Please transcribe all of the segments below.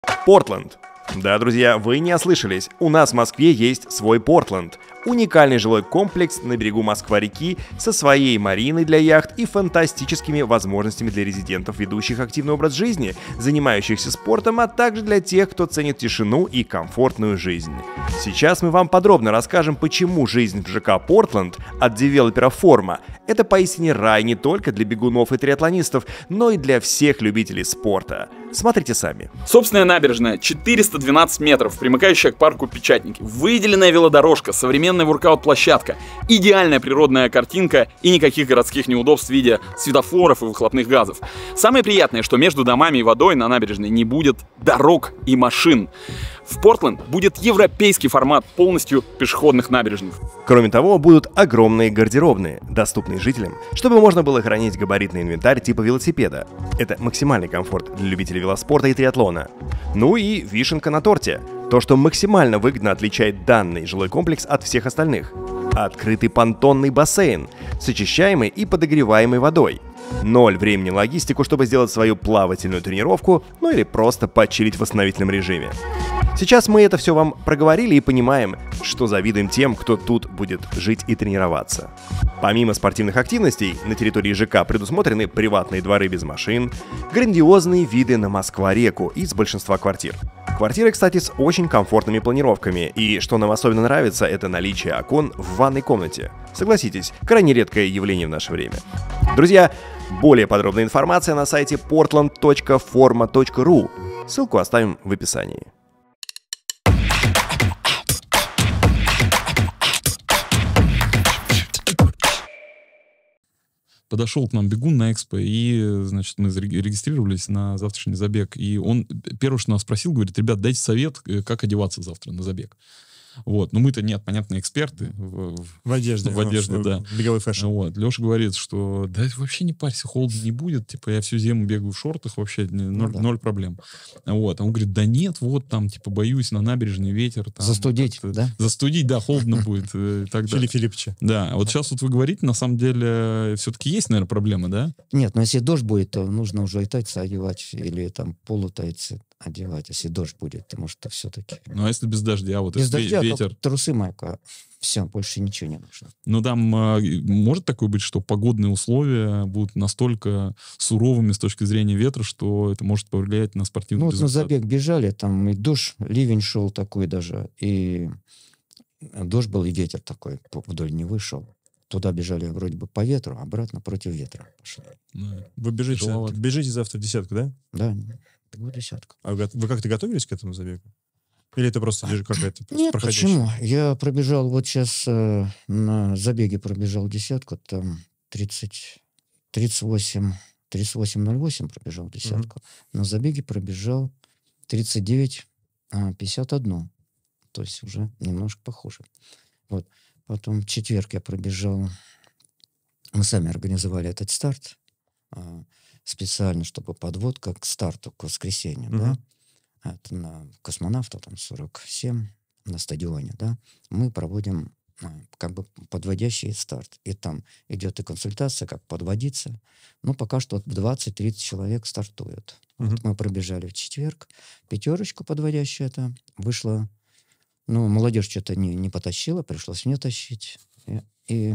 Портленд. Да, друзья, вы не ослышались. У нас в Москве есть свой Портленд. Уникальный жилой комплекс на берегу Москва-реки со своей мариной для яхт и фантастическими возможностями для резидентов, ведущих активный образ жизни, занимающихся спортом, а также для тех, кто ценит тишину и комфортную жизнь. Сейчас мы вам подробно расскажем, почему жизнь в ЖК Портленд от девелопера Форма – это поистине рай не только для бегунов и триатлонистов, но и для всех любителей спорта. Смотрите сами. Собственная набережная 412 метров, примыкающая к парку Печатники, выделенная велодорожка, современная воркаут-площадка, идеальная природная картинка и никаких городских неудобств в виде светофоров и выхлопных газов. Самое приятное, что между домами и водой на набережной не будет дорог и машин. В Портленд будет европейский формат полностью пешеходных набережных. Кроме того, будут огромные гардеробные, доступные жителям, чтобы можно было хранить габаритный инвентарь типа велосипеда. Это максимальный комфорт для любителей велоспорта и триатлона. Ну и вишенка на торте. То, что максимально выгодно отличает данный жилой комплекс от всех остальных. Открытый понтонный бассейн с очищаемой и подогреваемой водой. 0 времени на логистику, чтобы сделать свою плавательную тренировку, ну или просто почилить в восстановительном режиме. Сейчас мы это все вам проговорили и понимаем, что завидуем тем, кто тут будет жить и тренироваться. Помимо спортивных активностей, на территории ЖК предусмотрены приватные дворы без машин, грандиозные виды на Москва-реку из большинства квартир. Квартиры, кстати, с очень комфортными планировками, и что нам особенно нравится, это наличие окон в ванной комнате. Согласитесь, крайне редкое явление в наше время. Друзья, более подробная информация на сайте portland.forma.ru. Ссылку оставим в описании. Подошел к нам бегун на экспо, и, значит, мы регистрировались на завтрашний забег. И он первое, что нас спросил, говорит: ребят, дайте совет, как одеваться завтра на забег. Вот. Но мы-то нет, понятно, эксперты в одежде. В одежде, да. Беговой фэшн. Вот. Леша говорит, что да вообще не парься, холодно не будет. Типа я всю зиму бегаю в шортах, вообще ноль проблем. Вот. А он говорит: да нет, вот там, типа, боюсь, на набережной ветер. Там, застудить, да? Застудить, да, холодно будет. Филипп Филипповича. Да, а вот сейчас вот вы говорите, на самом деле, все-таки есть, наверное, проблема, да? Нет, но если дождь будет, то нужно уже и тайцы одевать, или там полутайцы одевать, если дождь будет, потому что все-таки... Ну, а если без дождя? Вот без дождя, ветер... трусы, майка, все, больше ничего не нужно. Ну, там может такое быть, что погодные условия будут настолько суровыми с точки зрения ветра, что это может повлиять на спортивный результат? Ну, вот на забег бежали, там и дождь, ливень шел такой даже, и дождь был, и ветер такой вдоль не вышел. Туда бежали вроде бы по ветру, обратно против ветра пошли. Да. Вы бежите завтра в десятку, да? Да, в десятку. А вы как-то готовились к этому забегу? Или это просто какая-то Нет, проходящая? почему? Я пробежал вот сейчас на забеге пробежал десятку, там 38:08 пробежал десятку. На забеге пробежал 39:51. То есть уже немножко похуже. Вот. Потом в четверг я пробежал. Мы сами организовали этот старт специально, чтобы подводка к старту, к воскресенью, да. Это на Космонавта, там 47 на стадионе, да. Мы проводим как бы подводящий старт. И там идет и консультация, как подводиться. Ну, пока что 20-30 человек стартуют. Вот мы пробежали в четверг. Пятерочку подводящую это вышло. Ну, молодежь что-то не потащила, пришлось мне тащить. И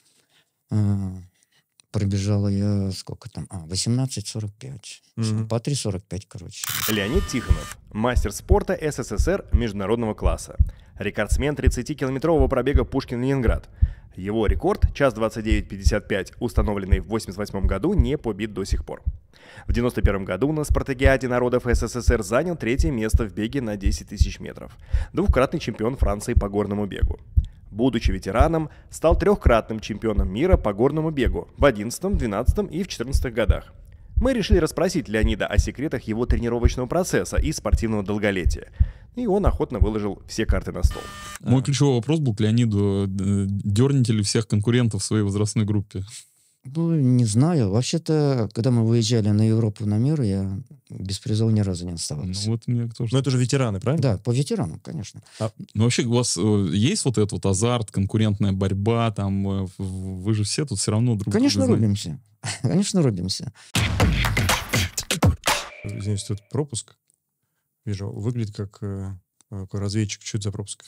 пробежала я, сколько там, 18:45. По 3:45, короче. Леонид Тихонов, мастер спорта СССР международного класса. Рекордсмен 30-километрового пробега Пушкин-Ленинград. Его рекорд, час 29:55, установленный в 1988 году, не побит до сих пор. В 1991 году на Спартакиаде народов СССР занял 3-е место в беге на 10 тысяч метров. Двукратный чемпион Франции по горному бегу. Будучи ветераном, стал 3-кратным чемпионом мира по горному бегу в 11, 12 и в 14 годах. Мы решили расспросить Леонида о секретах его тренировочного процесса и спортивного долголетия. И он охотно выложил все карты на стол. Мой ключевой вопрос был к Леониду: дернете ли всех конкурентов в своей возрастной группе? Ну, не знаю. Вообще-то, когда мы выезжали на Европу, на мир, я без призов ни разу не оставался. Ну, вот мне тоже. Но это же ветераны, правильно? Да, по ветеранам, конечно. Ну, вообще, у вас есть вот этот вот азарт, конкурентная борьба, там, вы же все тут все равно друг друга Конечно, знаете. рубимся. Конечно, рубимся. Извините, тут пропуск. Вижу, выглядит как такой разведчик. Что это за пропуск?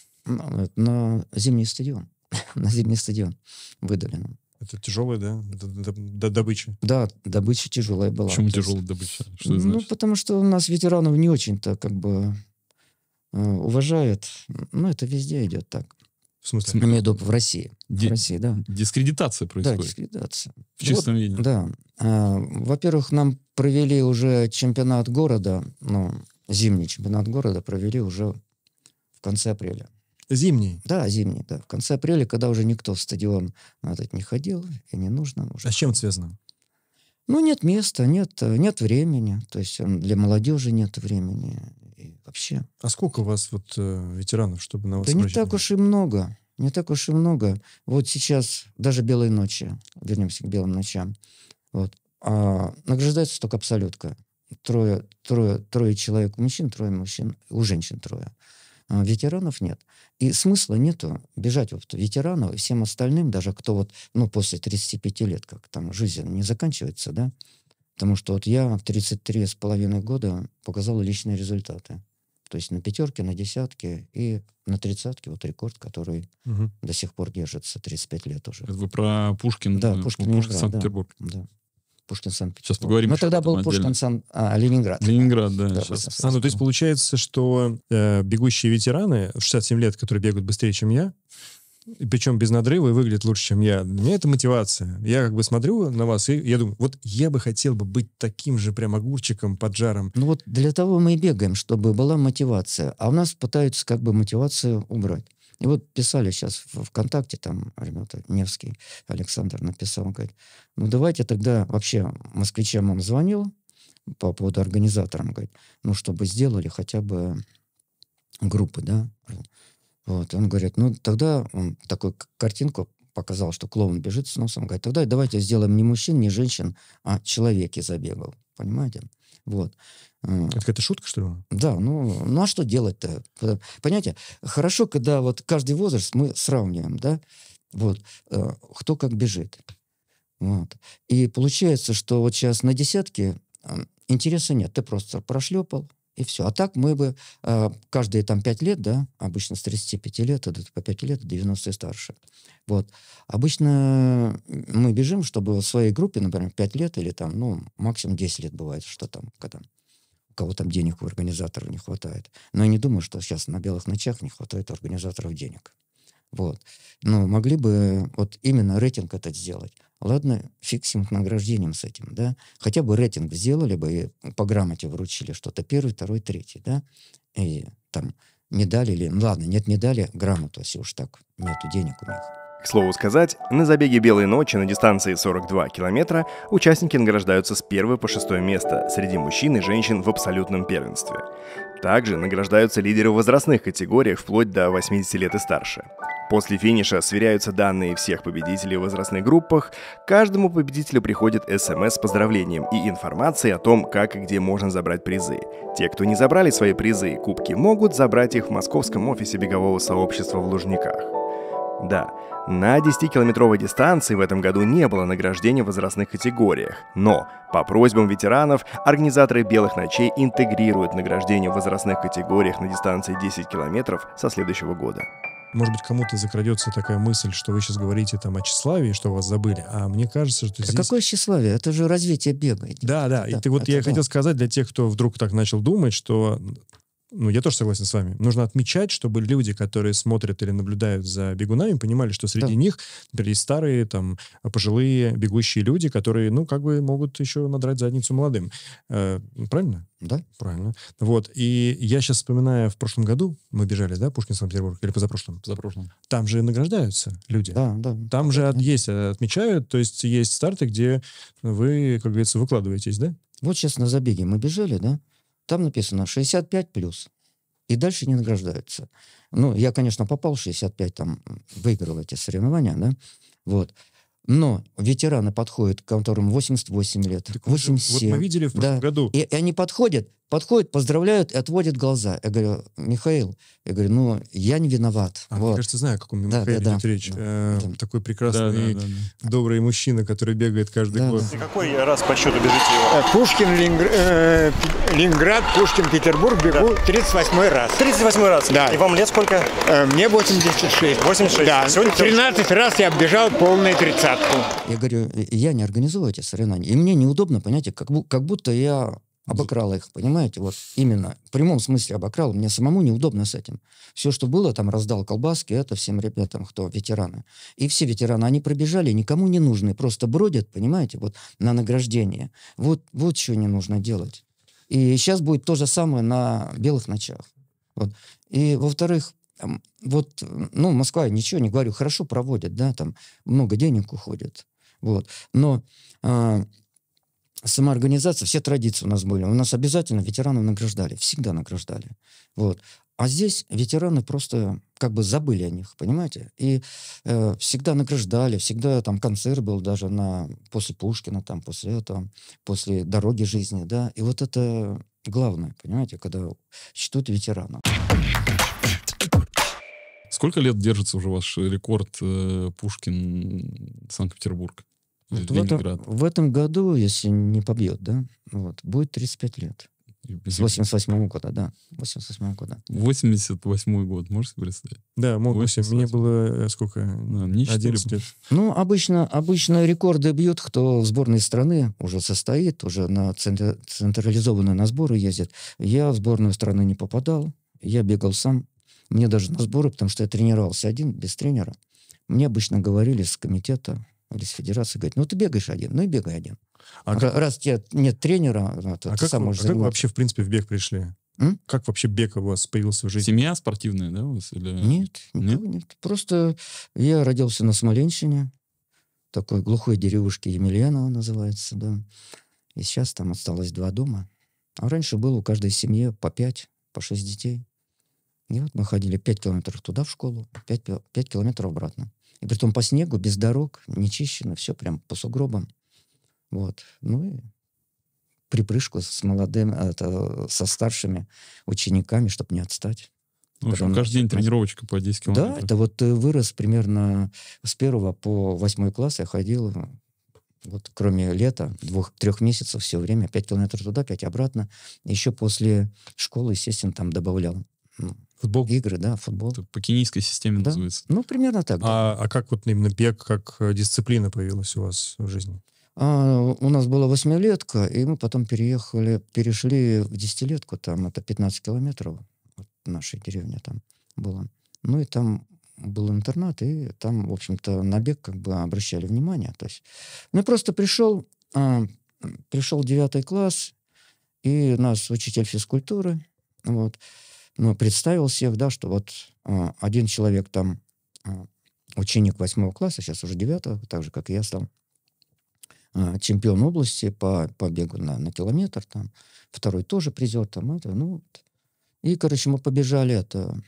На зимний стадион. На зимний стадион выдали нам. Это тяжелая, да, добыча? Да, добыча тяжелая была. Почему То есть, тяжелая добыча? Что это Ну, значит? потому что у нас ветеранов не очень-то как бы уважают. Ну, это везде идет так. В смысле? Я имею в виду в России. Ди- В России, да. Дискредитация Да, происходит дискредитация. в чистом виде. Да. Во-первых, нам провели уже чемпионат города, ну, зимний чемпионат города провели уже в конце апреля. Зимний. Да, зимний, да. В конце апреля, когда уже никто в стадион этот не ходил, и не нужно уже. А с чем это связано? Ну, нет места, нет времени. То есть для молодежи нет времени. И вообще. А сколько у вас вот ветеранов, чтобы на вас Да не обратить так внимание? уж и много. Не так уж и много. Вот сейчас даже белые ночи. Вернемся к белым ночам. Вот. Награждается только абсолютка. Трое человек у мужчин, трое мужчин, у женщин трое. Ветеранов нет. И смысла нету бежать вот ветеранов и всем остальным, даже кто вот, ну, после 35 лет, как там жизнь не заканчивается, да. Потому что вот я в 33,5 года показал личные результаты. То есть на пятерке, на десятке и на тридцатке вот рекорд, который Мгм. до сих пор держится 35 лет уже. Это вы про Пушкин, Да, Пушкин, Ленинград, Санкт-Петербург. Да. Пушкин, Санкт-Петербург. Сейчас поговорим Но еще тогда потом был Пушкин, отдельно. Ленинград. Ленинград, да. Да, сейчас. вот. Ну, то есть получается, что бегущие ветераны в 67 лет, которые бегают быстрее, чем я, и причем без надрыва и выглядят лучше, чем я, для меня это мотивация. Я как бы смотрю на вас, и я думаю, вот я бы хотел бы быть таким же прям огурчиком, поджаром. Ну вот для того мы и бегаем, чтобы была мотивация. А у нас пытаются как бы мотивацию убрать. И вот писали сейчас в ВКонтакте, там ребята, Невский Александр написал, он говорит, ну давайте тогда вообще москвичам он звонил по поводу организаторам, говорит, ну чтобы сделали хотя бы группы, да. Вот, он говорит, ну тогда он такую картинку показал, что клоун бежит с носом, говорит, тогда давайте сделаем не мужчин, не женщин, а человеки забегал, понимаете? Вот. Это какая-то шутка, что ли? Да, ну а что делать-то? Понимаете, хорошо, когда вот каждый возраст мы сравниваем, да, вот, кто как бежит. Вот. И получается, что вот сейчас на десятке интереса нет, ты просто прошлепал, и все. А так мы бы каждые там 5 лет, да, обычно с 35 лет, это по 5 лет, 90 и старше. Вот. Обычно мы бежим, чтобы в своей группе, например, 5 лет или там, ну, максимум 10 лет бывает, что там, когда у кого там денег у организаторов не хватает. Но я не думаю, что сейчас на белых ночах не хватает у организаторов денег. Вот. Но могли бы вот именно рейтинг этот сделать. Ладно, фиг с награждением с этим, да. Хотя бы рейтинг сделали бы и по грамоте вручили что-то. 1, 2, 3, да. И там медали или... Ну, ладно, нет медали, грамоту, если уж так нету денег у них. К слову сказать, на забеге «Белые ночи» на дистанции 42 километра участники награждаются с 1 по 6 место среди мужчин и женщин в абсолютном первенстве. Также награждаются лидеры в возрастных категориях вплоть до 80 лет и старше. После финиша сверяются данные всех победителей в возрастных группах, каждому победителю приходит СМС с поздравлением и информацией о том, как и где можно забрать призы. Те, кто не забрали свои призы и кубки, могут забрать их в московском офисе бегового сообщества в Лужниках. Да, на 10-километровой дистанции в этом году не было награждения в возрастных категориях, но по просьбам ветеранов организаторы «Белых ночей» интегрируют награждение в возрастных категориях на дистанции 10 километров со следующего года. Может быть, кому-то закрадется такая мысль, что вы сейчас говорите там о тщеславии, что вас забыли, а мне кажется, что А здесь... какое тщеславие? Это же развитие бега. Да. И ты вот я хотел сказать для тех, кто вдруг так начал думать, что, ну, я тоже согласен с вами, нужно отмечать, чтобы люди, которые смотрят или наблюдают за бегунами, понимали, что среди них, например, есть старые, там, пожилые бегущие люди, которые, ну, как бы могут еще надрать задницу молодым. Правильно? Да. Правильно. Вот. И я сейчас вспоминаю, в прошлом году мы бежали, да, Пушкин, Санкт-Петербург, или позапрошлом? Позапрошлом. Там же награждаются люди. Да. Там же есть, отмечают, то есть есть старты, где вы, как говорится, выкладываетесь, да? Вот сейчас на забеге мы бежали, да, там написано 65+. И дальше не награждаются. Ну, я, конечно, попал в 65, там, выиграл эти соревнования, да, вот. Но ветераны подходят, которым 88 лет, Так 87. вот мы видели в прошлом году. И они подходят, подходят, поздравляют и отводят глаза. Я говорю, Михаил, я говорю, ну, я не виноват. Мне вот. кажется, знаю, о каком Да, Михаиле да, идет речь. да. Такой прекрасный, Да. добрый мужчина, который бегает каждый Да, год. да. Какой раз по счету бежите его? Пушкин, Ленинград, Пушкин, Петербург, бегу 38-й раз. 38 раз. Да. И вам лет сколько? Мне 86. 86. Да, Сегодня 13 раз я оббежал полную тридцатку. Я говорю, я не организую эти соревнования. И мне неудобно, понимаете, как будто я обокрал их, понимаете? Вот именно, в прямом смысле обокрал. Мне самому неудобно с этим. Все, что было, там раздал колбаски, это всем ребятам, кто ветераны. И все ветераны, они пробежали, никому не нужны, просто бродят, понимаете, вот на награждение. Вот что не нужно делать. И сейчас будет то же самое на белых ночах. Вот. И, во-вторых, вот, ну, Москва, ничего не говорю, хорошо проводят, да, там много денег уходит. Вот. Но сама организация, все традиции у нас были. У нас обязательно ветеранов награждали, всегда награждали. Вот. А здесь ветераны просто как бы забыли о них, понимаете? И всегда награждали, всегда там концерт был даже после Пушкина, там, после этого, после «Дороги жизни», да. И вот это главное, понимаете, когда считают ветеранов. Сколько лет держится уже ваш рекорд Пушкин Санкт-Петербург? Вот Ленинград. в этом году, если не побьет, да, вот, будет 35 лет. С 88 года, да. 88 года. 88 год, можете представить? Да, могу себе. Мне было сколько? Да, мне 11 лет. Ну, обычно рекорды бьют, кто в сборной страны уже состоит, уже на централизованные на сборы ездит. Я в сборную страны не попадал, я бегал сам. Мне даже на сборы, потому что я тренировался один, без тренера. Мне обычно говорили с комитета или с федерации, говорят, ну ты бегаешь один, ну и бегай один. Раз у тебя нет тренера, ты сам можешь как вы вообще, в принципе, в бег пришли? Как вообще бег у вас появился в жизни? Семья спортивная, да, у вас? Или... Нет, никого нет. Просто я родился на Смоленщине, такой глухой деревушке Емельяново называется, да. И сейчас там осталось 2 дома. А раньше было у каждой семьи по 5, по 6 детей. И вот мы ходили 5 километров туда в школу, 5 километров обратно. И притом по снегу, без дорог, не чищено, все прям по сугробам. Вот. Ну и припрыжку со старшими учениками, чтобы не отстать. В общем, каждый день тренировочка по 10 километров. Да, это вот вырос примерно с 1 по 8 класс я ходил, вот кроме лета, 2-3 месяцев все время, 5 километров туда, 5 обратно. Еще после школы, естественно, там добавлял Футбол? игры, да, футбол. Это по кенийской системе Да. называется. Ну, примерно так, да. А как вот именно бег, как дисциплина появилась у вас в жизни? У нас была 8-летка, и мы потом перешли в 10-летку, там это 15 километров от нашей деревни там было. Ну и там был интернат, и там, в общем-то, на бег как бы обращали внимание. То есть, ну, просто пришел 9 класс, и нас учитель физкультуры, вот, ну, представил всех, да, что вот один человек там, ученик 8 класса, сейчас уже 9, так же, как и я стал, чемпион области по бегу на километр, там, второй тоже призер, там, это, ну, вот. И, короче, мы побежали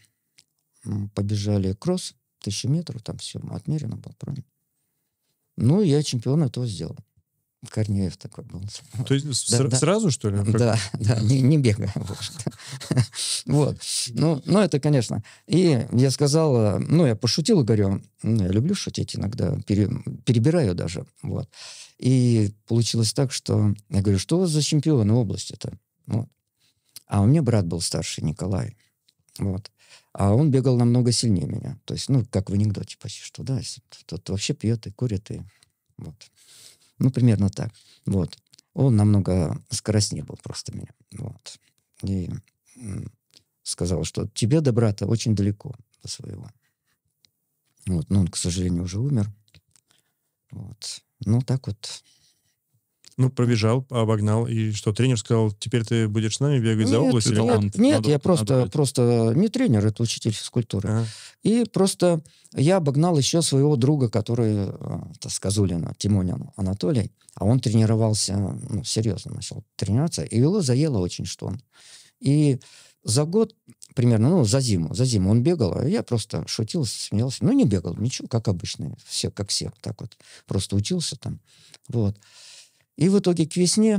кросс, 1000 метров, там все отмерено было, правильно. Ну, я чемпион этого сделал. Корнеев такой был. То есть сразу, что ли? Да, не бегая, в общем-то. Вот. Ну, это, конечно. И я сказал, ну, я пошутил и говорю, я люблю шутить иногда, перебираю даже, вот. И получилось так, что я говорю, что у вас за чемпионы области-то? Вот. А у меня брат был старший, Николай. Вот. А он бегал намного сильнее меня. То есть, ну, как в анекдоте почти, что, да, тот вообще пьет и курит, и вот. Ну, примерно так. Вот. Он намного скоростнее был просто меня. Вот. И сказал, что тебе до брата очень далеко, до своего. Вот. Но он, к сожалению, уже умер. Вот. Ну, так вот. Ну, пробежал, обогнал, и что, тренер сказал, теперь ты будешь с нами бегать за область? Нет, я просто не тренер, это учитель физкультуры. Ага. И просто я обогнал еще своего друга, который с Козулина, Тимонин Анатолий, а он тренировался, ну, серьезно начал тренироваться, и его заело очень, что он. И за год, примерно, ну, за зиму он бегал, а я просто шутил, смеялся. Ну, не бегал, ничего, как обычно, все, как все, так вот, просто учился там, вот. И в итоге к весне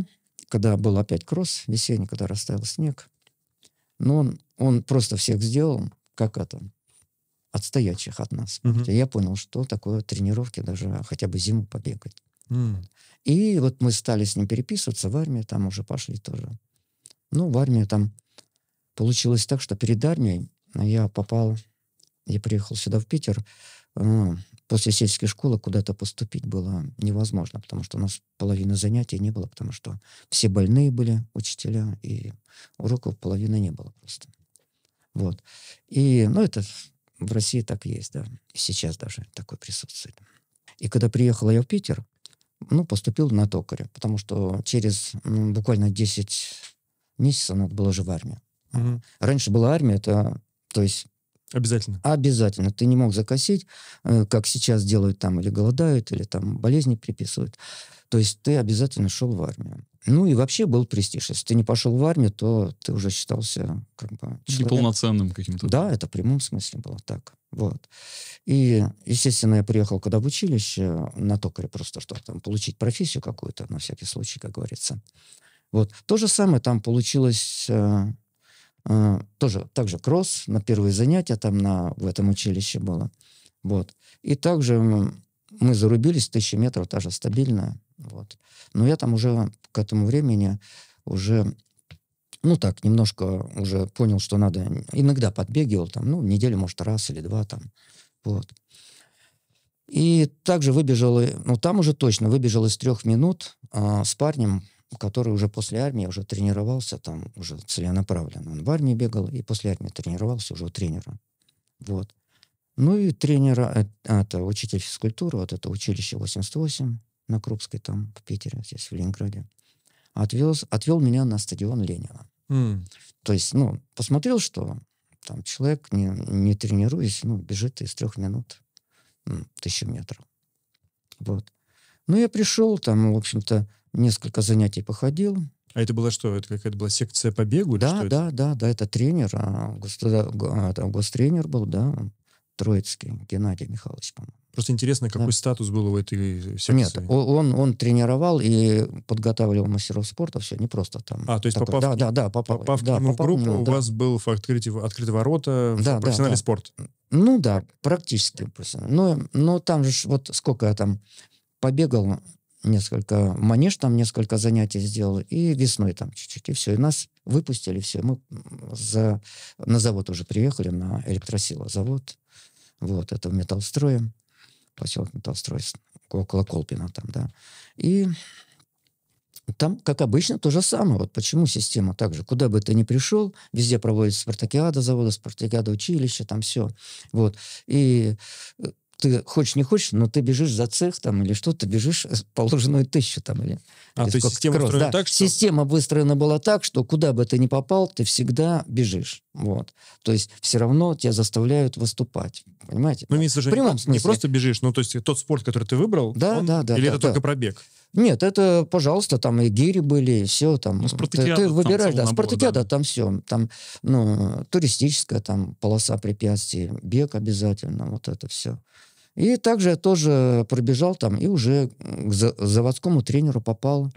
когда был опять кросс весенний, когда растаял снег, но он просто всех сделал, как это, отстоящих от нас. Мгм. Я понял, что такое тренировки, даже хотя бы зиму побегать. М. И вот мы стали с ним переписываться в армию, там уже пошли тоже. Ну, в армию там получилось так, что перед армией я приехал сюда, в Питер. После сельской школы куда-то поступить было невозможно, потому что у нас половины занятий не было, потому что все больные были, учителя, и уроков половины не было просто. Вот. И, ну, это в России так и есть, да. И сейчас даже такое присутствует. И когда приехал я в Питер, ну, поступил на токаря, потому что через буквально 10 месяцев надо было уже в армию. Мгм. Раньше была армия, это, то есть, Обязательно. обязательно. Ты не мог закосить, как сейчас делают там, или голодают, или там болезни приписывают. То есть ты обязательно шел в армию. Ну и вообще был престиж. Если ты не пошел в армию, то ты уже считался как бы человек. Неполноценным каким-то. Да, это в прямом смысле было так. Вот. И, естественно, я приехал, когда в училище, на токаря просто, чтобы там получить профессию какую-то, на всякий случай, как говорится. Вот. То же самое там получилось... тоже также кросс на первые занятия там в этом училище было. Вот. И также мы зарубились, 1000 метров, та же стабильная. Вот. Но я там уже к этому времени уже, ну так, немножко уже понял, что надо, иногда подбегивал, там, ну, неделю, может, раз или два там. Вот. И также выбежал, ну, там уже точно выбежал из 3 минут с парнем, который уже после армии уже тренировался там уже целенаправленно. Он в армии бегал и после армии тренировался уже у тренера. Вот. Ну и тренера, это учитель физкультуры, вот это училище 88 на Крупской там в Питере, здесь в Ленинграде, отвел меня на стадион Ленина. М. То есть, ну, посмотрел, что там человек, не тренируясь, ну, бежит из 3 минут 1000 метров. Вот. Ну, я пришел, там, в общем-то, несколько занятий походил. А это была что? Это какая-то была секция по бегу? Или что это? Да, это тренер, гостренер был, да, Троицкий Геннадий Михайлович, по-моему. Просто интересно, какой Да. статус был у этой секции? Нет, он тренировал и подготавливал мастеров спорта, все, не просто там. То есть такой, попав, попал к нему в группу, к нему, у да. вас был открыты ворота Да, в профессиональный да. спорт. Ну да, практически. Но там же вот сколько я там побегал, манеж там несколько занятий сделал, и весной там чуть-чуть, и все. И нас выпустили, все. Мы на завод уже приехали, на Электросила завод. Вот, это в Металлстрое, поселок Металлстрой, около Колпина там, да. И там, как обычно, то же самое. Вот почему система так же. Куда бы ты ни пришел, везде проводится спартакиада завода, спартакиада училища, там все. Вот. И ты хочешь, не хочешь, но ты бежишь за цех там или что-то, бежишь положенную 1000 там или То есть сколько, система кросс, устроена да. так, что... Система выстроена была так, что куда бы ты ни попал, ты всегда бежишь. Вот. То есть все равно тебя заставляют выступать. Понимаете? Ну, имеется в виду, В прямом не смысле. просто бежишь, ну, то есть тот спорт, который ты выбрал, Да, он- да, да, или да, это да. только пробег? Нет, это, пожалуйста, там и гири были, и все там. Ну, спартакиада Ты там выбираешь, целый да, набор, спартакиада, да. там все. Там, ну, туристическая там полоса препятствий, бег обязательно, вот это все. И также я тоже пробежал там, и уже к заводскому тренеру попал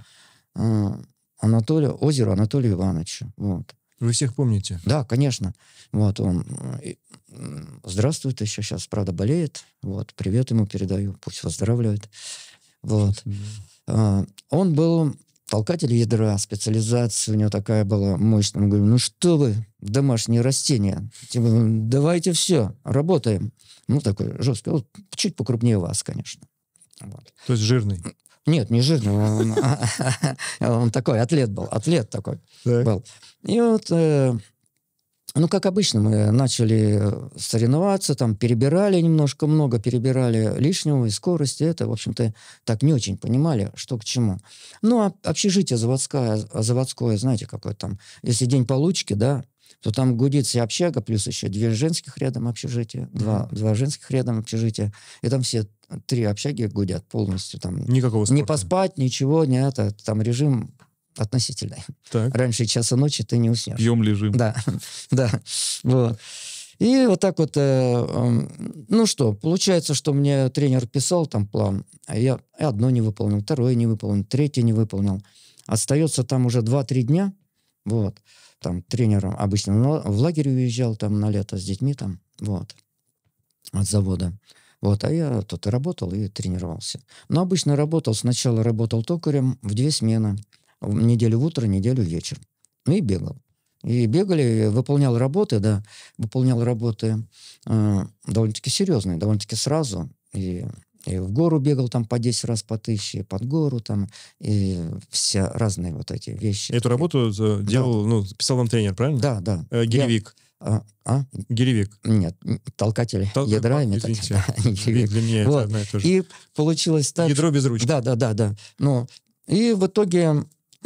Озеру Анатолию Ивановичу. Вот. Вы всех помните? Да, конечно. Вот он здравствует еще сейчас, правда, болеет. Вот, привет ему передаю, пусть выздоравливает. Вот. Он был толкатель ядра, специализация у него такая была мощная. Мы говорим, ну что вы, домашние растения, типа, давайте все, работаем. Ну, такой жесткий, вот, чуть покрупнее вас, конечно. Вот. То есть жирный. Нет, не жирный, он такой, атлет такой Так. был. И вот, ну, как обычно, мы начали соревноваться, там, много перебирали лишнего и скорости. Это, в общем-то, так не очень понимали, что к чему. Ну, а общежитие заводское, знаете, какое там, если день получки, да, то там гудит вся общага, плюс еще 2 женских рядом общежития, два женских рядом общежития, и там все 3 общаги гудят полностью. Там Никакого спорта. не поспать, ничего, не это, там режим относительный. Так. Раньше часа ночи ты не уснешь. Пьем, лежим. Да, да. Вот. И вот так вот, ну что, получается, что мне тренер писал там план, а я одно не выполнил, второе не выполнил, третье не выполнил. Остается там уже 2-3 дня, вот, там тренером обычно, но в лагерь уезжал там на лето с детьми там, вот, от завода. Вот, а я тут и работал, и тренировался. Но обычно сначала работал токарем в 2 смены. Неделю в утро, неделю вечер. Ну и бегал. И бегали, выполнял работы, довольно-таки серьезные, довольно-таки сразу. И в гору бегал там по 10 раз, по 1000, под гору там, и все разные вот эти вещи. Эту работу делал, писал вам тренер, правильно? Да. Гиревик. Гиревик. Нет, толкатель ядра. Извините, для меня это одно и то же. И получилось так... Ядро без ручки. Да. Ну, и в итоге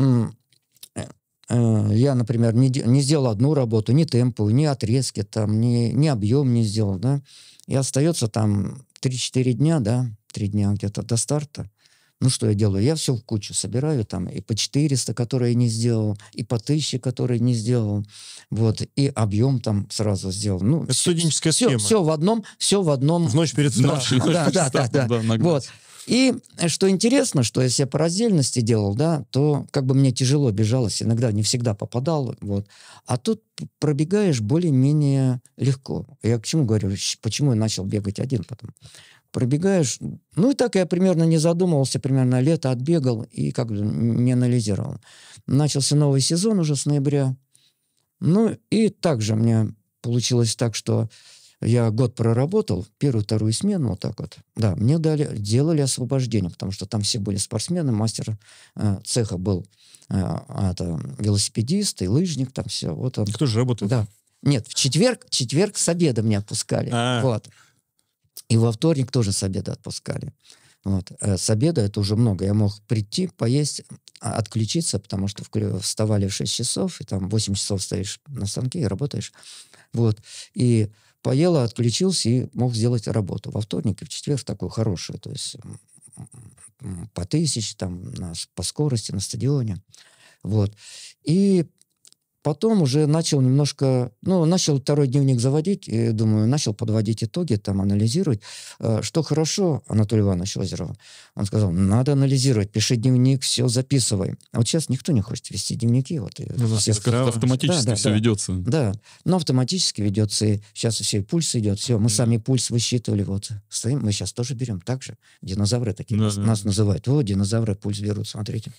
я, например, не сделал одну работу, ни темповую, ни отрезки, там, ни объем не сделал, да. И остается там 3-4 дня, да, 3 дня где-то до старта. Ну, что я делаю? Я все в кучу собираю, там, и по 400, которые я не сделал, и по 1000, которые не сделал, вот, и объем там сразу сделал. Ну, это студенческая схема. Все в одном. В ночь перед стартом. Да. Вот. И что интересно, что если я по раздельности делал, да, то как бы мне тяжело бежалось, иногда не всегда попадал, вот. А тут пробегаешь более-менее легко. Я к чему говорю? Почему я начал бегать один потом? Пробегаешь, ну и так я примерно не задумывался, примерно лето отбегал и как бы не анализировал. Начался новый сезон уже с ноября. Ну и также мне получилось так, что я год проработал, 1-2 смену, вот так вот. Да, мне делали освобождение, потому что там все были спортсмены, мастер цеха был велосипедист и лыжник, там все. Вот он. Кто же работает? Да. Нет, в четверг с обеда меня отпускали. Вот. И во вторник тоже с обеда отпускали. Вот. С обеда это уже много. Я мог прийти, поесть, отключиться, потому что вставали в 6 часов, и там 8 часов стоишь на станке и работаешь. Вот. И поел, отключился и мог сделать работу. Во вторник и в четверг такую хорошую, то есть по 1000, там, по скорости на стадионе. Вот. И потом уже начал немножко, начал 2-й дневник заводить, и, думаю, начал подводить итоги, там, анализировать. Что хорошо, Анатолий Иванович Озеров, он сказал, надо анализировать, пиши дневник, все записывай. А вот сейчас никто не хочет вести дневники. Вот, автоматически все ведется. Да, но автоматически ведется, и сейчас все, и пульс идет, все, мы сами пульс высчитывали, вот, стоим, мы сейчас тоже берем так же. Динозавры такие нас называют. О, динозавры пульс берут, смотрите.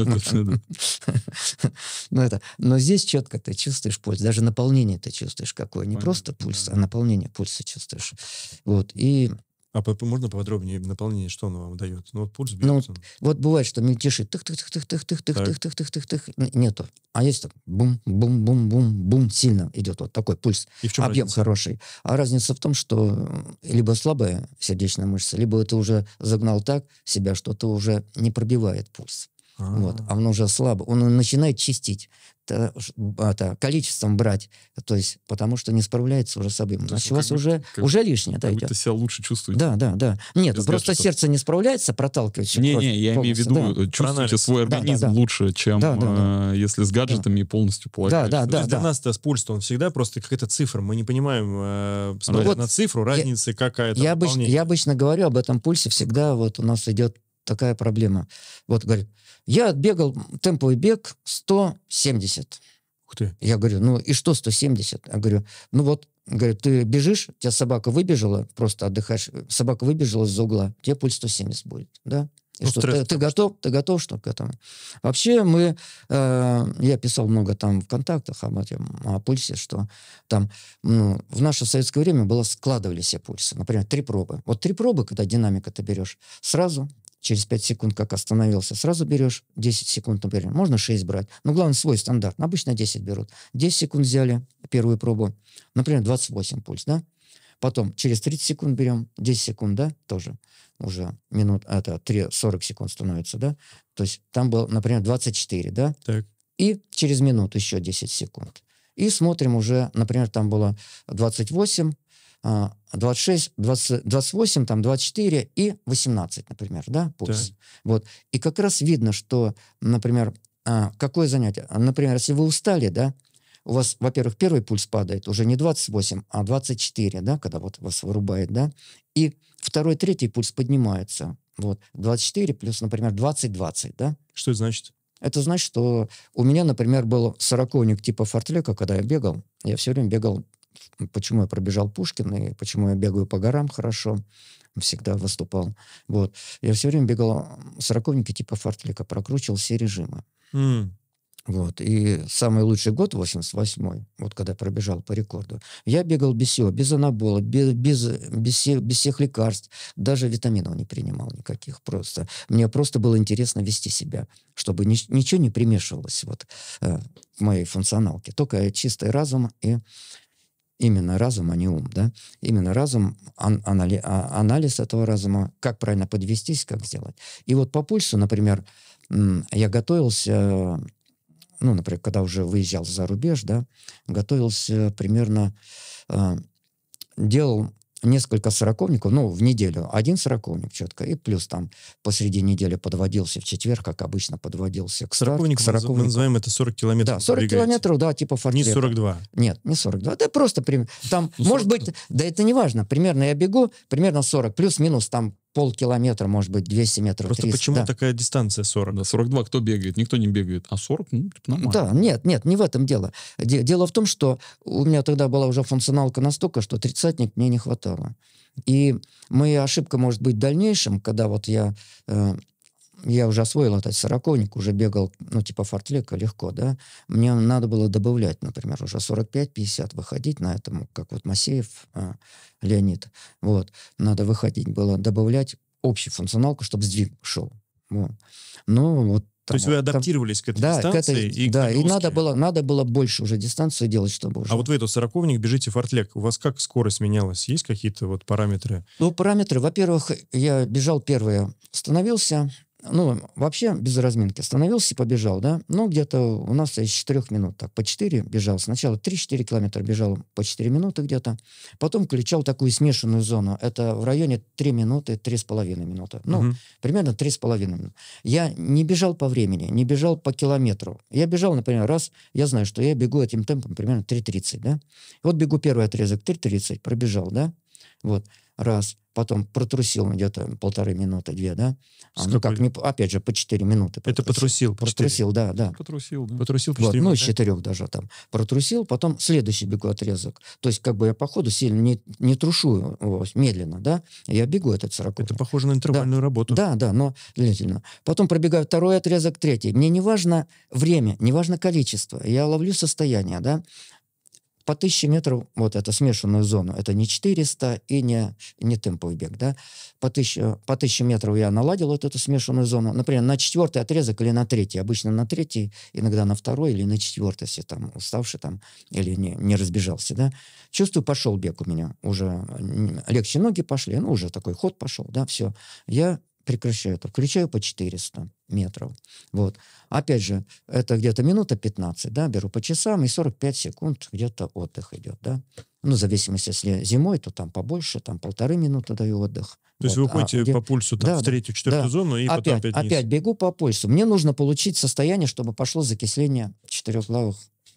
Но здесь четко ты чувствуешь пульс, даже наполнение ты чувствуешь какое. Не просто пульс, а наполнение пульса чувствуешь. Вот, и... А можно поподробнее наполнение, что оно вам дает? Ну, вот пульс бьется. Вот бывает, что мельтешит, тых-тых-тых-тых-тых-тых-тых-тых-тых, нету. А есть так, бум-бум-бум-бум-бум, сильно идет вот такой пульс. И в чем объем разница? хороший. А разница в том, что либо слабая сердечная мышца, либо ты уже загнал так себя, что ты уже не пробивает пульс. Вот, а он уже слабо, он начинает чистить, количеством брать, то есть, потому что не справляется уже с объемом. Значит, у вас уже лишнее, да, идет. Вы себя лучше чувствуете. Да. Нет, просто сердце не справляется, проталкивать. Не, я имею в виду, чувствуете свой организм лучше, чем если с гаджетами полностью полагаетесь. Да. Для нас-то пульс, он всегда просто какая-то цифра, мы не понимаем, смотря на цифру, разницы какая-то. Я обычно говорю об этом пульсе, всегда вот у нас идет такая проблема. Вот, говорит, я отбегал темповый бег 170. Ух ты. Я говорю, и что 170? Я говорю, говорит, ты бежишь, у тебя собака выбежала, просто отдыхаешь, собака выбежала из-за угла, тебе пульс 170 будет, да? И что, ты готов, что к этому? Вообще я писал много там в контактах о пульсе, что там в наше советское время складывали все пульсы. Например, 3 пробы. Вот 3 пробы, когда динамика ты берешь, сразу через 5 секунд, как остановился, сразу берешь 10 секунд, например. Можно 6 брать. Но главное, свой стандарт. Обычно 10 берут. 10 секунд взяли первую пробу. Например, 28 пульс, да? Потом через 30 секунд берем, 10 секунд, да, тоже уже минут, 40 секунд становится, да? То есть там было, например, 24, да? Так. И через минуту еще 10 секунд. И смотрим уже, например, там было 28, 26, 28, там 24 и 18, например, да, пульс. Да. Вот. И как раз видно, что, например, какое занятие? Например, если вы устали, да, у вас, во-первых, первый пульс падает уже не 28, а 24, да, когда вот вас вырубает, да, и второй, третий пульс поднимается. Вот. 24 плюс, например, 20-20, да. Что это значит? Это значит, что у меня, например, был сороковник типа фортлека, когда я бегал. Я все время бегал. Почему я пробежал Пушкин и почему я бегаю по горам хорошо, всегда выступал. Вот. Я все время бегал сороковники типа фортлека, прокручивал все режимы. Вот. И самый лучший год, 88-й, вот когда пробежал по рекорду, я бегал без всего, без анабола, без всех лекарств, даже витаминов не принимал никаких просто. Мне просто было интересно вести себя, чтобы ничего не примешивалось вот, в моей функционалке. Только чистый разум и именно разум, а не ум, да? Именно разум, анализ этого разума, как правильно подвестись, как сделать. И вот по пульсу, например, я готовился... Ну, например, когда уже выезжал за рубеж, да, готовился примерно, делал несколько сороковников, ну, в неделю. Один сороковник четко, и плюс там посреди недели подводился в четверг, как обычно подводился к старту. Мы называем это 40 километров. Да, 40 километров, да, типа фортлека. Не 42. Нет, не 42. Да просто, там, может быть, да это не важно. Примерно я бегу, примерно 40, плюс-минус там полкилометра, может быть, 200 метров, Просто 300. почему такая дистанция 40? Да, 42 кто бегает? Никто не бегает. А 40, ну, типа, нормально. Да, нет, не в этом дело. Дело в том, что у меня тогда была уже функционалка настолько, что тридцатник мне не хватало. И моя ошибка может быть в дальнейшем, когда вот я уже освоил этот сороковник, уже бегал, ну, типа фортлека, легко, да. Мне надо было добавлять, например, уже 45-50 выходить на этом, как вот Масеев Леонид. Вот. Надо выходить было, добавлять общую функционалку, чтобы сдвиг шел. Вот. Ну, вот. То есть вы адаптировались к этой дистанции? И надо было больше уже дистанцию делать, чтобы уже... А вот вы, сороковник, бежите фортлек. У вас как скорость менялась? Есть какие-то вот параметры? Ну, параметры. Во-первых, я бежал первое, становился... Ну, вообще без разминки. Становился и побежал, да? Ну, где-то у нас из 4 минут, так, по 4 бежал. Сначала 3-4 километра бежал по 4 минуты где-то. Потом включал такую смешанную зону. Это в районе 3 минуты, 3,5 минуты. Ну, примерно 3,5 минуты. Я не бежал по времени, не бежал по километру. Я бежал, например, я знаю, что я бегу этим темпом примерно 3,30, да? Вот бегу первый отрезок, 3,30, пробежал, да? Вот, раз. Потом протрусил где-то 1,5 минуты, 2, да? Опять же, по 4 минуты. Это потрусил? Протрусил, да. Потрусил, да. Потрусил по 4 вот, минуты? Ну, из 4 даже там. Протрусил, потом следующий бегу отрезок. То есть, как бы я по ходу сильно не трушу его, медленно, да? Я бегу этот 40. Это похоже на интервальную работу. Да, но длительно. Потом пробегаю второй отрезок, третий. Мне не важно время, не важно количество. Я ловлю состояние, да? По 1000 метров, вот это смешанную зону, это не 400 и не темповый бег, да. По 1000 метров я наладил вот эту смешанную зону, например, на 4-й отрезок или на 3-й, обычно на 3-й, иногда на 2-й или на 4-й, если там уставший там или не разбежался, да. Чувствую, пошел бег у меня, уже легче ноги пошли, ну, уже такой ход пошел, да, все. Я прекращаю это, включаю по 400 метров. Вот. Опять же, это где-то минута 15, да, беру по часам, и 45 секунд где-то отдых идет, да. Ну, в зависимости, если зимой, то там побольше, там 1,5 минуты даю отдых. То есть вы уходите по пульсу там, в 3-4 зону и потом опять вниз. Опять бегу по пульсу. Мне нужно получить состояние, чтобы пошло закисление четырехглавых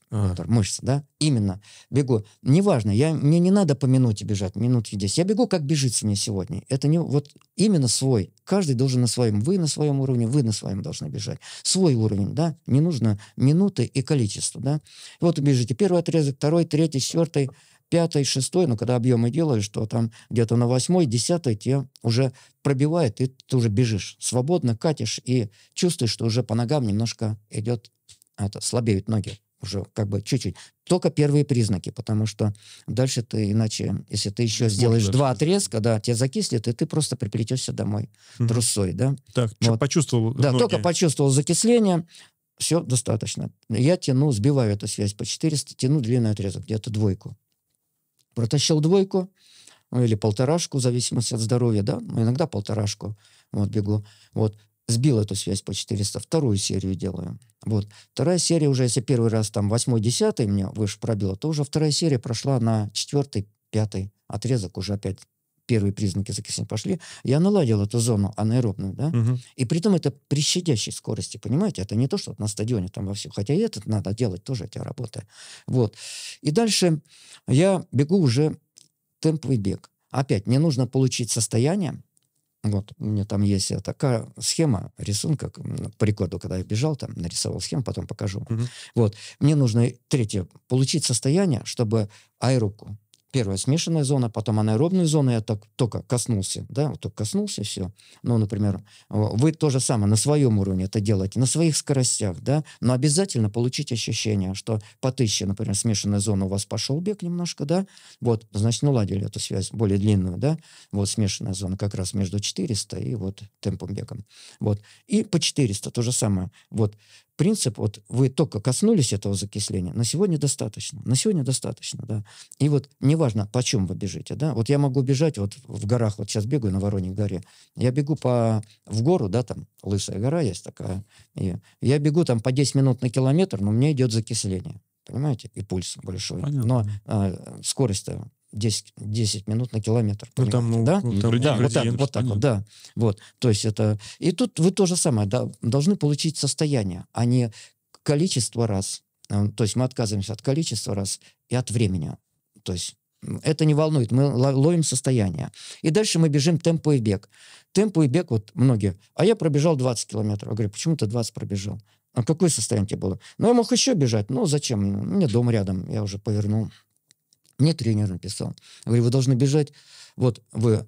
мышц, да, именно бегу. Неважно, мне не надо по минуте бежать, минуте 10. Я бегу, как бежится мне сегодня. Это не вот именно свой. Каждый должен на своем. Вы на своем уровне, вы на своем должны бежать. Свой уровень, да, не нужно минуты и количество, да. И вот бежите первый отрезок, второй, третий, 4, 5, 6, но когда объемы делаешь, то там где-то на 8, 10 тебе уже пробивает, и ты уже бежишь свободно, катишь, и чувствуешь, что уже по ногам немножко идет, слабеют ноги. Уже как бы чуть-чуть. Только первые признаки, потому что дальше ты иначе, если ты еще сделаешь 2 отрезка, да, тебя закислит, и ты просто приплетешься домой трусой, да. Так, вот. Почувствовал Да, ноги. только почувствовал закисление, все, достаточно. Я тяну, сбиваю эту связь по 400, тяну длинный отрезок, где-то 2. Протащил 2, или 1,5, в зависимости от здоровья, да, иногда 1,5, вот, бегу, вот. Сбил эту связь по 400, вторую серию делаю. Вот. Вторая серия уже, если первый раз там 8, 10 меня выше пробило, то уже вторая серия прошла на 4, 5 отрезок, уже опять первые признаки закисления пошли. Я наладил эту зону анаэробную, да, и при том это при щадящей скорости, понимаете? Это не то, что на стадионе там вовсю, хотя и это надо делать тоже, эти работы. Вот. И дальше я бегу уже темповый бег. Опять, мне нужно получить состояние, Вот, у меня там есть такая схема рисунка, по рекорду, когда я бежал, там нарисовал схему, потом покажу. Вот, мне нужно, третье, получить состояние, чтобы аэробку, первая смешанная зона, потом анаэробную зону я только коснулся, да, вот только коснулся, все. Ну, например, вы то же самое на своем уровне это делаете, на своих скоростях, да, но обязательно получить ощущение, что по 1000, например, смешанная зона, у вас пошел бег немножко, да, вот, значит, наладили эту связь более длинную, да, вот смешанная зона как раз между 400 и вот темпом бегом, вот, и по 400 то же самое, вот, принцип, вот вы только коснулись этого закисления, на сегодня достаточно, да. И вот неважно, по чем вы бежите, да, вот я могу бежать вот в горах, вот сейчас бегаю на Вороньей горе, я бегу в гору, да, там Лысая гора есть такая, и я бегу там по 10 минут на километр, но у меня идет закисление, понимаете, и пульс большой. Понятно. Но скорость-то 10 минут на километр. Ну, там, да? там Да, градиент, вот так вот, понятно. да. Вот, то есть это... И тут вы то же самое, да, должны получить состояние, а не количество раз. То есть мы отказываемся от количества раз и от времени. То есть это не волнует, мы ловим состояние. И дальше мы бежим темпо и бег. Темпо и бег, вот многие... А я пробежал 20 километров. Я говорю, почему ты 20 пробежал? А какое состояние тебе было? Ну, я мог еще бежать. Ну, зачем? У меня дом рядом, я уже повернул. Мне тренер написал. Говорю, вы должны бежать, вот вы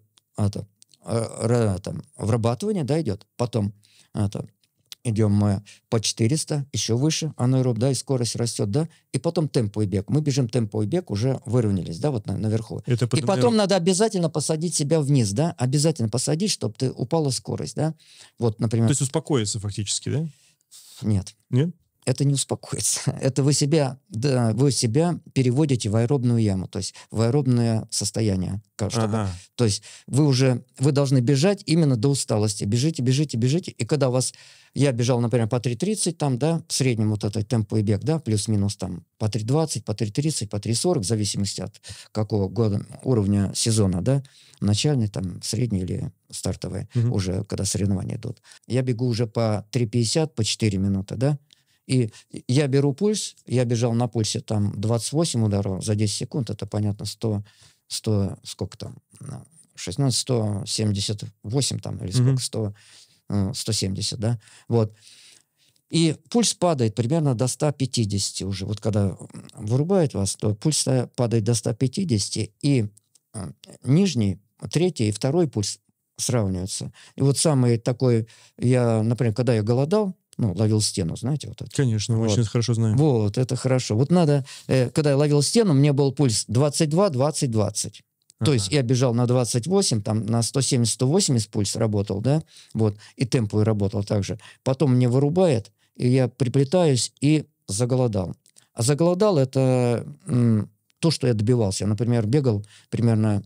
врабатывание, да, идет, потом идем мы по 400, еще выше анаэроб, да, и скорость растет, да, и потом темпо и бег. Мы бежим темпо и бег, уже выровнялись, да, вот наверху. Это И потом надо обязательно посадить себя вниз, да, обязательно посадить, чтобы ты упала скорость, да. Вот, например... То есть успокоиться фактически, да? Нет. Нет? Это не успокоится. Это вы себя переводите в аэробную яму, то есть в аэробное состояние. Чтобы, то есть вы должны бежать именно до усталости. Бежите. И когда у вас... Я бежал, например, по 3.30, там, да, в среднем вот этот темпо и бег, да, плюс-минус там по 3.20, по 3.30, по 3.40, в зависимости от какого года, уровня сезона, да, начальный, там, средний или стартовый, уже когда соревнования идут. Я бегу уже по 3.50, по 4 минуты, да, и я беру пульс, я бежал на пульсе там 28 ударов за 10 секунд, это, понятно, 100 сколько там, 16, 178 там, или сколько, 170, да, вот. И пульс падает примерно до 150 уже. Вот когда вырубает вас, то пульс падает до 150, и нижний, третий и второй пульс сравниваются. И вот самый такой, например, когда я голодал, ловил стену, знаете, вот это. Конечно, вот. Очень хорошо знаю. Вот, это хорошо. Вот надо, когда я ловил стену, мне был пульс 22, 20, 20. То есть я бежал на 28, там на 170-180 пульс работал, да, вот, и темпо работал также. Потом мне вырубает, и я приплетаюсь и заголодал. А заголодал — это то, что я добивался. Я, например, бегал примерно...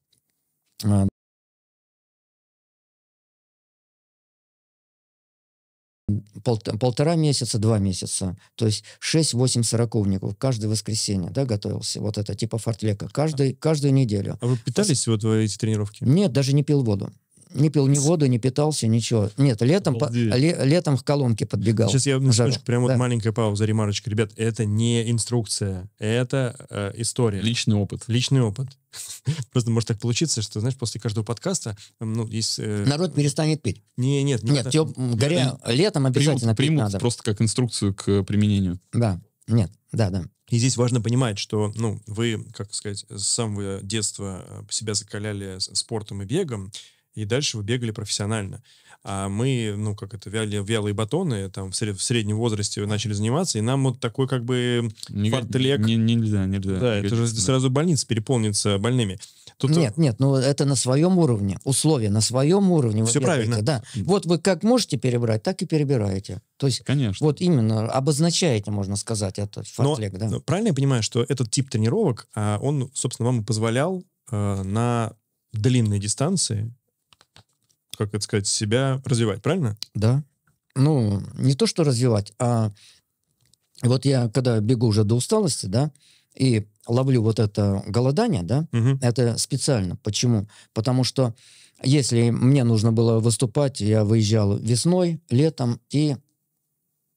полтора месяца, 2 месяца, то есть 6-8 сороковников каждое воскресенье, да, готовился, вот это типа фортлека, каждую неделю. А вы питались вот в эти тренировки? Нет, даже не пил воду. Не пил ни воду, не питался, ничего. Нет, летом в колонке подбегал. Сейчас я прям вот маленькая пауза, ремарочка. Ребят, это не инструкция, это история. Личный опыт. Личный опыт. Просто может так получиться, что, знаешь, после каждого подкаста есть... Народ перестанет пить. Нет, летом обязательно пить примут надо. просто как инструкцию к применению. Да, нет, да. И здесь важно понимать, что, вы, как сказать, с самого детства себя закаляли спортом и бегом, и дальше вы бегали профессионально. А мы, вялые батоны, там, в среднем возрасте начали заниматься, и нам вот такой, как бы, фортлек... Нельзя. Да, это же сразу больница переполнится больными. Нет, это на своем уровне. Условия на своем уровне. Все правильно. Да. Вот вы как можете перебрать, так и перебираете. То есть, конечно. Вот именно обозначаете, можно сказать, этот фортлек. Да. Правильно я понимаю, что этот тип тренировок, он, собственно, вам и позволял на длинной дистанции, как это сказать, себя развивать, правильно? Да. Не то, что развивать, а вот я, когда бегу уже до усталости, да, и ловлю вот это голодание, да, это специально. Почему? Потому что если мне нужно было выступать, я выезжал весной, летом, и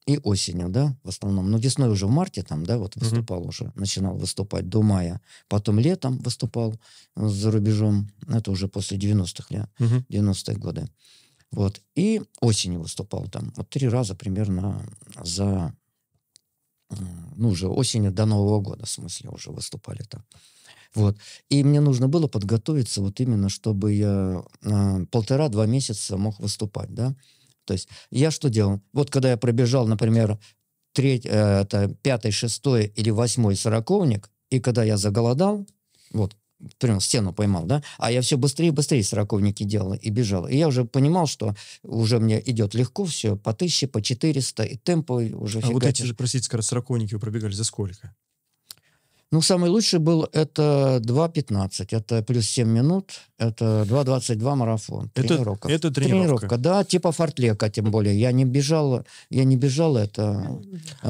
и осенью, да, в основном. Но весной уже в марте там, да, вот выступал уже, начинал выступать до мая. Потом летом выступал за рубежом. Это уже после 90-х лет, 90-е годы. Вот. И осенью выступал там. Вот 3 раза примерно за... Ну, уже осенью до Нового года, в смысле, уже выступали там. Вот. И мне нужно было подготовиться вот именно, чтобы я 1,5-2 месяца мог выступать, да. То есть я что делал? Вот когда я пробежал, например, 5-й, 6-й или 8-й сороковник, и когда я заголодал, вот, прям стену поймал, да, а я все быстрее и быстрее сороковники делал и бежал. И я уже понимал, что уже мне идет легко все, по 1000, по 400, и темпы уже фигачишь. Вот эти же, простите, сороковники вы пробегали за сколько? Ну, самый лучший был это 2:15, это плюс 7 минут, это 2:22 марафон. Тренировка. Это тренировка. Да, типа фортлека, тем более. Я не бежал это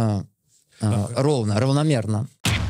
равномерно.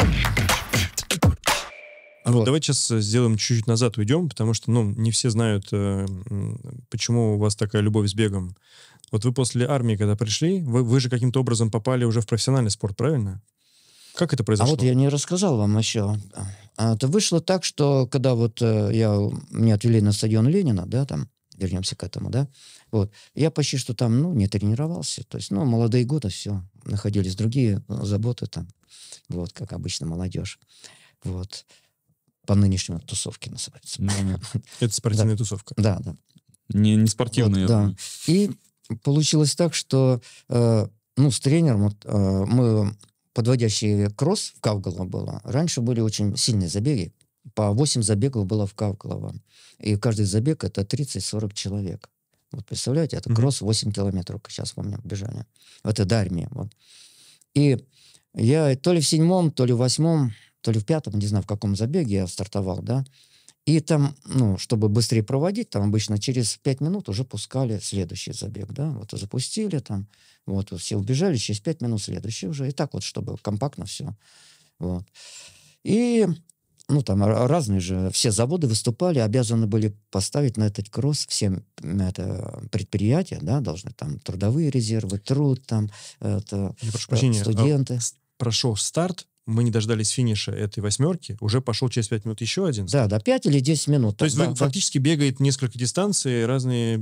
Вот. Давайте сейчас сделаем чуть-чуть назад уйдем, потому что, ну, не все знают, почему у вас такая любовь с бегом. Вот вы после армии, когда пришли, вы же каким-то образом попали уже в профессиональный спорт, правильно? Как это произошло? А вот я не рассказал вам еще. Это вышло так, что когда вот меня отвели на стадион Ленина, да, там, вернемся к этому, да, вот, я почти что там, ну, не тренировался, то есть, ну, молодые годы, все, находились другие заботы там, вот, как обычно молодежь, вот, по нынешнему тусовке называется. Это спортивная тусовка. Да, да. Не спортивная. Да. И получилось так, что, ну, с тренером мы... Подводящий кросс в Кавголово было. Раньше были очень сильные забеги. По 8 забегов было в Кавголово. И каждый забег это 30-40 человек. Вот представляете, это кросс 8 километров, сейчас помню, бежали. Это до армии. Вот. И я то ли в 7-м, то ли в 8-м, то ли в 5-м, не знаю, в каком забеге я стартовал, да. И там, ну, чтобы быстрее проводить, там обычно через 5 минут уже пускали следующий забег, да. Вот запустили там, вот все убежали, через 5 минут следующий уже. И так вот, чтобы компактно все. Вот. И, ну, там разные же, все заводы выступали, обязаны были поставить на этот кросс все предприятия, да, должны там трудовые резервы, труд, там, студенты. Прошел старт, мы не дождались финиша этой 8-ки, уже пошел через 5 минут еще один. Да, 5 или 10 минут. То есть вы фактически бегаете несколько дистанций, разные...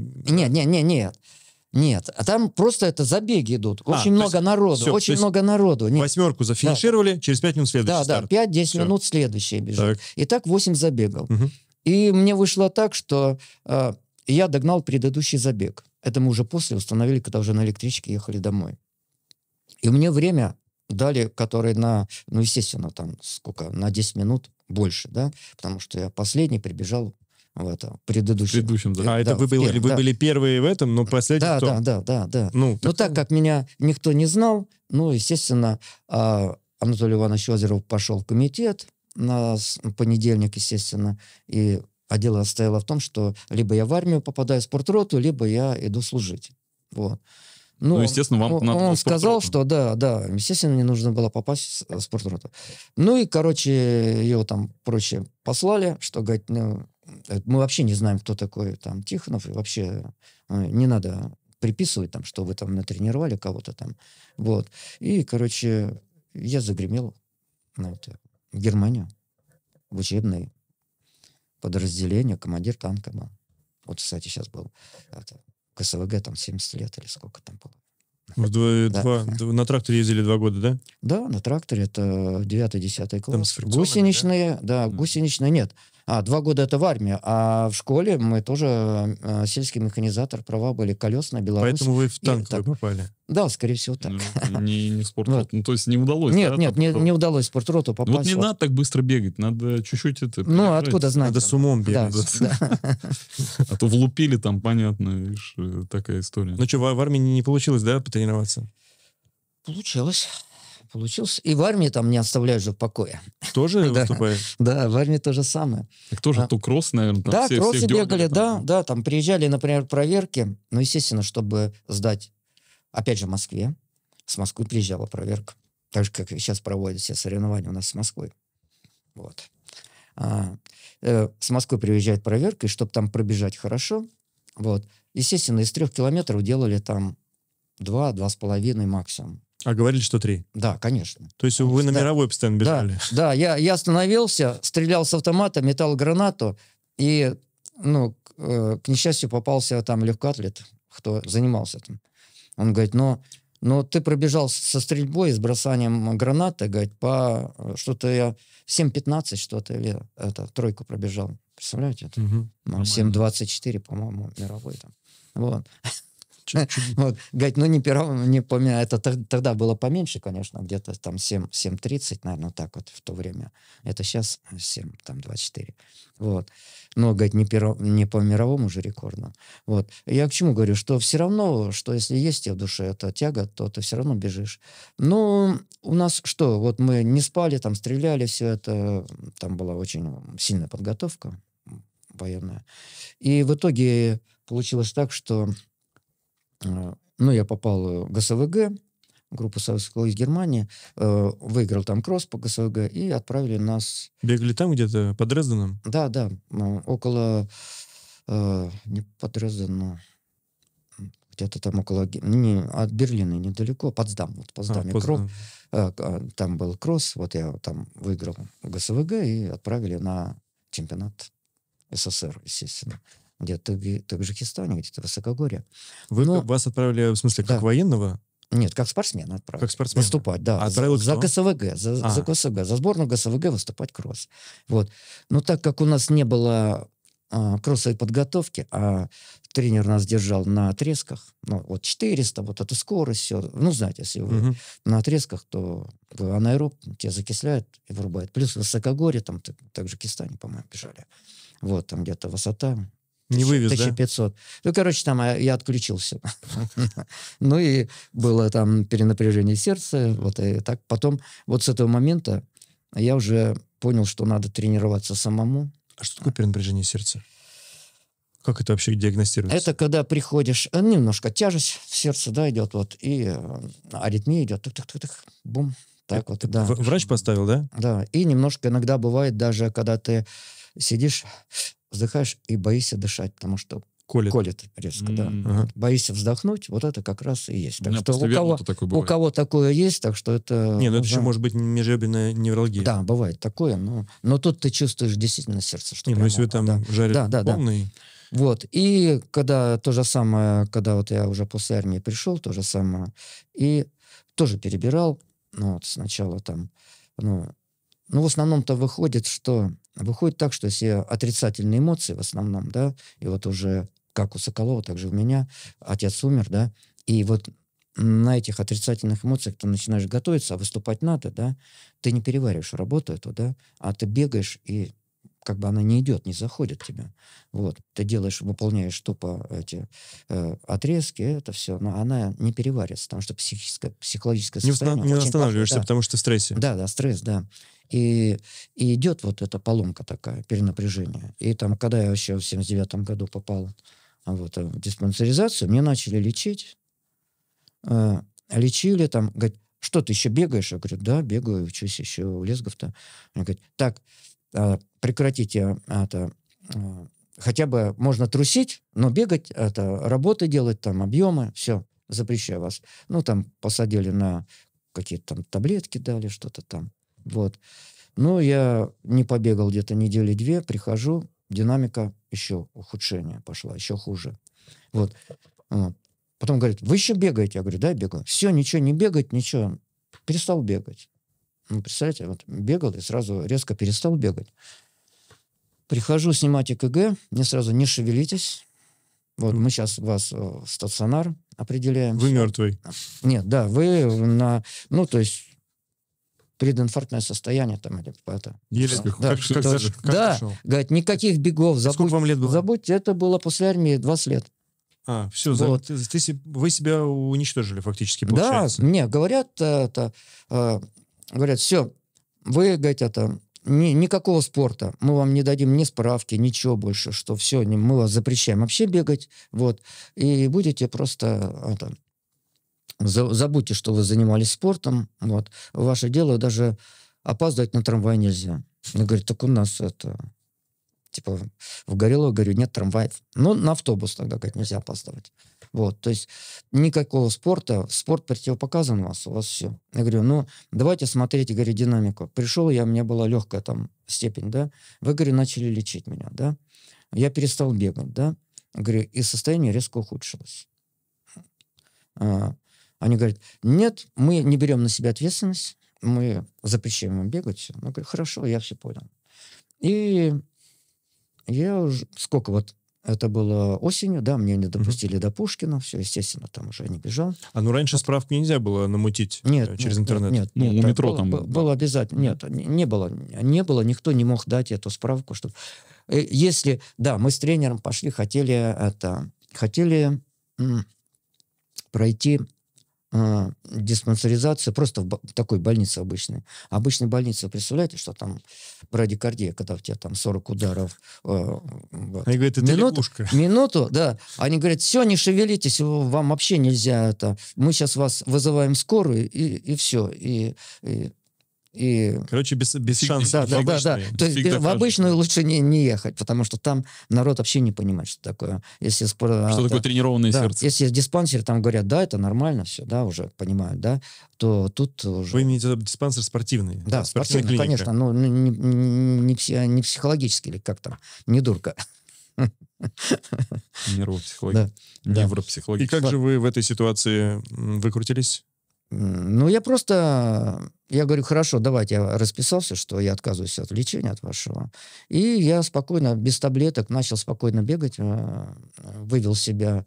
Нет, а там просто это забеги идут. Очень много народу, все, очень много народу. 8-ку зафинишировали, через 5 минут следующий старт. Да, 5-10 минут следующий бежит. И так 8 забегов. И мне вышло так, что я догнал предыдущий забег. Это мы уже после установили, когда уже на электричке ехали домой. И мне время дали, которые ну, естественно, там сколько, на 10 минут больше, да, потому что я последний прибежал в предыдущем. Да. Вы были первые в этом, но последний кто? Да. Ну, так как меня никто не знал, ну, естественно, Анатолий Иванович Озеров пошел в комитет на понедельник, естественно, а дело стояло в том, что либо я в армию попадаю в спортроту, либо я иду служить. Вот. Ну, естественно, вам надо он сказал, что да, естественно, мне нужно было попасть в спортроту. Ну и, короче, его там проще послали, что, говорит, ну, мы вообще не знаем, кто такой там Тихонов, и вообще не надо приписывать там, что вы там натренировали кого-то там. Вот. И, короче, я загремел в Германию, в учебное подразделение, командир танка был. Вот, кстати, сейчас был КСВГ, там 70 лет или сколько там было. На тракторе ездили 2 года, да? Да, на тракторе, это 9-10 класс. Гусеничные, гусеничные нет. 2 года это в армии, а в школе мы тоже сельский механизатор, права были колесные, Беларусь. Поэтому вы в танк попали? Да, скорее всего так. Не в спортроту. Ну, то есть не удалось. Нет, не удалось в спортроту попасть. Вот не надо так быстро бегать, надо чуть-чуть это... Ну, откуда знать? Надо с умом бегать. А то влупили там, понятно, видишь, такая история. Ну что, в армии не получилось, да, потренироваться? Получилось. И в армии там не оставляют же в покое. Тоже выступаешь? Да, в армии то же самое. Так тоже то кросс, наверное, там да, всех кроссы бегали, дергали, да, там приезжали, например, проверки, ну, естественно, чтобы сдать, опять же, в Москве. С Москвы приезжала проверка. Так же, как сейчас проводят все соревнования у нас с Москвой. Вот. С Москвы приезжает проверка, и чтобы там пробежать хорошо, вот, естественно, из 3 километров делали там 2-2,5 максимум. А говорили, что 3. Да, конечно. То есть вы на Да. мировой постоянно бежали? Да, я остановился, стрелял с автомата, метал гранату, и, к несчастью, попался там легкоатлет, кто занимался там. Он говорит, но ты пробежал со стрельбой, с бросанием гранаты, говорит, по что-то я 7:15 что-то, или тройку пробежал. Представляете? Это? Мгм. 7:24, по-моему, мировой там. Вот. Вот. Говорит, не помню, это тогда было поменьше, конечно, где-то там 7:30, наверное, так вот в то время. Это сейчас 7:24. Вот. Но, говорит, не по мировому же рекорду. Вот. Я к чему говорю, что все равно, что если есть тебе в душе эта тяга, то ты все равно бежишь. Ну, у нас что, вот мы не спали, там стреляли, все это, там была очень сильная подготовка военная. И в итоге получилось так, что я попал в ГСВГ, группу советских из Германии, выиграл там кросс по ГСВГ и отправили нас... Бегали там где-то, под Дрезденом? Да, около... не под Дрезденом, где-то там около... от Берлина недалеко, Потсдам. Вот в Потсдаме там был кросс, вот я там выиграл ГСВГ и отправили на чемпионат СССР, естественно. Где-то в Таджикистане, где-то в Высокогорье. Вас отправили, в смысле, как военного? Нет, как спортсмена отправили. Как спортсмена? Выступать, да. Отправил за кто? ГСВГ, за ГСВГ, за сборную ГСВГ выступать кросс. Вот. Но так как у нас не было кроссовой подготовки, а тренер нас держал на отрезках, 400, вот эту скорость, все. Знаете, если вы на отрезках, то вы анаэроб, тебя закисляют и вырубают. Плюс в Высокогорье, там, в Таджикистане, по-моему, бежали. Вот, там где-то высота... Не вывез, 1500. Там я отключился. И было там перенапряжение сердца. Вот и так. Потом, вот с этого момента я уже понял, что надо тренироваться самому. А что такое перенапряжение сердца? Как это вообще диагностируется? Это когда приходишь, немножко тяжесть в сердце, идет, и аритмия идет, тык-тык-тык, бум. Так вот, да. Врач поставил, да? Да, и немножко иногда бывает даже, когда ты сидишь, вздыхаешь и боишься дышать, потому что колет резко, да. Ага. Боишься вздохнуть, вот это как раз и есть. Так У меня что после вернута такое у бывает. кого такое есть, так что это... Не, это еще может быть межреберная невралгия. Да, бывает такое, но тут ты чувствуешь действительно сердце, что прямо, если вы там жарите полный... Вот, и когда то же самое, когда вот я уже после армии пришел, то же самое, и тоже перебирал, сначала там, в основном-то выходит так, что если отрицательные эмоции в основном, да, и вот уже как у Соколова, так же у меня, отец умер, да, и вот на этих отрицательных эмоциях ты начинаешь готовиться, а выступать надо, да, ты не перевариваешь работу эту, да, а ты бегаешь, и как бы она не идет, не заходит в тебя. Вот, ты выполняешь тупо эти отрезки, это все, но она не переварится, потому что психологическое состояние... Не восстанавливаешься, потому что в стрессе. Да, стресс, да. И идет вот эта поломка такая, перенапряжение. И там, когда я еще в 79-м году попал в диспансеризацию, мне начали лечить. Лечили там, говорят, что ты еще бегаешь? Я говорю, да, бегаю, учусь еще в Лесгов-то. Они говорят, так, прекратите это, хотя бы можно трусить, но бегать, работы делать, там, объемы, все, запрещаю вас. Там посадили на какие-то там таблетки, дали что-то там. Вот. Я не побегал где-то недели 2, прихожу, динамика еще ухудшение пошла, еще хуже. Вот. Потом говорит, вы еще бегаете? Я говорю, да, бегаю. Все, ничего, не бегать, ничего. Перестал бегать. Представляете, вот бегал и сразу резко перестал бегать. Прихожу снимать ЭКГ, мне сразу не шевелитесь. Вот мы сейчас вас в стационар определяем. Вы мертвый. Нет, да, вы то есть прединфарктное состояние там или это. Да, говорит, никаких бегов. Сколько вам лет было? Забудьте, это было после армии 20 лет. Все, вот. Вы себя уничтожили фактически, получается. Да, мне говорят, говорят, все, вы, говорит, никакого спорта, мы вам не дадим ни справки, ничего больше, что все, мы вас запрещаем вообще бегать, вот, и будете просто, забудьте, что вы занимались спортом, вот, ваше дело даже опаздывать на трамвай нельзя. Он говорит, так у нас типа, в Горелого, говорю, нет трамваев. Ну, на автобус тогда, говорит, нельзя опаздывать. Вот, то есть никакого спорта, спорт противопоказан у вас все. Я говорю, ну, давайте смотреть, говорю, динамику. Пришел я, у меня была легкая там степень, да, вы, говорю, начали лечить меня, да, я перестал бегать, да, говорю, и состояние резко ухудшилось. Они говорят, нет, мы не берем на себя ответственность, мы запрещаем им бегать, все. Я говорю, хорошо, я все понял. И я уже, сколько вот, это было осенью, да, мне не допустили до Пушкина, все, естественно, там уже не бежал. А ну раньше справку нельзя было намутить через интернет? Нет, Ну, у метро там... Было обязательно. Нет, не было, никто не мог дать эту справку, чтобы... Если, да, мы с тренером пошли, хотели пройти диспансеризацию просто в такой больнице обычной. Обычной больнице, представляете, что там брадикардия, когда у тебя там 40 ударов. Вот. Они говорят, это лягушка. Минуту, да. Они говорят, все, не шевелитесь, вам вообще нельзя это. Мы сейчас вас вызываем скорую, и все. Короче, без шансов. Да. То есть в обычную лучше не ехать, потому что там народ вообще не понимает, что такое. Если что такое тренированное сердце? Если в диспансере там говорят, да, это нормально, все, да, уже понимают, да, то тут уже... Вы имеете в виду диспансер спортивный? Да, спортивный, конечно, но не психологический или как там, не дурка. Невропсихологический. И как же вы в этой ситуации выкрутились? Ну, я говорю, хорошо, давайте, я расписался, что я отказываюсь от лечения, от вашего. И я спокойно, без таблеток, начал спокойно бегать, вывел себя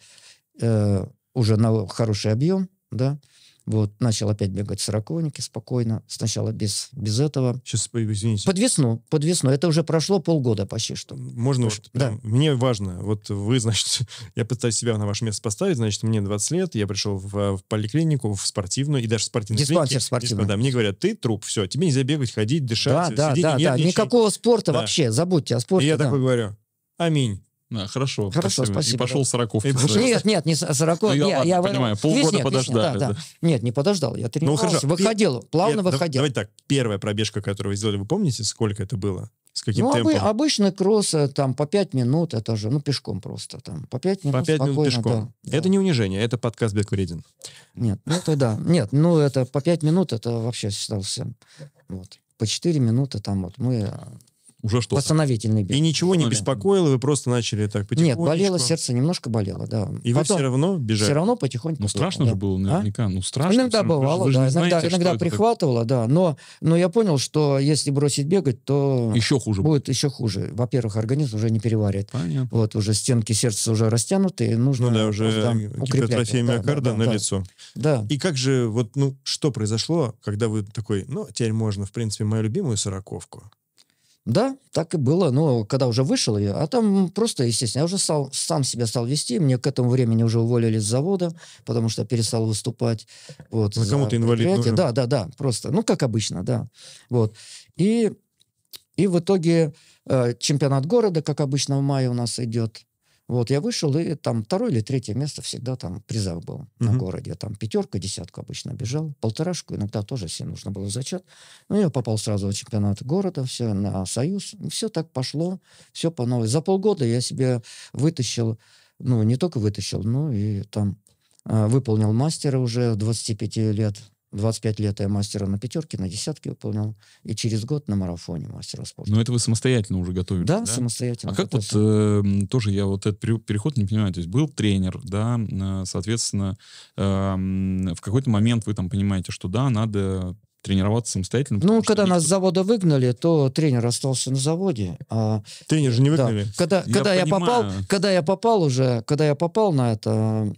уже на хороший объем, да, вот, начал опять бегать сороковники спокойно, сначала без этого. Сейчас, извините. Под весну, это уже прошло полгода почти что. Можно вот, вот, да. Мне важно, вот вы, значит, я пытаюсь себя на ваше место поставить, значит, мне 20 лет, я пришел в поликлинику, в спортивную, и даже в спортивную диспансер спортивный. Да, мне говорят, ты труп, все, тебе нельзя бегать, ходить, дышать, сидеть, никакого спорта вообще, забудьте о спорте. И я такой говорю, аминь. Да, хорошо, спасибо. И пошел сороковку. Нет, не сороковку. Я понимаю, полгода подождал. Да. Нет, не подождал, я тренировался, выходил, плавно выходил. Давайте так, первая пробежка, которую вы сделали, вы помните, сколько это было? С каким темпом? Обычный кросс, там, по 5 минут, это же, пешком просто, там, по 5 минут. По 5 минут пешком. Да. Это не унижение, это подкаст Бег Вреден. Нет, это да. Нет, это по 5 минут, это вообще считался. Вот. По 4 минуты там вот мы... Уже что? Восстановительный бег. И ничего не беспокоило, вы просто начали так потихонечку? Нет, болело сердце, немножко болело, да. И потом, вы все равно бежали? Все равно потихоньку. Ну, страшно же было наверняка. Ну, страшно. Иногда бывало, да. Иногда прихватывало, да. Но я понял, что если бросить бегать, то... Еще хуже будет. Еще хуже. Во-первых, организм уже не переварит. Понятно. Вот, уже стенки сердца уже растянуты, и нужно уже гипертрофия миокарда на лицо. Да. И как же, что произошло, когда вы такой, теперь можно, в принципе, мою любимую сороковку? Да, так и было. Но когда уже вышел я, а там просто, естественно, я уже сам себя стал вести. Мне к этому времени уже уволили с завода, потому что я перестал выступать. Вот, кому-то инвалид нужен. Да, просто. Как обычно, да. Вот. И в итоге чемпионат города, как обычно, в мае у нас идет. Вот, я вышел, и там 2-е или 3-е место всегда там призах был на городе. Там 5-ку, 10-ку обычно бежал. 1,5-шку иногда тоже всем нужно было зачет. Я попал сразу в чемпионат города, все, на Союз. Все так пошло, все по новой. За полгода я себе вытащил, не только вытащил, но и там выполнил мастера уже 25 лет. 25 лет я мастера на 5-ке, на 10-ке выполнял. И через год на марафоне мастера спорта. Но это вы самостоятельно уже готовились, да? Да, самостоятельно. А как тоже я этот переход не понимаю. То есть был тренер, да, соответственно, в какой-то момент вы там понимаете, что да, надо тренироваться самостоятельно. Когда нас с завода выгнали, то тренер остался на заводе. Тренер же не выгнали? Да. Когда я попал на это...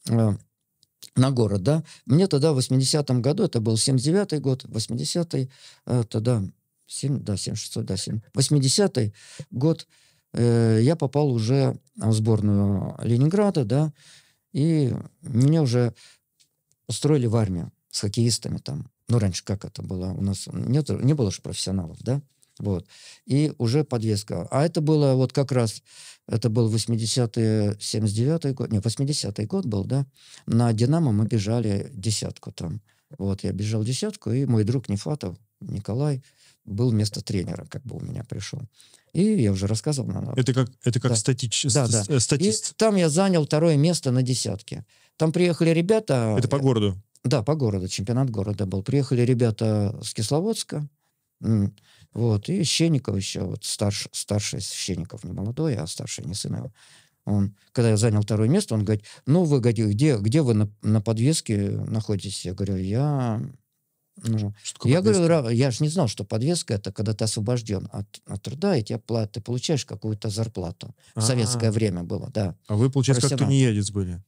на город, да. Мне тогда в 80-м году, это был 79-й год, 80-й, тогда, 76-й, да, 80-й год, я попал уже в сборную Ленинграда, да, и меня уже устроили в армию с хоккеистами там. Раньше как это было? У нас не было же профессионалов, да. Вот. И уже подвеска. А это было как раз, это был 80-й, 79-й год, 80-й год был, да. На «Динамо» мы бежали 10-ку там. Вот, я бежал 10-ку, и мой друг Нефатов, Николай, был вместо тренера, как бы у меня пришел. И я уже рассказывал. Это как Да. статист. И там я занял 2 место на десятке. Там приехали ребята... Это по городу. Да, по городу, чемпионат города был. Приехали ребята с Кисловодска, вот, и Щенников еще, вот старший из Щенников, не молодой, а старший, не сын его. Он, когда я занял 2 место, он говорит, ну, вы, где вы на подвеске находитесь? Я говорю, я говорю, я же не знал, что подвеска — это когда ты освобожден от труда, и ты получаешь какую-то зарплату. В советское время было, да. А вы, получается, как тунеядец были?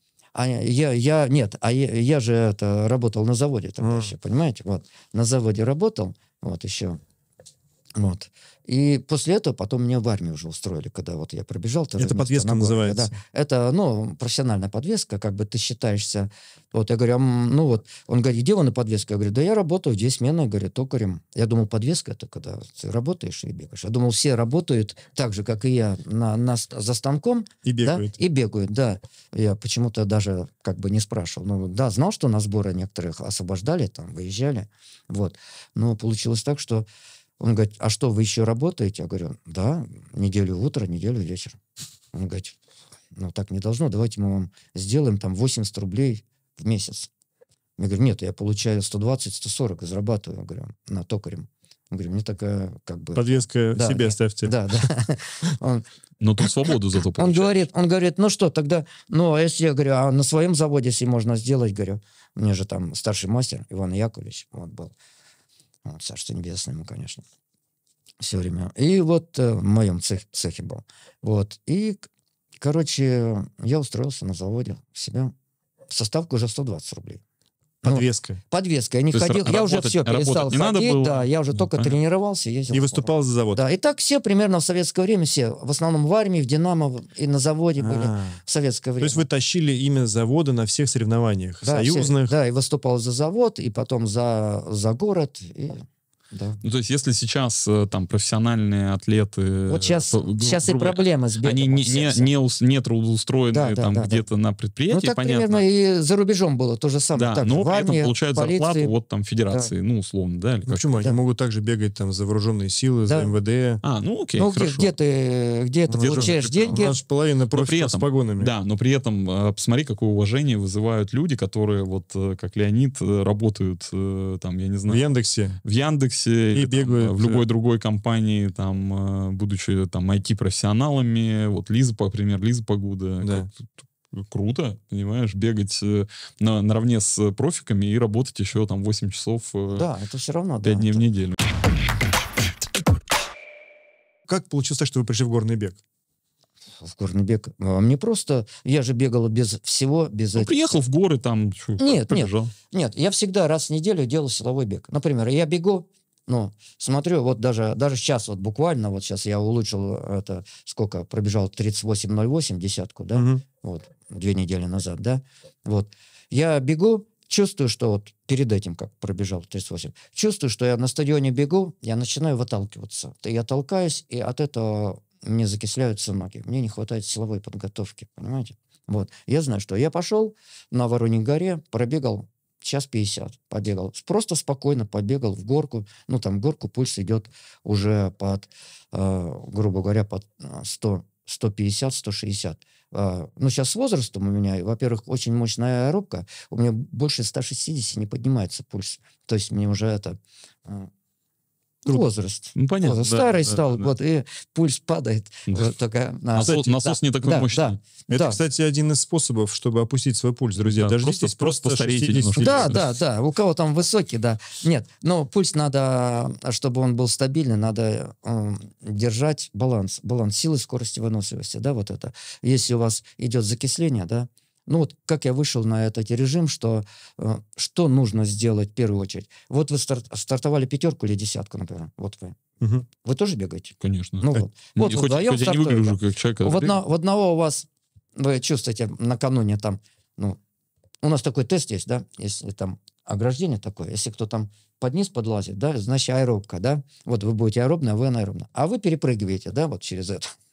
Я же работал на заводе тогда еще, понимаете? Вот, на заводе работал, вот, еще. Вот. И после этого потом меня в армию уже устроили, когда вот я пробежал. Это подвеска называется? Да. Это, профессиональная подвеска, как бы ты считаешься... Вот, я говорю, он говорит, где вы на подвеске? Я говорю, да я работаю 2 смены, говорю, токарем. Я думал, подвеска — это когда ты работаешь и бегаешь. Я думал, все работают так же, как и я, за станком. И бегают. Да? И бегают, да. Я почему-то даже как бы не спрашивал. Да, знал, что на сборы некоторых освобождали, там, выезжали. Вот. Но получилось так, что он говорит, а что, вы еще работаете? Я говорю, да, неделю утро, неделю вечер. Он говорит, так не должно, давайте мы вам сделаем там 80 рублей в месяц. Я говорю, нет, я получаю 120-140, зарабатываю, я говорю, на токарем. Я говорю, мне такая как бы... Подвеска себе оставьте. Да. Но тут свободу зато получаешь. Он говорит, ну что, тогда, если я говорю, а на своем заводе, если можно сделать, говорю, мне же там старший мастер Иван Яковлевич вот был. Вот, царство небесное ему, конечно, все время. И вот в моем цехе был. Вот. И, короче, я устроился на заводе в себя. Составка уже 120 рублей. Подвеска. Подвеска. Я не ходил, я уже все перестал ходить, да, я уже только тренировался, ездил. И выступал за завод. Да, и так все примерно в советское время, все, в основном в армии, в «Динамо» и на заводе были в советское время. То есть вы тащили имя завода на всех соревнованиях, да, союзных? Да, и выступал за завод, и потом за город, и... Да. Ну, то есть, если сейчас там профессиональные атлеты... Вот сейчас и проблемы с бегом. Они не трудоустроены где-то на предприятии, так понятно. примерно и за рубежом было то же самое. Да, так но в армии, при этом получают полиции. зарплату вот там федерации, условно, да? Или почему? Они могут также бегать там за вооруженные силы, за МВД. Окей, хорошо. Где ты получаешь деньги? У нас половина профи с погонами. Да, но при этом посмотри, какое уважение вызывают люди, которые вот как Леонид работают там, я не знаю... В Яндексе и или, бегают в любой другой компании, там, будучи там IT-профессионалами. Вот Лиза, например, Лиза Погуда. Да. Круто, понимаешь, бегать наравне с профиками и работать еще там 8 часов да, это все равно, 5 дней в неделю. Как получилось так, что вы пришли в горный бег? В горный бег. Мне просто... Я же бегал без всего, без этих... Приехал в горы, там, побежал. Нет, я всегда раз в неделю делал силовой бег. Например, я бегу, смотрю, вот даже сейчас, вот буквально, вот сейчас я улучшил это, сколько, пробежал 38:08, десятку, да, вот, 2 недели назад, да, вот. Я бегу, чувствую, что вот перед этим, как пробежал 38, чувствую, что я на стадионе бегу, я начинаю выталкиваться. Я толкаюсь, и от этого мне закисляются ноги. Мне не хватает силовой подготовки, понимаете? Вот. Я знаю, что я пошел на Вороньей горе, пробегал 1:50, побегал. Просто спокойно побегал в горку. Там в горку пульс идет уже под, грубо говоря, под 100, 150, 160. Сейчас с возрастом у меня, во-первых, очень мощная аэробка, у меня больше 160 не поднимается пульс. То есть мне уже это... Возраст. Понятно. Возраст. Старый стал, вот, и пульс падает. Да. Вот, только, насос не такой мощный. Это, кстати, один из способов, чтобы опустить свой пульс, друзья. Да, Дождитесь просто постарейте немножко. Да. У кого там высокий, да. Нет, но пульс надо, чтобы он был стабильный, надо держать баланс силы, скорости, выносливости, да, вот это. Если у вас идет закисление, да, как я вышел на этот режим, что нужно сделать в первую очередь? Вот вы стартовали 5 или 10, например. Вот вы. Угу. Вы тоже бегаете? Конечно. Вот хоть я не выгляжу как человек. В одного у вас, вы чувствуете накануне там, у нас такой тест есть, да, если там ограждение такое, если кто там под низ подлазит, да, значит аэробка, да, вот вы будете аэробная, а вы анаэробная, а вы перепрыгиваете, да, вот через это.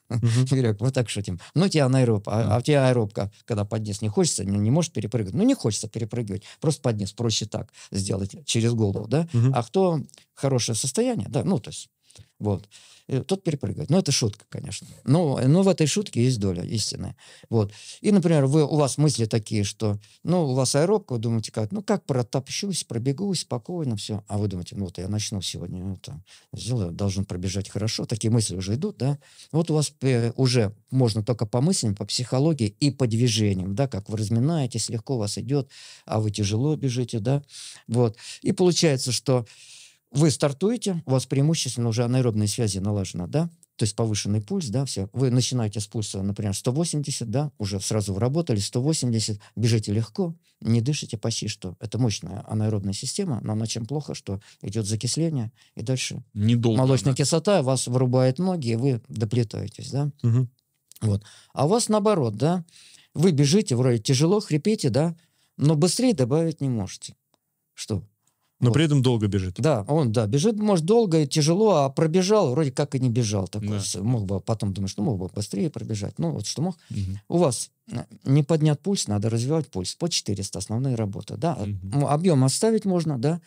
Юрек, мы так шутим. Ну, у тебя анаэроб, а у тебя аэробка, когда подниз не хочется, не можешь перепрыгнуть. Ну, не хочется перепрыгивать, просто подниз, проще так сделать через голову, да. А кто хорошее состояние, да, ну, то есть, вот, тот перепрыгивает. Ну, это шутка, конечно. Но в этой шутке есть доля истины. Вот. И, например, у вас мысли такие, что, ну, у вас аэробка, вы думаете, как протопчусь, пробегусь спокойно, все. А вы думаете, ну, вот я начну сегодня это сделаю, должен пробежать хорошо. Такие мысли уже идут, да. Вот у вас уже можно только по мыслям, по психологии и по движениям, да, как вы разминаетесь, легко у вас идет, а вы тяжело бежите, да. Вот. И получается, что вы стартуете, у вас преимущественно уже анаэробные связи налажены, да, то есть повышенный пульс, да, все. Вы начинаете с пульса, например, 180, да, уже сразу вы работали, 180, бежите легко, не дышите почти что. Это мощная анаэробная система, но она чем плохо, что идет закисление, и дальше Недолго. молочная кислота вас вырубает ноги, и вы доплетаетесь, да. Вот. А у вас наоборот, да, вы бежите, вроде тяжело, хрипите, да, но быстрее добавить не можете. Что? Но при этом долго бежит. Да, он, да, бежит, может, долго и тяжело, а пробежал, вроде как и не бежал. Такой. Да. Мог бы, потом думаешь, мог бы быстрее пробежать. Ну, вот что мог. У вас не поднят пульс, надо развивать пульс. По 400 основные работы, да. Объем оставить можно, да,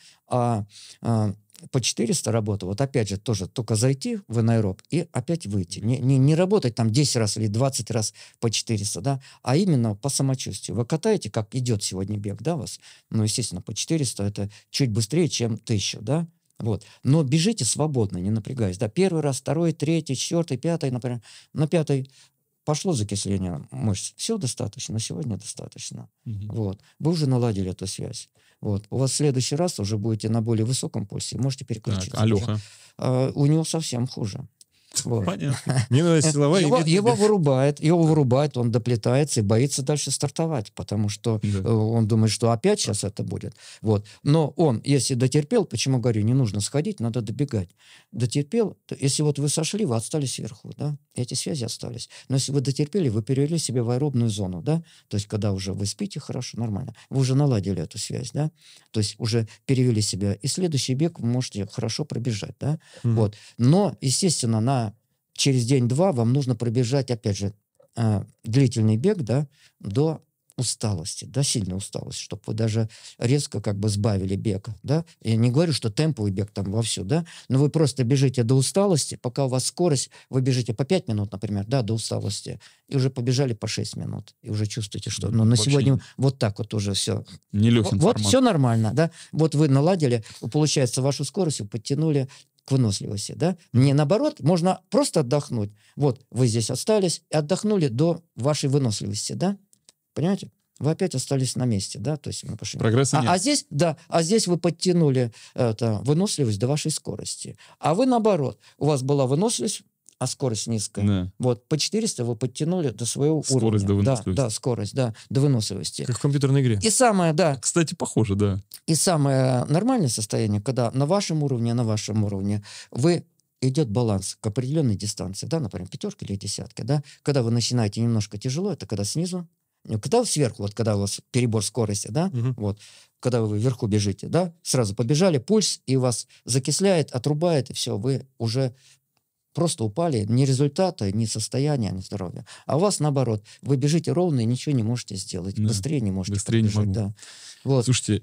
по 400 работа, вот опять же, тоже только зайти в анаэроб и опять выйти. Не работать там 10 раз или 20 раз по 400, да, а именно по самочувствию. Вы катаете, как идет сегодня бег, да, вас? Ну, естественно, по 400 это чуть быстрее, чем 1000, да? Вот. Но бежите свободно, не напрягаясь, да. Первый раз, второй, третий, четвертый, пятый, например. На пятый пошло закисление мышц. Все достаточно, на сегодня достаточно. Вот. Вы уже наладили эту связь. Вот. У вас в следующий раз уже будете на более высоком пульсе, можете переключиться. Так, Алёха. У него совсем хуже. Вот. Понятно. Мне надо силовая... Его вырубает, он доплетается и боится дальше стартовать, потому что он думает, что опять сейчас это будет. Вот. Но он, если дотерпел, почему говорю, не нужно сходить, надо добегать. Дотерпел, если вот вы сошли, вы остались сверху, да, эти связи остались. Но если вы дотерпели, вы перевели себя в аэробную зону, да, то есть когда уже вы спите хорошо, нормально, вы уже наладили эту связь, да, то есть уже перевели себя, и следующий бег вы можете хорошо пробежать, да, вот. Но, естественно, через день-два вам нужно пробежать, опять же, длительный бег, да, до усталости, до сильной усталости, чтобы вы даже резко как бы сбавили бег, да. Я не говорю, что темповый бег там вовсю, да, но вы просто бежите до усталости, пока у вас скорость, вы бежите по 5 минут, например, да, до усталости, и уже побежали по 6 минут, и уже чувствуете, что на сегодня вот так вот уже все. Нелегкий Вот формат. все нормально, да. Вот вы наладили, получается, вашу скорость, вы подтянули к выносливости, да? Не наоборот, можно просто отдохнуть. Вот, вы здесь остались и отдохнули до вашей выносливости, да? Понимаете? Вы опять остались на месте, да? То есть мы пошли. Прогресса нет. Здесь, да, здесь вы подтянули выносливость до вашей скорости. А вы наоборот, у вас была выносливость, а скорость низкая. Да. Вот, по 400 вы подтянули до своего Скорость уровня. до выносливости. Да, скорость, да, до выносливости. Как в компьютерной игре. И самое, да, Кстати, похоже, да. и самое нормальное состояние, когда на вашем уровне вы идет баланс к определенной дистанции, да, например, 5 или 10, да, когда вы начинаете немножко тяжело, это когда снизу, когда сверху, вот когда у вас перебор скорости, да, вот, когда вы вверху бежите, да, сразу побежали, пульс, и вас закисляет, отрубает, и все, вы уже просто упали, ни результата, ни состояния, ни здоровья. А у вас наоборот, вы бежите ровно и ничего не можете сделать, Да. быстрее не можете Быстрее не пробежать, могу. да. Вот. Слушайте,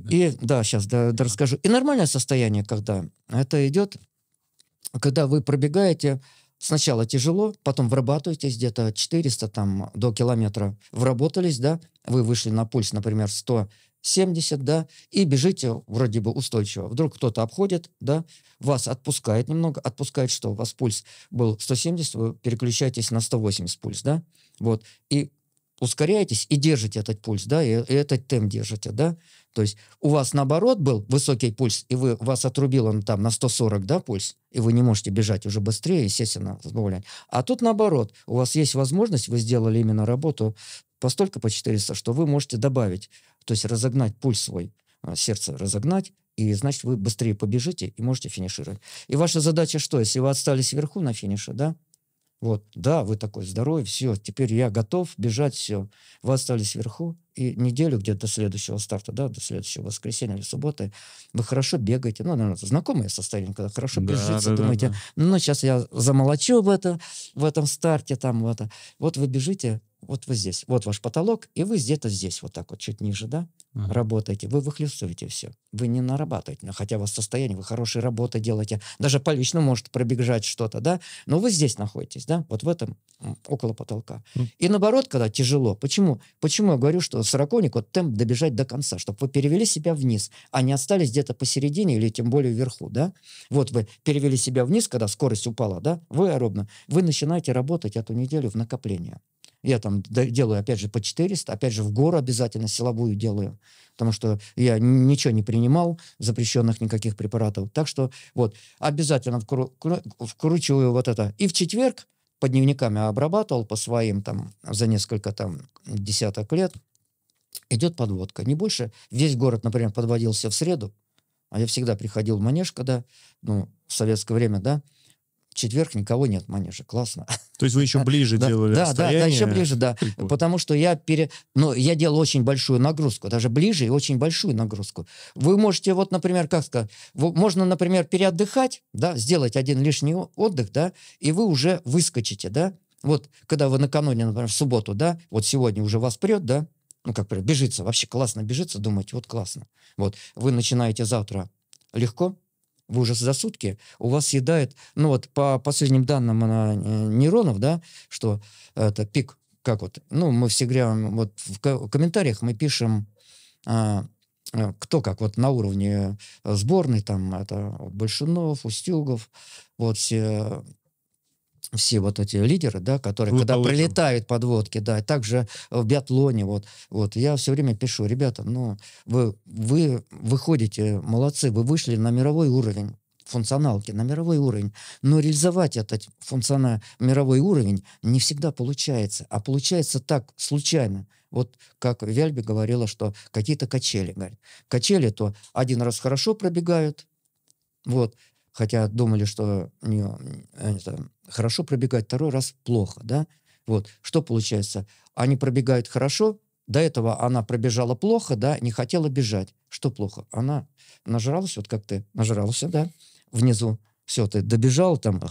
Да, сейчас расскажу. И нормальное состояние, когда это идет, когда вы пробегаете сначала тяжело, потом вырабатываетесь где-то 400 там, до километра, вработались, да, вы вышли на пульс, например, 170, да, и бежите вроде бы устойчиво. Вдруг кто-то обходит, да, вас отпускает немного, отпускает, что у вас пульс был 170, вы переключаетесь на 180 пульс, да, вот, и ускоряетесь и держите этот пульс, да, и этот темп держите, да. То есть у вас наоборот был высокий пульс, и вас отрубило там на 140, да, пульс, и вы не можете бежать уже быстрее, естественно, сбавлять. А тут наоборот, у вас есть возможность, вы сделали именно работу постолько по 400, что вы можете добавить, то есть разогнать пульс свой, сердце разогнать, и, значит, вы быстрее побежите и можете финишировать. И ваша задача что? Если вы остались вверху на финише, да, вот, да, вы такой здоровый, все, теперь я готов бежать, все. Вы остались вверху, и неделю где-то до следующего старта, да, до следующего воскресенья или субботы, вы хорошо бегаете. Ну, наверное, знакомое состояние, когда хорошо бежится, думаете, ну, сейчас я замолочу в этом старте, там, вот вы бежите, вот вы здесь, вот ваш потолок, и вы где-то здесь, вот так вот, чуть ниже, да, работаете, вы выхлестываете все. Вы не нарабатываете, хотя у вас состояние, вы хорошие работы делаете, даже по личному может пробежать что-то, да, но вы здесь находитесь, да, вот в этом, около потолка. И наоборот, когда тяжело, почему я говорю, что сороконик, вот темп добежать до конца, чтобы вы перевели себя вниз, а не остались где-то посередине или тем более вверху, да, вот вы перевели себя вниз, когда скорость упала, да, вы аэробно, вы начинаете работать эту неделю в накопление. Я там делаю, опять же, по 400, опять же, в гору обязательно силовую делаю, потому что я ничего не принимал, запрещенных никаких препаратов. Так что вот, обязательно вкручиваю вот это. И в четверг по дневниками обрабатывал по своим там за несколько там десяток лет. Идет подводка. Не больше. Весь город, например, подводился в среду, а я всегда приходил в манеж, когда, ну, в советское время, да, в четверг никого нет в манеже. Классно. То есть вы еще ближе делали расстояние? Да, еще ближе, да. Потому что я делал очень большую нагрузку, даже ближе и очень большую нагрузку. Вы можете, вот, например, как сказать, можно, например, переотдыхать, да, сделать один лишний отдых, да, и вы уже выскочите, да. Вот, когда вы накануне, например, в субботу, да, вот сегодня уже вас прет, да, ну, как например, бежится, вообще классно бежится, думаете, вот классно. Вот, вы начинаете завтра легко, вы уже за сутки, у вас съедает, ну вот по последним данным нейронов, да, что это пик, как вот, ну мы всегда, вот в комментариях мы пишем, кто как, вот на уровне сборной, там, это Большунов, Устюгов, вот все вот эти лидеры, да, которые, когда прилетают подводки, да, также в биатлоне, вот, я все время пишу, ребята, ну, вы выходите, молодцы, вы вышли на мировой уровень функционалки, на мировой уровень, но реализовать этот мировой уровень не всегда получается, а получается так, случайно. Вот как Вяльби говорила, что какие-то качели, говорит. Качели то один раз хорошо пробегают, вот, хотя думали, что это хорошо пробегать, второй раз плохо, да? Вот, что получается? Они пробегают хорошо, до этого она пробежала плохо, да, не хотела бежать. Что плохо? Она нажралась, вот как ты нажрался, да, внизу. Все, ты добежал, там,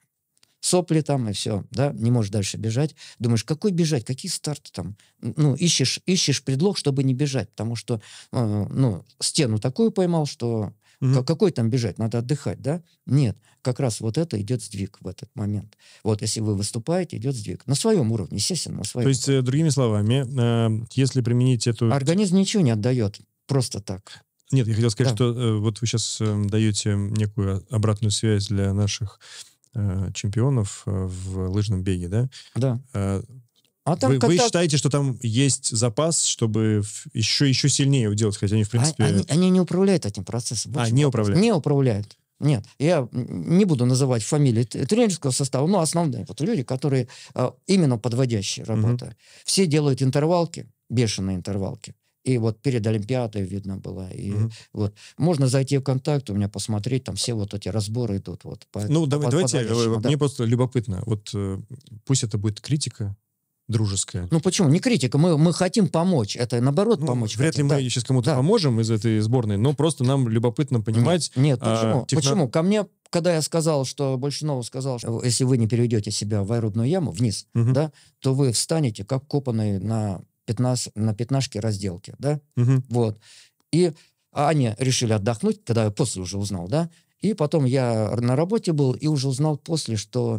сопли там, и все, да, не можешь дальше бежать. Думаешь, какой бежать, какие старты там? Ну, ищешь предлог, чтобы не бежать, потому что, ну, стену такую поймал, что какой там бежать? Надо отдыхать, да? Нет, как раз вот это идет сдвиг в этот момент. Вот если вы выступаете, идет сдвиг. На своем уровне, естественно, на своем. То есть, другими словами, если применить эту... Организм ничего не отдает, просто так. Нет, я хотел сказать, что вот вы сейчас даете некую обратную связь для наших чемпионов в лыжном беге, да? Да. А там вы считаете, что там есть запас, чтобы еще сильнее уделать, хотя они, в принципе... Они не управляют этим процессом. Не управляют? Не управляют. Нет, я не буду называть фамилии тренерского состава, но основные вот люди, которые именно подводящие работают. Все делают интервалки, бешеные интервалки. И вот перед Олимпиадой видно было. И вот можно зайти в контакт, у меня посмотреть, там все вот эти разборы идут. Вот, давайте, мне просто любопытно. Вот пусть это будет критика дружеская. Ну почему? Не критика, мы хотим помочь. Это наоборот помочь. Вряд ли мы сейчас кому-то поможем из этой сборной, но просто нам любопытно понимать... Нет, почему? Почему? Ко мне, когда я сказал, что Большунову сказал, что если вы не переведете себя в аэробную яму вниз, да, то вы встанете как копанный на пятнашке разделки, да, вот. И они решили отдохнуть, когда я после уже узнал, да, и потом я на работе был и уже узнал после, что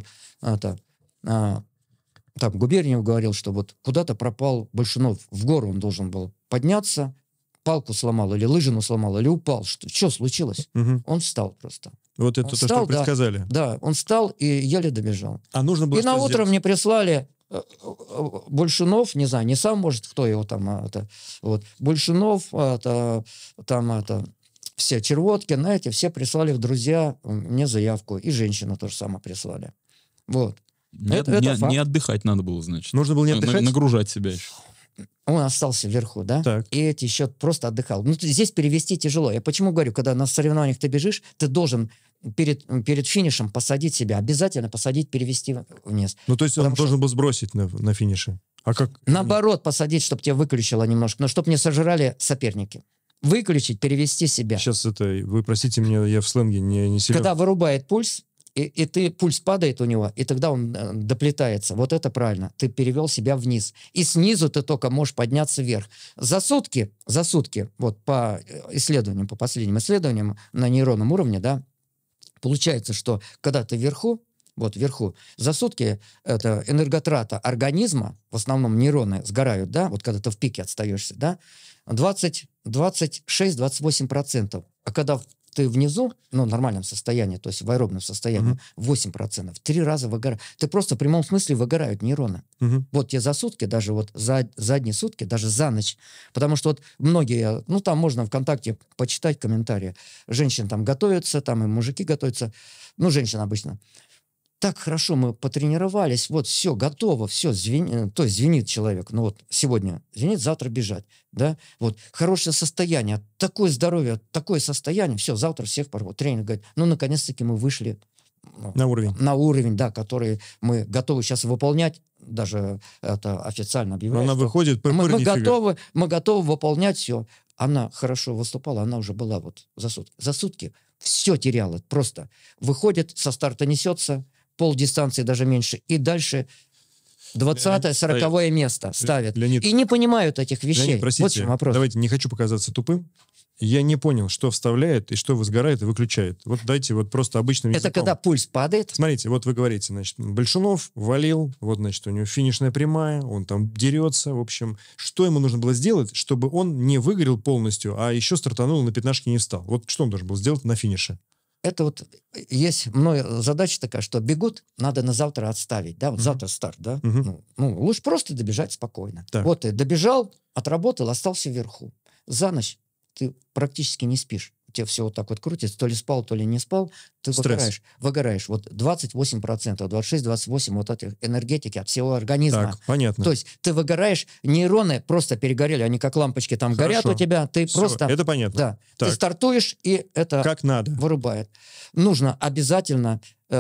там Губерниев говорил, что вот куда-то пропал Большунов, в гору он должен был подняться, палку сломал, или лыжину сломал, или упал. Что случилось? Он встал просто. Вот это то, что предсказали. Да, он встал и еле добежал. А нужно было и на утро мне прислали Большунов, не знаю, не сам, может, кто его там, Большунов, все Червоткин, знаете, все прислали в друзья мне заявку, и женщину тоже самое прислали. Вот. Не отдыхать надо было, значит. Нужно было не отдыхать? Нагружать себя еще. Он остался вверху, да? Так. И эти еще просто отдыхал. Ну, здесь перевести тяжело. Я почему говорю, когда на соревнованиях ты бежишь, ты должен перед финишем посадить себя. Обязательно посадить, перевести вниз. Ну, то есть он должен был сбросить на финише? А как? Наоборот, посадить, чтобы тебя выключило немножко, но чтобы не сожрали соперники. Выключить, перевести себя. Сейчас это, вы простите меня, я в сленге не силен. Когда вырубает пульс, и пульс падает у него, и тогда он доплетается. Вот это правильно. Ты перевел себя вниз. И снизу ты только можешь подняться вверх. За сутки, вот по исследованиям, по последним исследованиям на нейронном уровне, да, получается, что когда ты вверху, за сутки это энерготрата организма, в основном нейроны сгорают, да, вот когда ты в пике отстаешься, да, 26-28%. А когда ты внизу, в нормальном состоянии, то есть в аэробном состоянии, 8%, в 3 раза выгорают. Ты просто в прямом смысле выгорают нейроны. Вот тебе за сутки, даже вот за одни сутки, даже за ночь. Потому что вот многие, там можно ВКонтакте почитать комментарии. Женщины там готовятся, там и мужики готовятся. Женщины обычно. Так хорошо мы потренировались, вот все, готово, все, то есть звенит человек, сегодня звенит, завтра бежать, да, вот, хорошее состояние, такое здоровье, такое состояние, все, завтра всех порвут. Тренер говорит, наконец-таки мы вышли на уровень, да, который мы готовы сейчас выполнять, даже это официально объявляется. Она выходит, мы готовы выполнять все. Она хорошо выступала, она уже была вот за сутки все теряла, просто выходит, со старта несется, полдистанции, даже меньше, и дальше 20-40 место ставят. Леонид, и не понимают этих вещей. Леонид, простите, вот в чем вопрос. Давайте, не хочу показаться тупым. Я не понял, что вставляет и что сгорает и выключает. Вот дайте вот просто обычным языком. Это когда пульс падает. Смотрите, вот вы говорите, значит, Большунов валил, вот, значит, у него финишная прямая, он там дерется, в общем. Что ему нужно было сделать, чтобы он не выгорел полностью, а еще стартанул, на пятнашке не встал? Вот что он должен был сделать на финише? Это вот есть задача такая, что бегут, надо на завтра отставить, да, вот завтра старт, да, лучше просто добежать спокойно. Так. Вот ты добежал, отработал, остался вверху. За ночь ты практически не спишь. У тебя все вот так вот крутится, то ли спал, то ли не спал, ты выгораешь. Вот 28%, 26-28% вот этой энергетики от всего организма. Так, понятно. То есть ты выгораешь, нейроны просто перегорели, они как лампочки там горят у тебя, ты Все, просто... это понятно. Да, так. ты стартуешь, и это как надо. Вырубает. Нужно обязательно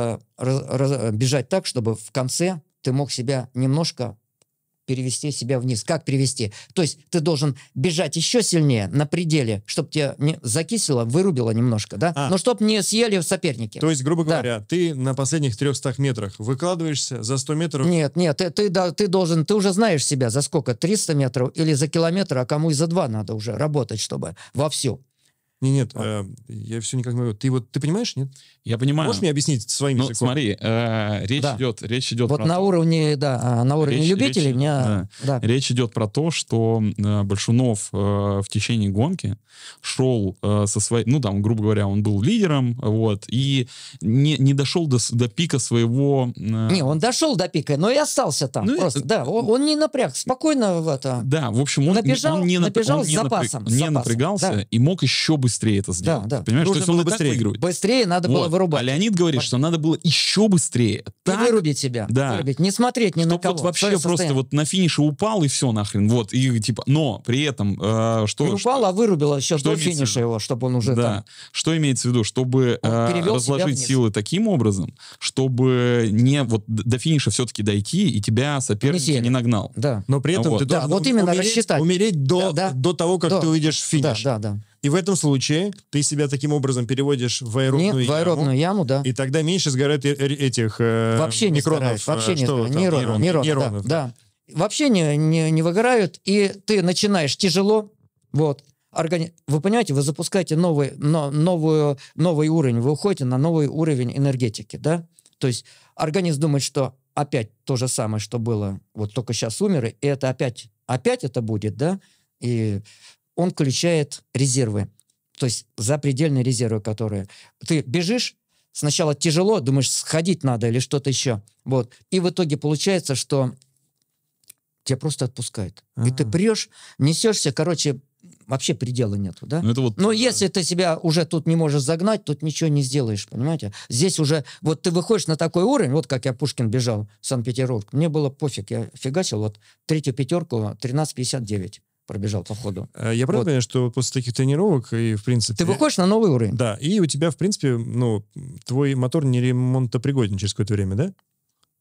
бежать так, чтобы в конце ты мог себя немножко перевести себя вниз. Как перевести? То есть ты должен бежать еще сильнее на пределе, чтобы тебя не закислило, вырубило немножко, да? Но чтобы не съели соперники. То есть, грубо говоря, ты на последних 300 метрах выкладываешься за 100 метров? Нет, ты должен, ты уже знаешь себя за сколько? 300 метров или за километр, а кому и за 2 надо уже работать, чтобы вовсю. Нет, я все никак не могу. Ты понимаешь, нет? Я понимаю. Можешь мне объяснить своим языком? Смотри, речь идет вот про на уровне, на уровне любителей речь идет про то, что Большунов в течение гонки шел со своей, грубо говоря, он был лидером, вот, и не дошел до пика своего... Не, он дошел до пика, но и остался там. Он не напряг, спокойно в это... Да, в общем, он набежал с запасом. Не напрягался и мог еще быстрее это сделать. Понимаешь, то есть он и так выигрывает. Быстрее надо было вырубать. А Леонид говорит, что надо было еще быстрее. И вырубить себя. Да. Вырубить, не смотреть ни на кого. Вот вообще просто вот на финише упал и все нахрен. Вот, и типа, но при этом что... Не упал, а вырубило еще до финиша его, чтобы он уже там... Что имеется в виду? Чтобы разложить силы таким образом, чтобы не вот до финиша все-таки дойти, и тебя соперник не нагнал. Да. Но при этом ты должен умереть до того, как ты увидишь финиш. Да. И в этом случае ты себя таким образом переводишь в аэробную яму, да. И тогда меньше сгорает этих вообще не микронов. Сгорает, вообще не сгорает. Нейронов. Да. Вообще не выгорают, и ты начинаешь тяжело. Вот. Вы понимаете, вы запускаете новый уровень, вы уходите на новый уровень энергетики, да? То есть организм думает, что опять то же самое, что было, вот только сейчас умер, и это опять это будет, да? И он включает резервы, то есть запредельные резервы, которые... Ты бежишь, сначала тяжело, думаешь, сходить надо или что-то еще, вот, и в итоге получается, что тебя просто отпускает. И ты прешь, несешься, короче, вообще предела нету, да? Но если ты себя уже тут не можешь загнать, тут ничего не сделаешь, понимаете? Здесь уже, вот ты выходишь на такой уровень, вот как я Пушкин бежал в Санкт-Петербург, мне было пофиг, я фигачил, вот третью пятерку 13:59 пробежал по ходу. Я правильно понимаю, что после таких тренировок и, в принципе... Ты выходишь на новый уровень. Да, и у тебя, в принципе, твой мотор не ремонтопригоден через какое-то время, да?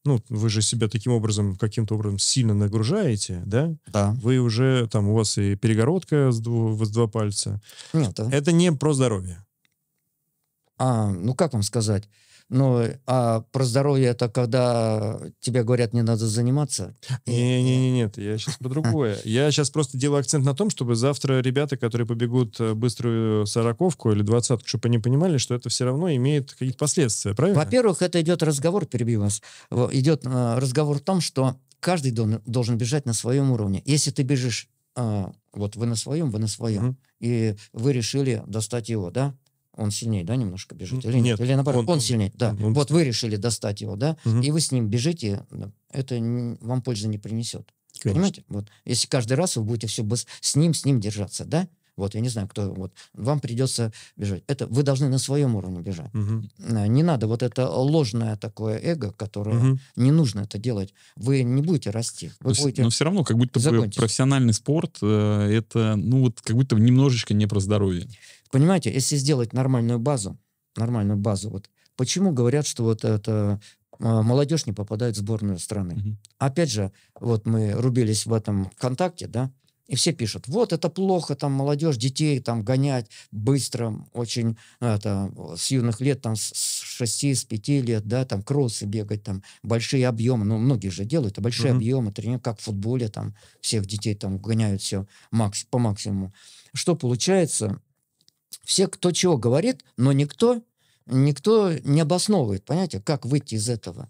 ну, вы же себя таким образом, каким-то образом сильно нагружаете, да? Да. Вы уже, там, у вас и перегородка с 2 пальца. Нет, да. Это не про здоровье. Ну как вам сказать? Ну, а про здоровье это когда тебе говорят, не надо заниматься? Нет, я сейчас про другое. Я сейчас просто делаю акцент на том, чтобы завтра ребята, которые побегут быструю 40-ку или 20-ку, чтобы они понимали, что это все равно имеет какие-то последствия, правильно? Во-первых, это идет разговор, перебью вас, идет разговор в том, что каждый должен бежать на своем уровне. Если ты бежишь, вот вы на своем, и вы решили достать его, да? Он сильнее, да, немножко бежит? Или нет? Или наоборот, он сильнее, да. Вот вы решили достать его, да, и вы с ним бежите, это вам пользы не принесет. Конечно. Понимаете? Вот. Если каждый раз вы будете все с ним держаться, да, вот, я не знаю, кто, вот, вам придется бежать. Это вы должны на своем уровне бежать. Не надо вот это ложное такое эго, которое не нужно это делать. Вы не будете расти. Вы будете... Но все равно, как будто бы Закончить. профессиональный спорт, это, ну, вот, как будто немножечко не про здоровье. Понимаете, если сделать нормальную базу, вот, почему говорят, что вот это молодежь не попадает в сборную страны? Опять же, вот мы рубились в этом ВКонтакте, да, и все пишут, вот это плохо, там молодежь, детей там гонять быстро, очень, это, с юных лет, там с 6, с 5 лет, да, там кроссы бегать, там большие объемы, ну, многие же делают, большие объемы, тренируют, как в футболе, там всех детей там гоняют все по максимуму. Что получается? Все, кто чего говорит, но никто не обосновывает, понимаете, как выйти из этого.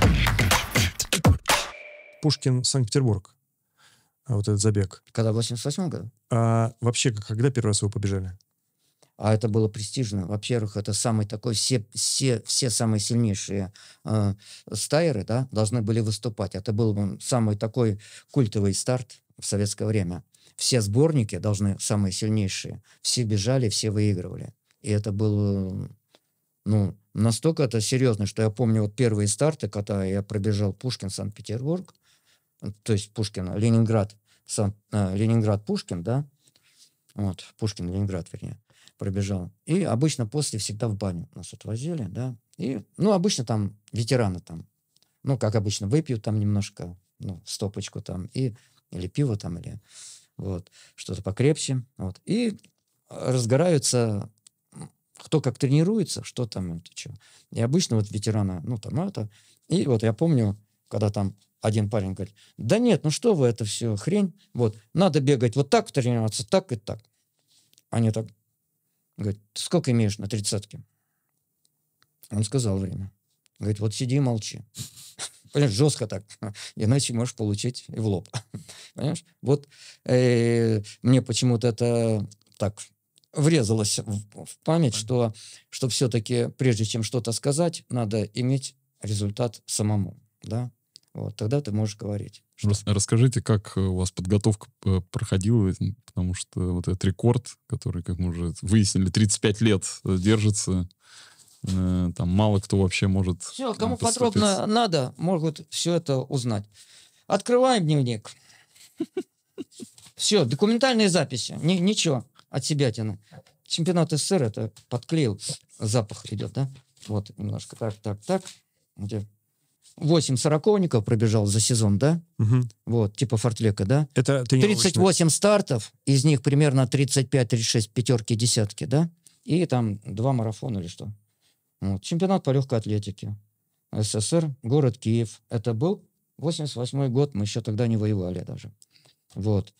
Пушкин, Санкт-Петербург. Вот этот забег. Когда в 88 году? А вообще, когда первый раз вы побежали? А это было престижно. Во-первых, это самый такой, все самые сильнейшие стайеры, да, должны были выступать. Это был самый такой культовый старт в советское время. Все сборники должны, самые сильнейшие, все бежали, все выигрывали. И это было, ну, настолько это серьезно, что я помню вот первые старты, когда я пробежал Пушкин, Санкт-Петербург, то есть Пушкин, Ленинград, Пушкин, да, вот, Пушкин, Ленинград, вернее, пробежал. И обычно после всегда в баню нас отвозили, да, и, ну, обычно там ветераны там, ну, как обычно, выпьют там немножко, ну, стопочку там, или пиво там, или вот, что-то покрепче, вот, и разгораются, кто как тренируется, что там, это что. И обычно вот ветераны, ну, там, это, и вот я помню, когда там один парень говорит, да нет, ну что вы, это все хрень, вот, надо бегать вот так, тренироваться, так и так. Они так говорят, ты сколько имеешь на 30-ке? Он сказал время. Говорит, вот сиди и молчи. Понимаешь, жестко так, иначе можешь получить и в лоб. Понимаешь? Вот мне почему-то это так врезалось в память, что все-таки прежде чем что-то сказать, надо иметь результат самому, да? Вот, тогда ты можешь говорить. Расскажите, как у вас подготовка проходила, потому что вот этот рекорд, который, как мы уже выяснили, 35 лет держится, там мало кто вообще может... Все, кому подробно надо, могут все это узнать. Открываем дневник. Все, документальные записи. Ничего от себятины. Чемпионат СССР это подклеил, запах идет, да? Вот, немножко так. Где? 8 сороковников пробежал за сезон, да? Вот, типа фортлека, да? Это 38 стартов, из них примерно 35-36 пятерки, десятки, да? И там 2 марафона или что? Вот. Чемпионат по легкой атлетике. СССР, город Киев. Это был 88 год, мы еще тогда не воевали даже. Вот.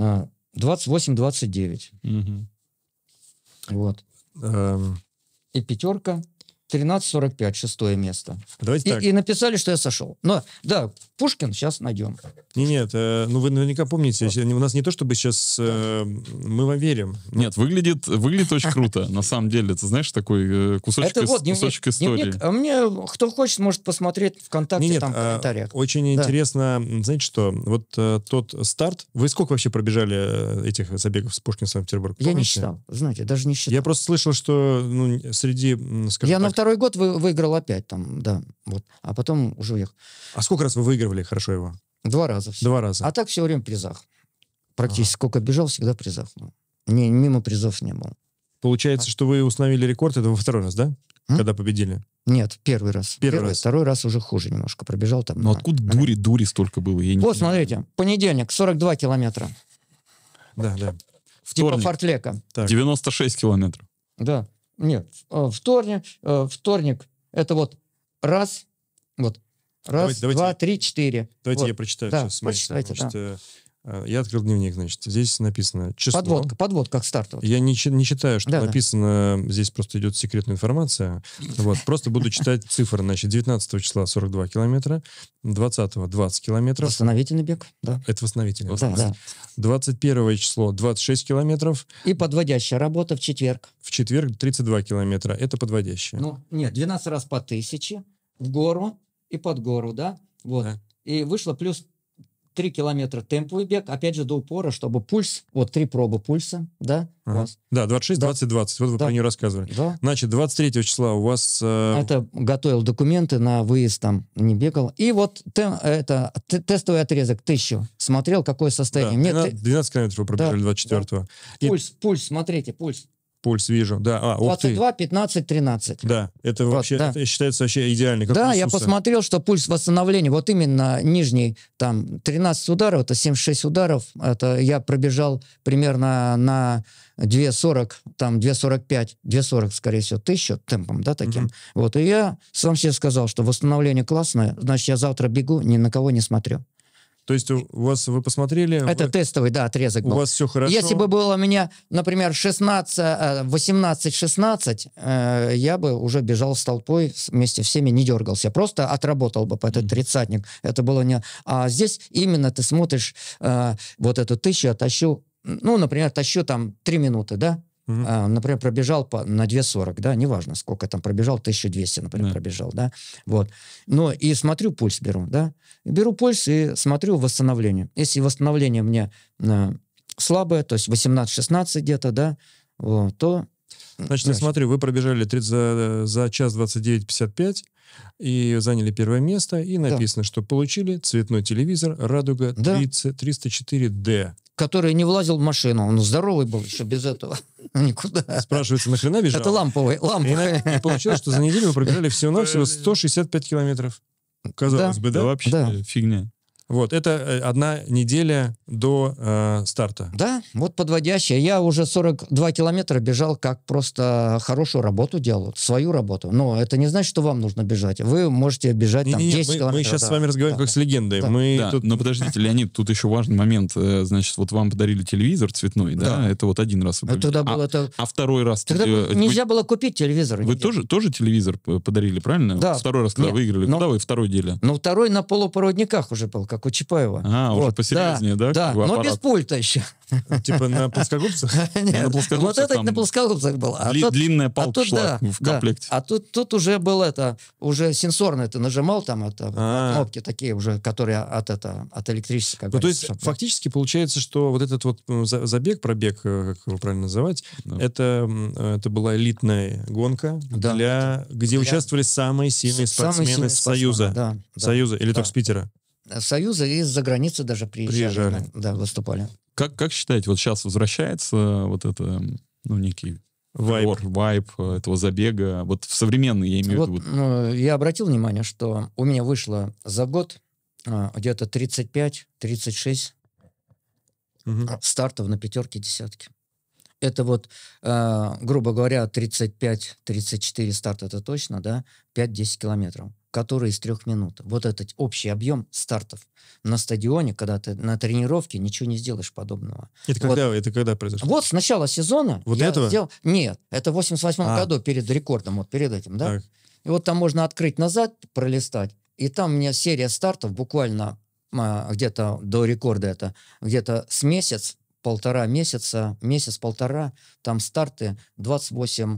28-29. Вот. И пятерка. 13:45, 6 место. Давайте так. И написали, что я сошел. Но, да, Пушкин сейчас найдем. Нет, ну вы наверняка помните, у нас не то, чтобы сейчас мы вам верим. Нет, выглядит очень круто, на самом деле. Ты знаешь, такой кусочек истории. Дневник. А мне, кто хочет, может посмотреть ВКонтакте, там в комментариях. Очень интересно, знаете что, вот тот старт, вы сколько вообще пробежали этих забегов с Пушкин Санкт-Петербург? Я не считал, знаете, даже не считал. Я просто слышал, что среди, скажем так... на второй год выиграл опять там, да, вот, а потом уже уехал. А сколько раз вы выигрывали хорошо его? 2 раза. 2 раза. А так все время в призах. Практически сколько бежал, всегда в призах. Мимо призов не было. Получается, что вы установили рекорд, это во 2-й раз, да? когда победили? Нет, первый раз. Первый раз. Второй раз уже хуже немножко. Пробежал там. Ну откуда дури столько было? Я не Вот, понимаю. смотрите, понедельник, 42 километра. Да. Типа Вторник. фортлека. Так. 96 километров. Да. Нет, вторник, это вот раз, Давайте- 2, 3, 4. Давайте Вот. я прочитаю Да, сейчас. Смотрите, прочитайте, потому что, я открыл дневник, значит. Здесь написано число. Подводка к старту. Я не читаю, что Да, да. написано, здесь просто идет секретная информация. Вот, просто буду читать цифры. Значит, 19 числа 42 километра, 20-го 20 километров. Восстановительный бег, да. Это восстановительный. Да, да. 21 число 26 километров, И подводящая работа в четверг. в четверг 32 километра. Это подводящее. Ну, нет, 12 раз по 1000 в гору и под гору, да? Вот. Да. И вышло плюс 3 километра темповый бег, опять же, до упора, чтобы пульс, вот 3 пробы пульса, да? у Ага. вас. Да, 26, Да. 20, 20. Вот вы Да. про нее рассказывали. Да. Значит, 23 числа у вас... Это готовил документы на выезд, там не бегал. И вот тестовый отрезок 1000. Смотрел, какое да, состояние. Мне 12 километров вы пробежали Да, 24-го. И пульс, смотрите, пульс. пульс вижу. Да, ух ты. 22, 15, 13. Да, это Вот, вообще да. это считается вообще идеальный. Как Да, у я Иисуса. посмотрел, что пульс восстановления, вот именно нижний, там, 13 ударов, это 76 ударов, это я пробежал примерно на 2,40, там, 2,45, 2,40, скорее всего, 1000 темпом, да, таким. Мгм. Вот, и я сам себе сказал, что восстановление классное, значит, я завтра бегу, ни на кого не смотрю. То есть у вас, вы посмотрели, Это тестовый, да, отрезок у был. вас все хорошо. Если бы было у меня, например, 18-16, я бы уже бежал с толпой вместе всеми, не дергался. Я просто отработал бы по этот тридцатник. Это было не... А здесь именно ты смотришь вот эту 1000, я тащу, ну, например, тащу там 3 минуты, да? Мгм. Например, пробежал на 2,40, да, неважно, сколько там пробежал, 1200, например, Да. пробежал, да, вот. Но и смотрю, пульс беру, да, беру пульс и смотрю восстановление. Если восстановление мне слабое, то есть 18-16 где-то, да, вот, то... Значит, я смотрю, вы пробежали за час 29:55 и заняли первое место, и написано, что получили цветной телевизор «Радуга» Да. 304D. который не влазил в машину, он здоровый был еще без этого, никуда. Спрашивается, нахрена бежал? Это ламповый. И получилось, что за неделю вы пробежали всего-навсего 165 километров. Казалось бы, да? Да вообще Да. фигня. Вот, это одна неделя до старта. Да, вот подводящая. Я уже 42 километра бежал, как просто хорошую работу делал, свою работу. Но это не значит, что вам нужно бежать. Вы можете бежать там Не-не-не, 10 километров. мы сейчас да. с вами разговариваем Да. как с легендой. Да. Мы Да, тут... но подождите, Леонид, тут еще важный момент. Значит, вот вам подарили телевизор цветной, да? Да. Это вот один раз. Вы Это тогда победили. было это... А второй раз... Тогда вы- нельзя было купить телевизор. Вы нигде. тоже телевизор подарили, правильно? Да. Второй раз, когда Нет, выиграли. но- Куда вы второй дели? Но второй на полупроводниках уже был, как у Чапаева. Уже Вот, посерьезнее, да? Да, как бы но аппарат? без пульта еще. Типа на плоскогубцах? Нет, на плоскогубцах вот этот там на плоскогубцах был. А тут- Длинная а палка тут, шла да, в да. комплекте. А тут уже был уже сенсорно ты нажимал там кнопки такие уже, которые от электричества. Ну, то есть, фактически получается, что вот этот вот пробег, как его правильно называть, Да. это была элитная гонка, Да. где участвовали самые сильные спортсмены Союза. Да, Союза или Да. только с Питера? Союза и из-за границы даже приезжали. Приезжали. Да, выступали. Как считаете, вот сейчас возвращается вот это, некий Вайб. вайб этого забега, вот в современный, я имею в Вот, виду, я обратил внимание, что у меня вышло за год где-то 35-36 Мгм. стартов на пятерке, десятки. Это вот, грубо говоря, 35-34 старта, это точно, да, 5-10 километров, которые из 3 минут. Вот этот общий объем стартов на стадионе, когда ты на тренировке, ничего не сделаешь подобного. Это когда произошло? Вот с начала сезона Вот я этого? сделал... Нет, это в 88 А. году, перед рекордом, вот перед этим, да? Так. И вот там можно открыть назад, пролистать, и там у меня серия стартов буквально где-то до рекорда это, где-то с полтора месяца, месяц-полтора, там старты 28,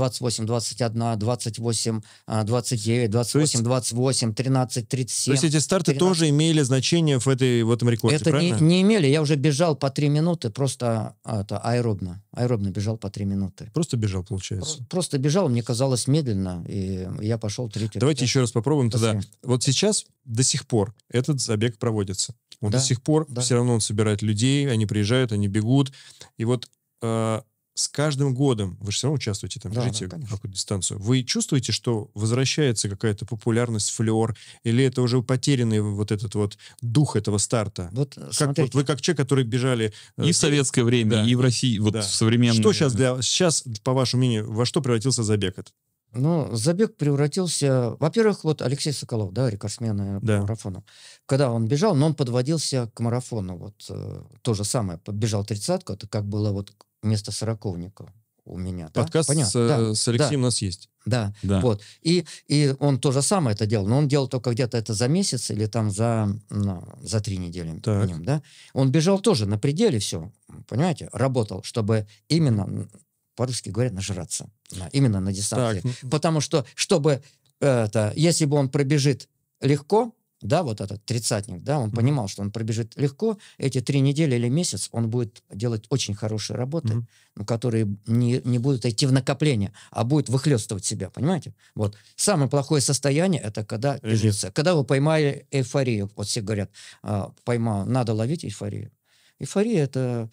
21, 28, 29, 28, 28, 13, 37. То есть эти старты 13. тоже имели значение в этом рекорде, Это правильно? не имели. Я уже бежал по 3 минуты, просто аэробно. Аэробно бежал по 3 минуты. Просто бежал, получается. Просто бежал, мне казалось медленно, и я пошел третий. Давайте еще раз попробуем тогда. Спасибо. Вот сейчас до сих пор этот забег проводится. Он Да, до сих пор да. все равно он собирает людей, они приезжают, они бегут. И вот с каждым годом, вы же все равно участвуете, там, Да, бежите да, конечно. какую-то дистанцию, вы чувствуете, что возвращается какая-то популярность, флер, или это уже потерянный вот этот вот дух этого старта? Вот Как, смотрите, вот вы как человек, который бежали... И в советское время, да. и в России, вот Да. в современное. Что сейчас, по вашему мнению, во что превратился забег этот? ну, забег превратился... Во-первых, вот Алексей Соколов, да, рекордсмен Да. по марафону. Когда он бежал, но он подводился к марафону. Вот то же самое. Бежал 30-ку, это как было вот вместо 40-ника у меня. Да? Подкаст Понятно, да, с Алексеем у нас есть. да. Да. Вот. И он то же самое это делал, но он делал только где-то это за месяц или там за 3 недели Так. минимум, да. Он бежал тоже на пределе, все, понимаете, работал, чтобы именно, по-русски говорят, нажраться. Именно на дистанции. Так, Потому что, чтобы если бы он пробежит легко, да, вот этот тридцатник, да, он понимал, что он пробежит легко, эти 3 недели или месяц он будет делать очень хорошие работы, которые не будут идти в накопление, а будет выхлестывать себя, понимаете? Вот. Самое плохое состояние, это когда бежится. Когда вы поймали эйфорию, вот все говорят, надо ловить эйфорию. Эйфория, это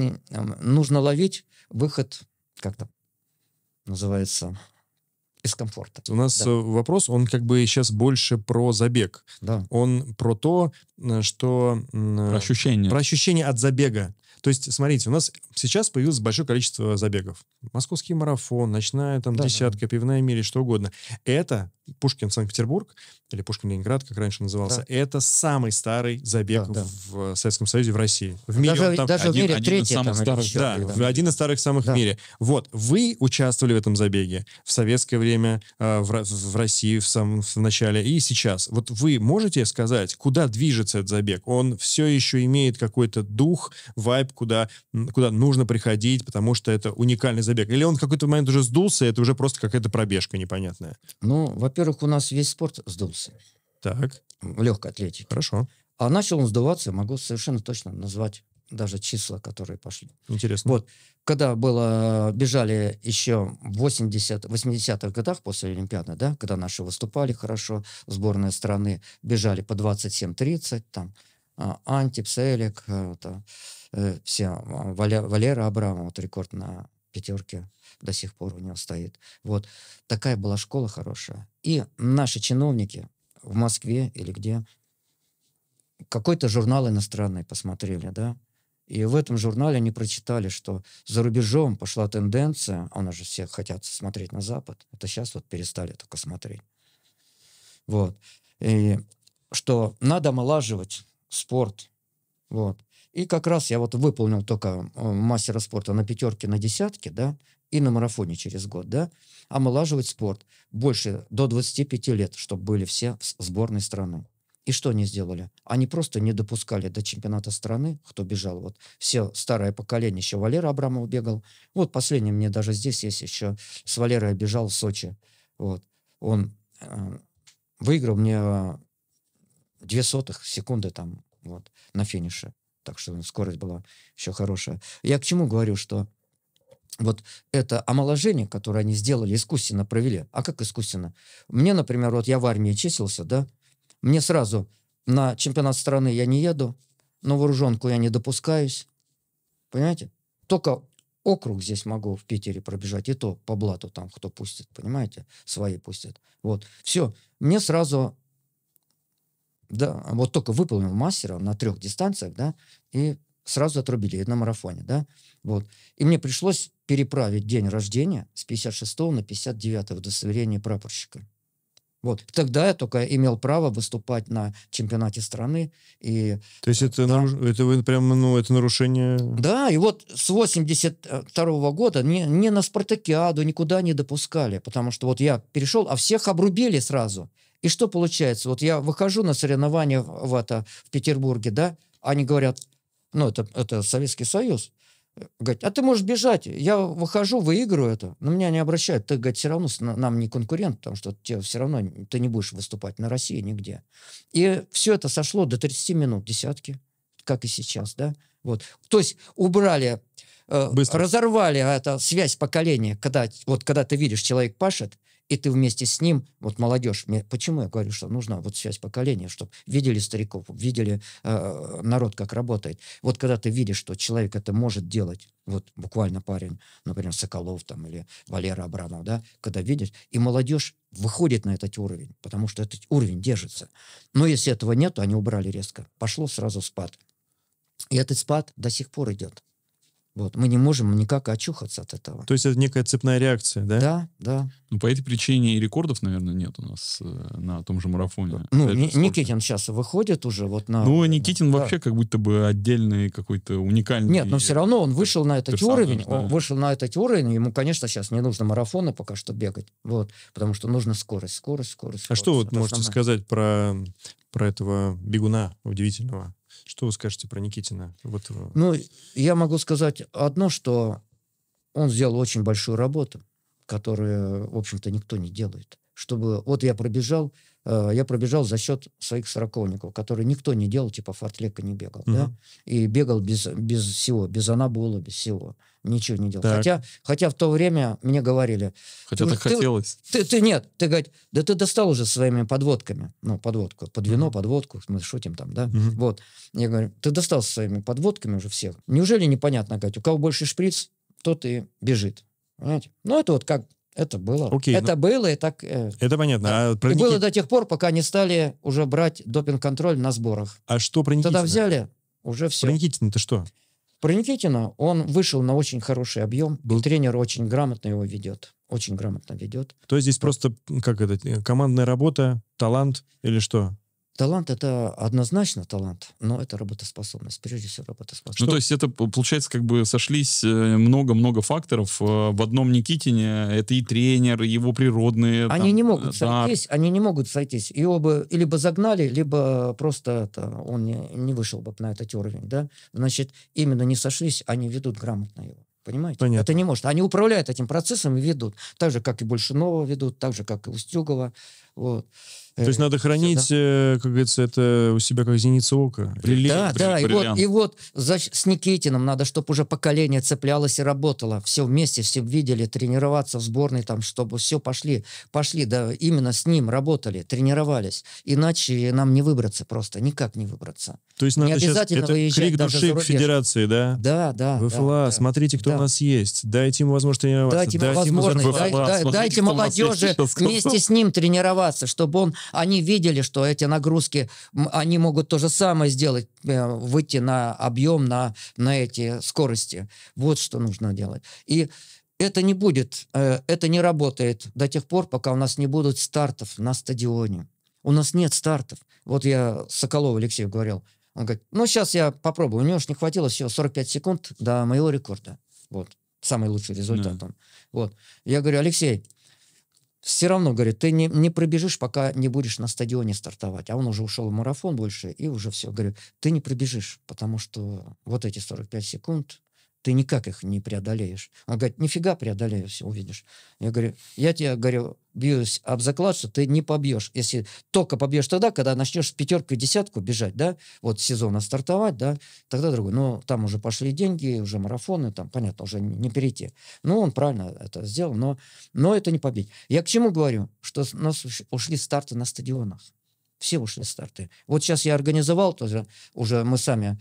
нужно ловить выход, как-то называется, из комфорта. У нас Да. вопрос, он как бы сейчас больше про забег. Да. Он про то, что... Про ощущения. Про ощущение от забега. То есть, смотрите, у нас сейчас появилось большое количество забегов. Московский марафон, ночная там Да, десятка, пивная миля, что угодно. Это Пушкин Санкт-Петербург, или Пушкин Ленинград, как раньше назывался, это самый старый забег Да, да. в Советском Союзе, в России. В мире он там даже в мире один из третий. самых там, или старых, четвертый, да, один из старых самых Да. в мире. Вот, вы участвовали в этом забеге в советское время, в России в начале и сейчас. Вот вы можете сказать, куда движется этот забег? Он все еще имеет какой-то дух, вайб, куда нужно приходить, потому что это уникальный забег? Или он в какой-то момент уже сдулся, и это уже просто какая-то пробежка непонятная? Ну, во-первых, у нас весь спорт сдулся Так, в легкой атлетике. хорошо, А начал он сдуваться, могу совершенно точно назвать даже числа, которые пошли. интересно. Вот, когда бежали еще в 80-х годах после Олимпиады, да, когда наши выступали хорошо, сборная страны, бежали по 27-30, там, Антип, Селик, Валера Абрамов, вот рекорд на пятерке до сих пор у него стоит. Вот, такая была школа хорошая. И наши чиновники в Москве или где, какой-то журнал иностранный посмотрели, да, и в этом журнале они прочитали, что за рубежом пошла тенденция, а у нас же все хотят смотреть на Запад, это сейчас вот перестали только смотреть. Вот. И что надо омолаживать спорт. Вот. И как раз я вот выполнил только мастера спорта на пятерке, на десятке, да, и на марафоне через год, да, омолаживать спорт больше до 25 лет, чтобы были все в сборной страны. И что они сделали? Они просто не допускали до чемпионата страны, кто бежал. Вот все старое поколение, еще Валера Абрамов бегал. Вот последний мне даже здесь есть еще, с Валерой бежал в Сочи. Вот. Он выиграл мне 0,02 секунды там вот, на финише. Так что скорость была еще хорошая. Я к чему говорю, что вот это омоложение, которое они сделали, искусственно провели. А как искусственно? Мне, например, вот я в армии числился, да, мне сразу на чемпионат страны я не еду, на вооруженку я не допускаюсь. Понимаете? Только округ здесь могу в Питере пробежать, и то по блату там кто пустит, понимаете? Свои пустят. Вот. Все. Мне сразу, да, вот только выполнил мастера на 3 дистанциях, да, и сразу отрубили на марафоне, да. Вот. И мне пришлось переправить день рождения с 56 на 59 удостоверение прапорщика. Вот. Тогда я только имел право выступать на чемпионате страны. И, То есть это, да. это вы прям, это нарушение... Да, и вот с 82 года ни на спартакиаду никуда не допускали, потому что вот я перешел, а всех обрубили сразу. И что получается? Вот я выхожу на соревнования в Петербурге, да, они говорят, ну, это Советский Союз, говорит, а ты можешь бежать, я выхожу, выиграю это, но меня не обращают, ты, говорит, все равно нам не конкурент, потому что тебе все равно ты не будешь выступать на России нигде. И все это сошло до 30 минут, десятки, как и сейчас, да, вот. То есть убрали, разорвали эту связь поколения, когда ты видишь, человек пашет, и ты вместе с ним, вот молодежь, почему я говорю, что нужна вот связь поколения, чтобы видели стариков, видели народ, как работает. Вот когда ты видишь, что человек это может делать, вот буквально парень, например, Соколов там или Валера Абрамов, да, когда видишь, и молодежь выходит на этот уровень, потому что этот уровень держится. Но если этого нет, то они убрали резко. Пошло сразу спад. И этот спад до сих пор идет. Вот. Мы не можем никак очухаться от этого. То есть это некая цепная реакция, да? Да, да. Ну, по этой причине и рекордов, наверное, нет у нас на том же марафоне. Ну, Опять же, сколько? Никитин сейчас выходит уже вот на... Ну, Никитин да. вообще как будто бы отдельный какой-то уникальный... Нет, но все равно он вышел на этот персонаж, уровень. да. Он вышел на этот уровень. Ему, конечно, сейчас не нужно марафоны пока что бегать. Вот, потому что нужна скорость. А что вот Это можете основное. сказать про этого бегуна удивительного? Что вы скажете про Никитина? Вот, Ну, я могу сказать одно, что он сделал очень большую работу, которую, в общем-то, никто не делает. Чтобы... Вот я пробежал за счет своих сороковников, которые никто не делал, типа фортлека не бегал, да? И бегал без всего, без анабола, без всего. Ничего не делал. Так. Хотя в то время мне говорили... Хотя так хотелось. Нет, ты говоришь, да ты достал уже своими подводками. Ну, подводку, под вино, подводку, мы шутим там, да? Вот. Я говорю, ты достал своими подводками уже всех. Неужели непонятно, говорить, у кого больше шприц, тот и бежит. Понимаете? Ну, это вот как... Это было. Окей, это было, и так... это понятно. А, про и было до тех пор, пока не стали уже брать допинг-контроль на сборах. А что про Никитина? Тогда взяли, уже все. Про Никитина-то что? Про Никитина он вышел на очень хороший объем, и тренер очень грамотно его ведет. Очень грамотно ведет. То есть здесь просто, как это, командная работа, талант или что? Талант — это однозначно талант, но это работоспособность, прежде всего работоспособность. Ну, то есть это, получается, как бы сошлись много-много факторов в одном Никитине. Это и тренер, и его природные... Они там, не могут дар. сойтись, они не могут сойтись. Его бы либо загнали, либо просто он не вышел бы на этот уровень, да? Значит, именно не сошлись, они ведут грамотно его. Понимаете? Понятно. Это не может. Они управляют этим процессом и ведут. Так же, как и Большунова ведут, так же, как и Устюгова. Вот. То есть надо хранить, как говорится, это у себя как зеница ока. Да, бриллиант. и вот с Никитиным надо, чтобы уже поколение цеплялось и работало. Все вместе, все видели, тренироваться в сборной, там, чтобы все пошли, да, именно с ним работали, тренировались. Иначе нам не выбраться просто, никак не выбраться. То есть Не надо сейчас, обязательно это выезжать крик даже души за к рубеж. федерации, да? Да. ВФЛА, да, смотрите, кто да. у нас есть. Дайте ему возможность тренироваться. Дайте ему возможность, смотрите, дайте кто у нас есть, молодежи сейчас сказал. вместе с ним тренироваться, чтобы они видели, что эти нагрузки, они могут то же самое сделать, выйти на объем, на эти скорости. Вот что нужно делать. И это не будет, это не работает до тех пор, пока у нас не будут стартов на стадионе. У нас нет стартов. Вот я Соколову Алексею говорил, он говорит, ну сейчас я попробую. У него же не хватило всего 45 секунд до моего рекорда. Вот. Самый лучший результат. Он. Вот. Я говорю, Алексей, все равно, говорит, ты не пробежишь, пока не будешь на стадионе стартовать. А он уже ушел в марафон больше, и уже все. Говорю, ты не пробежишь, потому что вот эти 45 секунд, ты никак их не преодолеешь. Он говорит, нифига преодолею, все увидишь. Я говорю, я тебе, говорю, бьюсь об заклад, что ты не побьешь. Если только побьешь тогда, когда начнешь с пятерку и десятку бежать, да, вот сезона стартовать, да, тогда другой. Но там уже пошли деньги, уже марафоны, там, понятно, уже не перейти. Ну, он правильно это сделал, но это не побить. Я к чему говорю? Что у нас ушли старты на стадионах. Все ушли старты. Вот сейчас я организовал тоже, уже мы сами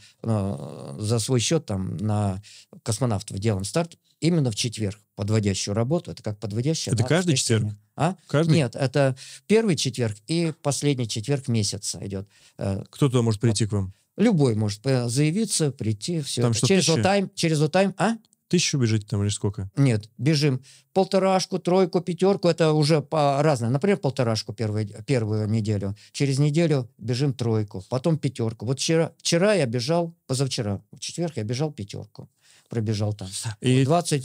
за свой счет там на космонавтов делаем старт именно в четверг. Подводящую работу. Это как подводящая. Это каждый четверг? Каждый? Нет, это первый четверг и последний четверг месяца идет. Кто туда может прийти к вам? Любой может заявиться, прийти. Все. Там что, через OTime, 1000 бежите там или сколько? Нет, бежим 1,5, 3, 5, это уже по разное. Например, 1,5 первую неделю. Через неделю бежим 3, потом 5. Вот вчера я бежал, позавчера, в четверг я бежал 5. Пробежал там. И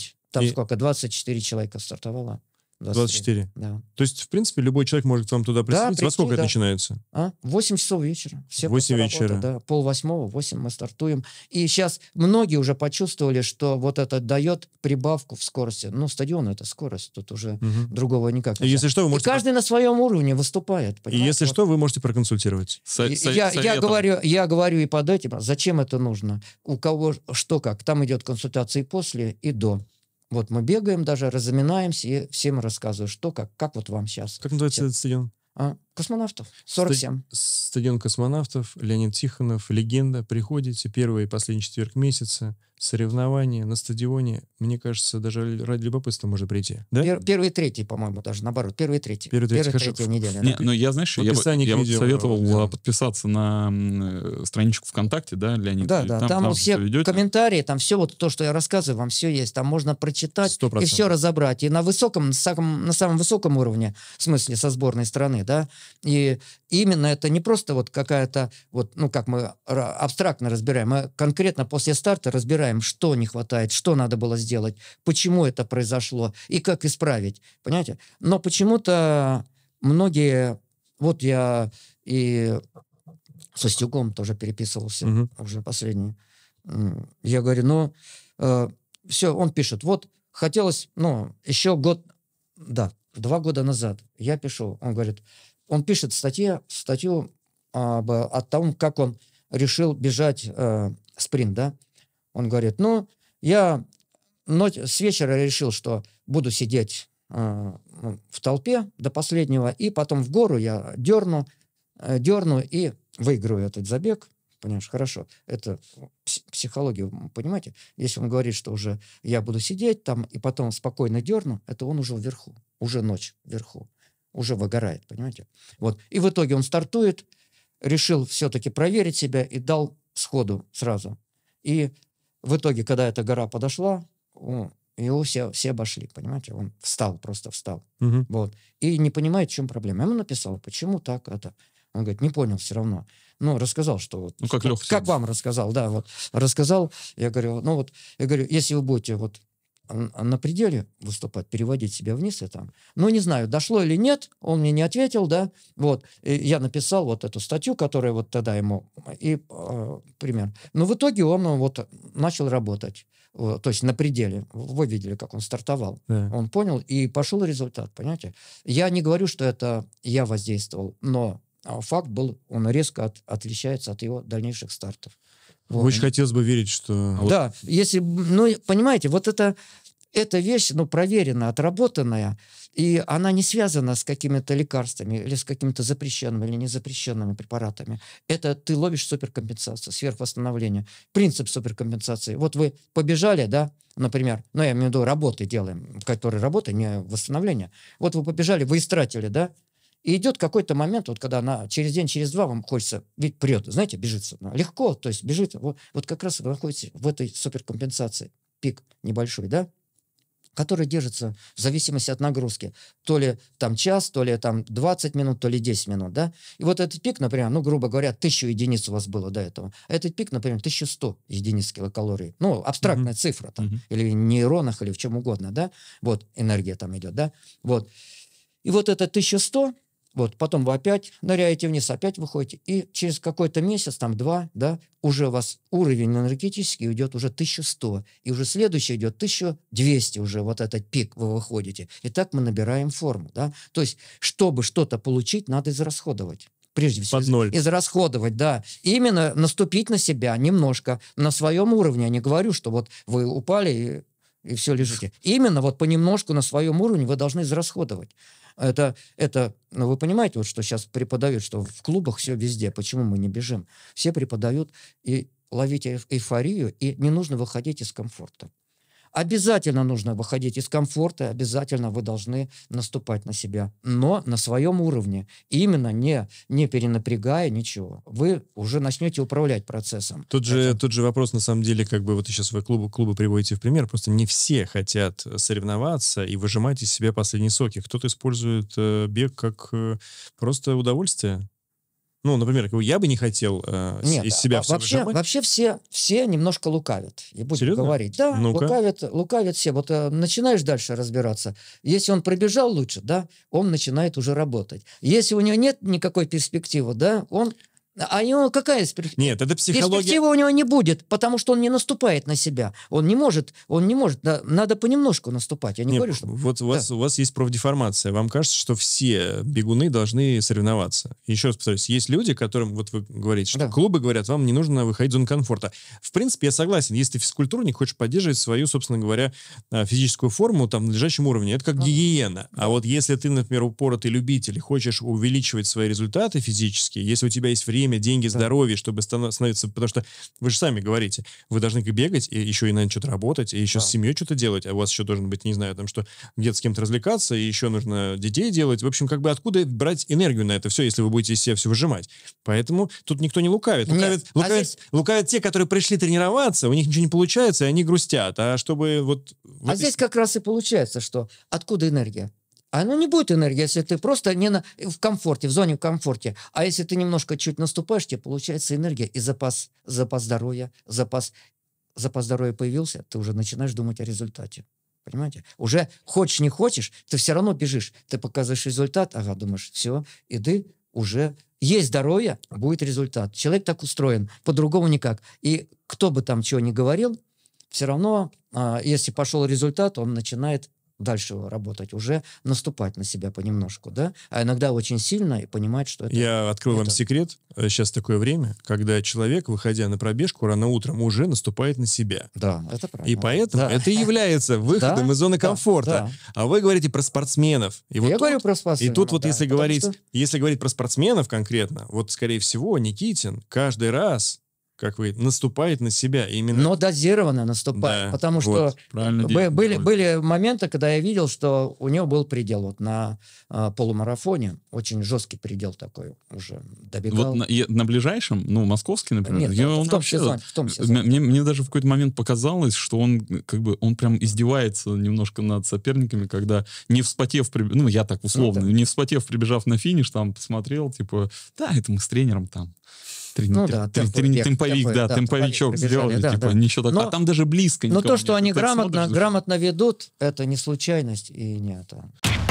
24 человека стартовало. 24. Да. То есть, в принципе, любой человек может к вам туда присоединиться. Во прийти, сколько это да. начинается? 8 часов вечера. Все 8 после вечера. работы, да. 7:30, 8 мы стартуем. И сейчас многие уже почувствовали, что вот это дает прибавку в скорости. Ну, стадион — это скорость. Тут уже другого никак И нельзя. если что, вы И можете... каждый на своем уровне выступает. И понимаете? если Вот. что, вы можете проконсультировать. Я говорю и под этим, зачем это нужно, у кого что как. Там идет консультация и после, и до. Вот мы бегаем даже, разминаемся, и всем рассказываю, что, как вот вам сейчас. Как называется этот стадион? Космонавтов, 47. Стадион космонавтов, Леонид Тихонов, легенда. Приходите, первый и последний четверг месяца, соревнования на стадионе. Мне кажется, даже ради любопытства можно прийти. Да? Первый и третий, по-моему, даже наоборот. Первый и третий. Первый и третий, хорошо. Третья неделя. Не, Да. ну я, знаешь, В я описании к бы видео, советовал да. подписаться на страничку ВКонтакте, да, Леонид? Да, И да, там правда все всё ведете. комментарии, там все вот то, что я рассказываю, вам все есть. Там можно прочитать 100%. и все разобрать. И на самом высоком уровне, в смысле, со сборной страны, да. И именно это не просто вот какая-то, вот, ну, как мы абстрактно разбираем, мы конкретно после старта разбираем, что не хватает, что надо было сделать, почему это произошло и как исправить, понимаете? Но почему-то многие, вот я и со Стюком тоже переписывался, уже последний. Я говорю, ну, все, он пишет, вот хотелось, ну, еще год, да, 2 года назад я пишу, он говорит, он пишет статью о том, как он решил бежать спринт, да. Он говорит, ну, я с вечера решил, что буду сидеть в толпе до последнего, и потом в гору я дерну и выиграю этот забег. Понимаешь, хорошо. Это психология, понимаете? Если он говорит, что уже я буду сидеть там, и потом спокойно дерну, это он уже вверху, уже ночь вверху, уже выгорает, понимаете? Вот. И в итоге он стартует, решил все-таки проверить себя и дал сходу сразу. И в итоге, когда эта гора подошла, его все обошли, понимаете? Он просто встал. Вот. И не понимает, в чем проблема. Я ему написал, почему так это. Он говорит, не понял все равно. Ну, рассказал, что вот... Ну, как Леха. Как вам рассказал, да, вот. Рассказал, я говорю, ну вот, я говорю, если вы будете вот на пределе выступать, переводить себя вниз и там. Ну, не знаю, дошло или нет, он мне не ответил, да, вот. И я написал вот эту статью, которая вот тогда ему, и пример. Но в итоге он вот начал работать, то есть на пределе. Вы видели, как он стартовал. Да. Он понял, и пошел результат, понимаете. Я не говорю, что это я воздействовал, но факт был, он резко отличается от его дальнейших стартов. Вот. Очень хотелось бы верить, что... Да, если, ну, понимаете, вот эта вещь, ну, проверенная, отработанная, и она не связана с какими-то лекарствами или с какими-то запрещенными или незапрещенными препаратами. Это ты ловишь суперкомпенсацию, сверхвосстановление. Принцип суперкомпенсации. Вот вы побежали, да, например, ну, я имею в виду работы делаем, которые работы, не восстановление. Вот вы побежали, вы истратили, да, и идет какой-то момент, вот когда через день, через два вам хочется, ведь прет, знаете, бежится. Легко, то есть бежит. Вот как раз вы находитесь в этой суперкомпенсации. Пик небольшой, да? Который держится в зависимости от нагрузки. То ли там час, то ли там 20 минут, то ли 10 минут, да? И вот этот пик, например, ну, грубо говоря, 1000 единиц у вас было до этого. А этот пик, например, 1100 единиц килокалорий. Ну, абстрактная цифра там. Или в нейронах, или в чем угодно, да? Вот энергия там идет, да? Вот. И вот это 1100... Вот, потом вы опять ныряете вниз, опять выходите, и через какой-то месяц, там 2, да, уже у вас уровень энергетический идет уже 1100, и уже следующий идет 1200 уже, вот этот пик вы выходите. И так мы набираем форму, да. То есть, чтобы что-то получить, надо израсходовать. Прежде всего, Под ноль. израсходовать, да. Именно наступить на себя немножко, на своем уровне. Я не говорю, что вот вы упали и все лежите. Именно вот понемножку на своем уровне вы должны израсходовать. Это, ну, вы понимаете, вот что сейчас преподают, что в клубах все везде, почему мы не бежим? Все преподают и ловите эйфорию, и не нужно выходить из комфорта. Обязательно нужно выходить из комфорта, обязательно вы должны наступать на себя, но на своем уровне, именно не перенапрягая ничего. Вы уже начнете управлять процессом. Тут же вопрос, на самом деле, как бы вот сейчас вы клубы приводите в пример, просто не все хотят соревноваться и выжимать из себя последние соки. Кто-то использует бег как просто удовольствие. Ну, например, я бы не хотел Нет, из себя все выжимать. Вообще все немножко лукавят. И будем Серьезно? говорить. Да, лукавят все. Вот начинаешь дальше разбираться. Если он пробежал лучше, да, он начинает уже работать. Если у него нет никакой перспективы, да, он А у него какая перспектива? Нет, это психология. Перспективы у него не будет, потому что он не наступает на себя. Он не может, да, надо понемножку наступать. Я не говорю, что... Вот у вас есть профдеформация. Вам кажется, что все бегуны должны соревноваться. Еще раз повторюсь, есть люди, которым, вот вы говорите, что клубы говорят, вам не нужно выходить из зоны комфорта. В принципе, я согласен, если ты физкультурник, хочешь поддерживать свою, собственно говоря, физическую форму там, на надлежащем уровне, это как гигиена. А вот если ты, например, упоротый любитель и хочешь увеличивать свои результаты физические, если у тебя есть время, деньги, здоровье, чтобы становиться... Потому что вы же сами говорите, вы должны бегать, и еще и, наверное, что-то работать, и еще с семьей что-то делать, а у вас еще должен быть, не знаю, там что, где-то с кем-то развлекаться, и еще нужно детей делать. В общем, как бы откуда брать энергию на это все, если вы будете из себя все выжимать? Поэтому тут никто не лукавит. Лукавят те, которые пришли тренироваться, у них ничего не получается, и они грустят. А чтобы вот... здесь как раз и получается, что откуда энергия? А не будет энергии, если ты просто не в комфорте, в зоне комфорте. А если ты немножко чуть наступаешь, тебе получается энергия и запас здоровья. Запас здоровья появился, ты уже начинаешь думать о результате. Понимаете? Уже хочешь, не хочешь, ты все равно бежишь. Ты показываешь результат, думаешь, все, иди, уже есть здоровье, будет результат. Человек так устроен, по-другому никак. И кто бы там чего ни говорил, все равно, если пошел результат, он начинает дальше работать, уже наступать на себя понемножку, да? А иногда очень сильно и понимать, что это... Я открою вам секрет. Сейчас такое время, когда человек, выходя на пробежку рано утром, уже наступает на себя. Да, это правильно. И поэтому это и является выходом из зоны комфорта. Да. А вы говорите про спортсменов. И я говорю про спортсменов. И тут вот если говорить про спортсменов конкретно, вот скорее всего Никитин каждый раз, как вы, наступает на себя именно. Но дозированно наступает, да, потому что были моменты, когда я видел, что у него был предел. Вот на полумарафоне очень жесткий предел такой уже добегал. Вот на ближайшем, московский, например, нет, он в том сезоне. Мне даже в какой-то момент показалось, что он прям издевается немножко над соперниками, когда не вспотев, я так условно, не вспотев, прибежав на финиш, там посмотрел, типа, это мы с тренером там. Темповичок сделали, ничего такого. А там даже близко никого. Но то, что они грамотно ведут, это не случайность и не это.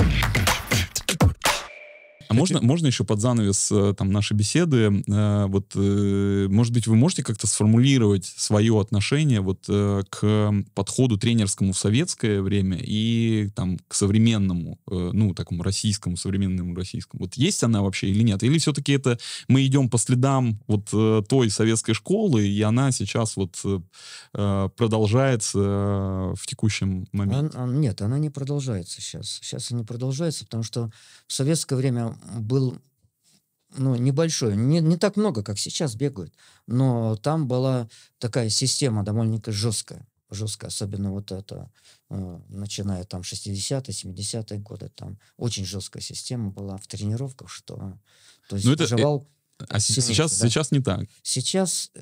А можно еще под занавес нашей беседы, может быть, вы можете как-то сформулировать свое отношение к подходу тренерскому в советское время и к современному, такому российскому, современному российскому? Вот есть она вообще или нет? Или все-таки это мы идем по следам той советской школы, и она сейчас продолжается в текущем моменте? Нет, она не продолжается сейчас. Сейчас она не продолжается, потому что в советское время был небольшой, не так много, как сейчас бегают, но там была такая система довольно-таки жесткая, особенно начиная 60-е, 70-е годы, там очень жесткая система была в тренировках, что то есть выживал... сейчас не так. Сейчас,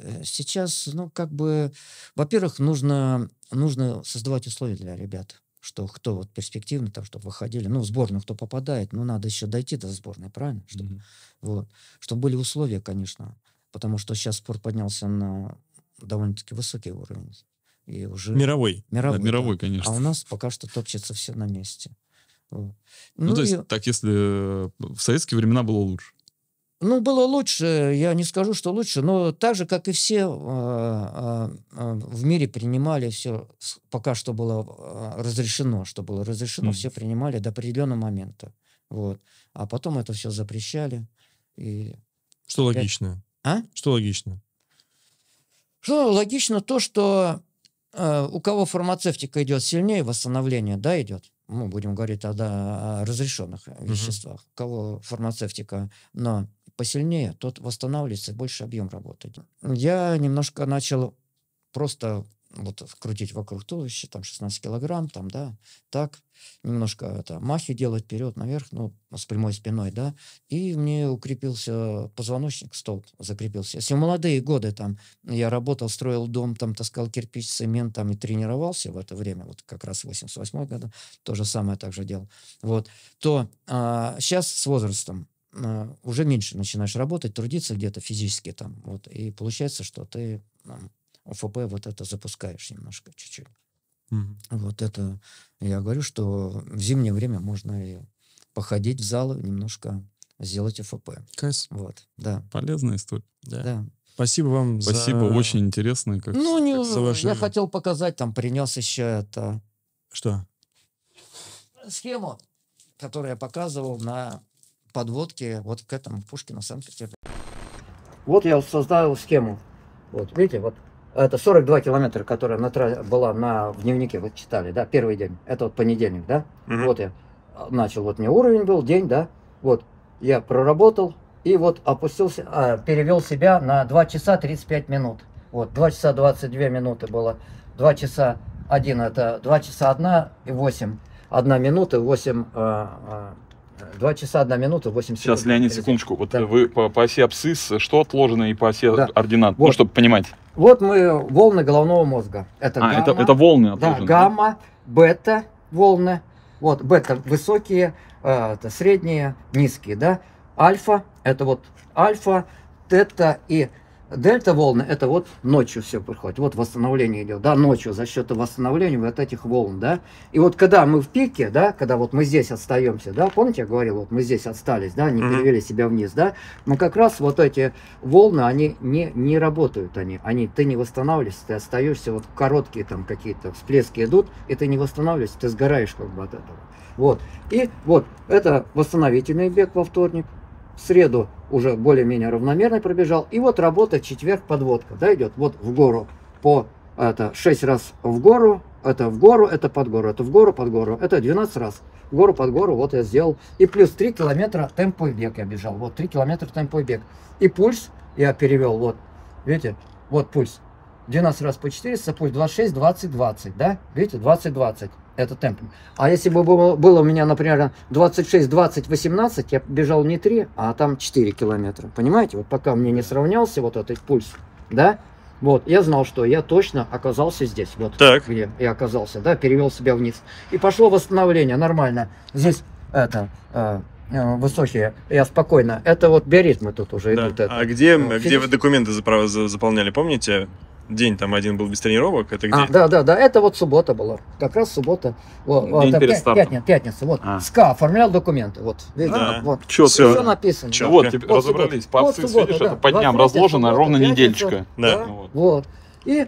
во-первых, нужно создавать условия для ребят, что кто перспективный, чтобы выходили. В сборную кто попадает, надо еще дойти до сборной, правильно? Чтобы были условия, конечно. Потому что сейчас спорт поднялся на довольно-таки высокий уровень. И уже... Мировой. Мировой, конечно. А у нас пока что топчется все на месте. Если в советские времена было лучше. Было лучше, я не скажу, что лучше, но так же, как и все в мире принимали все, пока что было разрешено, все принимали до определенного момента. А потом это все запрещали. Что логично? Что логично? Что логично то, что у кого фармацевтика идет сильнее, восстановление, идет. Мы будем говорить тогда о разрешенных веществах. У кого фармацевтика, но посильнее, тот восстанавливается, больше объем работает. Я немножко начал просто крутить вокруг туловища, 16 килограмм, так, немножко махи делать вперед, наверх, с прямой спиной, и мне укрепился позвоночник, столб закрепился. Если в молодые годы я работал, строил дом, таскал кирпич, цемент, и тренировался в это время, как раз в 88 году, то же самое также делал, то сейчас с возрастом уже меньше начинаешь работать, трудиться где-то физически и получается, что ты ОФП это запускаешь немножко, чуть-чуть. Это я говорю, что в зимнее время можно и походить в залы, немножко сделать ФП. Кайс. Вот, да. Полезная история. Да. Спасибо вам Спасибо, очень интересно. Как... Ну, не, за ваше- я хотел показать, там принес еще это Что? схему, которую я показывал на подводке вот к этому Пушкину Санкт-Петербург. Вот я создал схему. Вот, видите, вот это 42 километра, которая была в дневнике, вы читали, да, первый день. Это вот понедельник, да? Вот я начал, вот мне уровень был, день, да? Вот я проработал и вот опустился, перевел себя на 2 часа 35 минут. Вот, 2 часа 22 минуты было. 2 часа 1, это 2 часа 1 и 8. 1 минута 8... 2 часа 1 минута 8 секунд. Сейчас, Леонид, секундочку. Вот Да. вы по оси абсцисс, что отложено и по оси Да. ординат? Вот. Ну, чтобы понимать. Вот мы волны головного мозга. Это гамма. Это волны Да, отложены. гамма, бета волны. Вот бета высокие, это средние, низкие, да. Альфа, это вот альфа, тета и дельта волны, это вот ночью все приходит. Вот восстановление идет, да, ночью за счет восстановления вот этих волн, да. И вот когда мы в пике, да, когда вот мы здесь остаемся, да, помните, я говорил, вот мы здесь остались, да, не перевели себя вниз, да, но как раз вот эти волны, они не работают, ты не восстанавливаешься, ты остаешься, вот короткие там какие-то всплески идут, и ты не восстанавливаешься, ты сгораешь как бы от этого. Вот, и вот это восстановительный бег во вторник. В среду уже более-менее равномерно пробежал. И вот работа четверг подводка, да, идет вот в гору по 6 раз в гору, это под гору, это в гору, под гору, это 12 раз в гору, под гору, вот я сделал. И плюс 3 километра темповый бег я бежал, вот 3 километра темповый бег. И пульс я перевел, вот, видите, вот пульс. 12 раз по 400, пульс 26, 20, 20, да, видите, 20, 20. Это темп. А если бы было у меня, например, 26, 20, 18, я бежал не 3, а там 4 километра. Понимаете? Вот пока мне не сравнялся вот этот пульс, да, вот, я знал, что я точно оказался здесь. Вот, Так. где я оказался, да, перевел себя вниз. И пошло восстановление, нормально. Здесь это... высокие, я спокойно. Это вот биоритмы тут уже Да. идут. Это. А где физически- вы документы заполняли, помните? День там один был без тренировок, это где? Да, это вот суббота была. Как раз суббота. Вот, День это перед стартом. Пятница. Вот. А. СКА оформлял документы. Вот. Видите? Да. Вот. Чётко. Все написано. Чётко. Вот, теперь Вот разобрались. суббота. По Вот абсцисс, суббота, видишь, да. это по дням 23 разложено, суббота, ровно пятница. недельечка. Да. Вот. Вот. И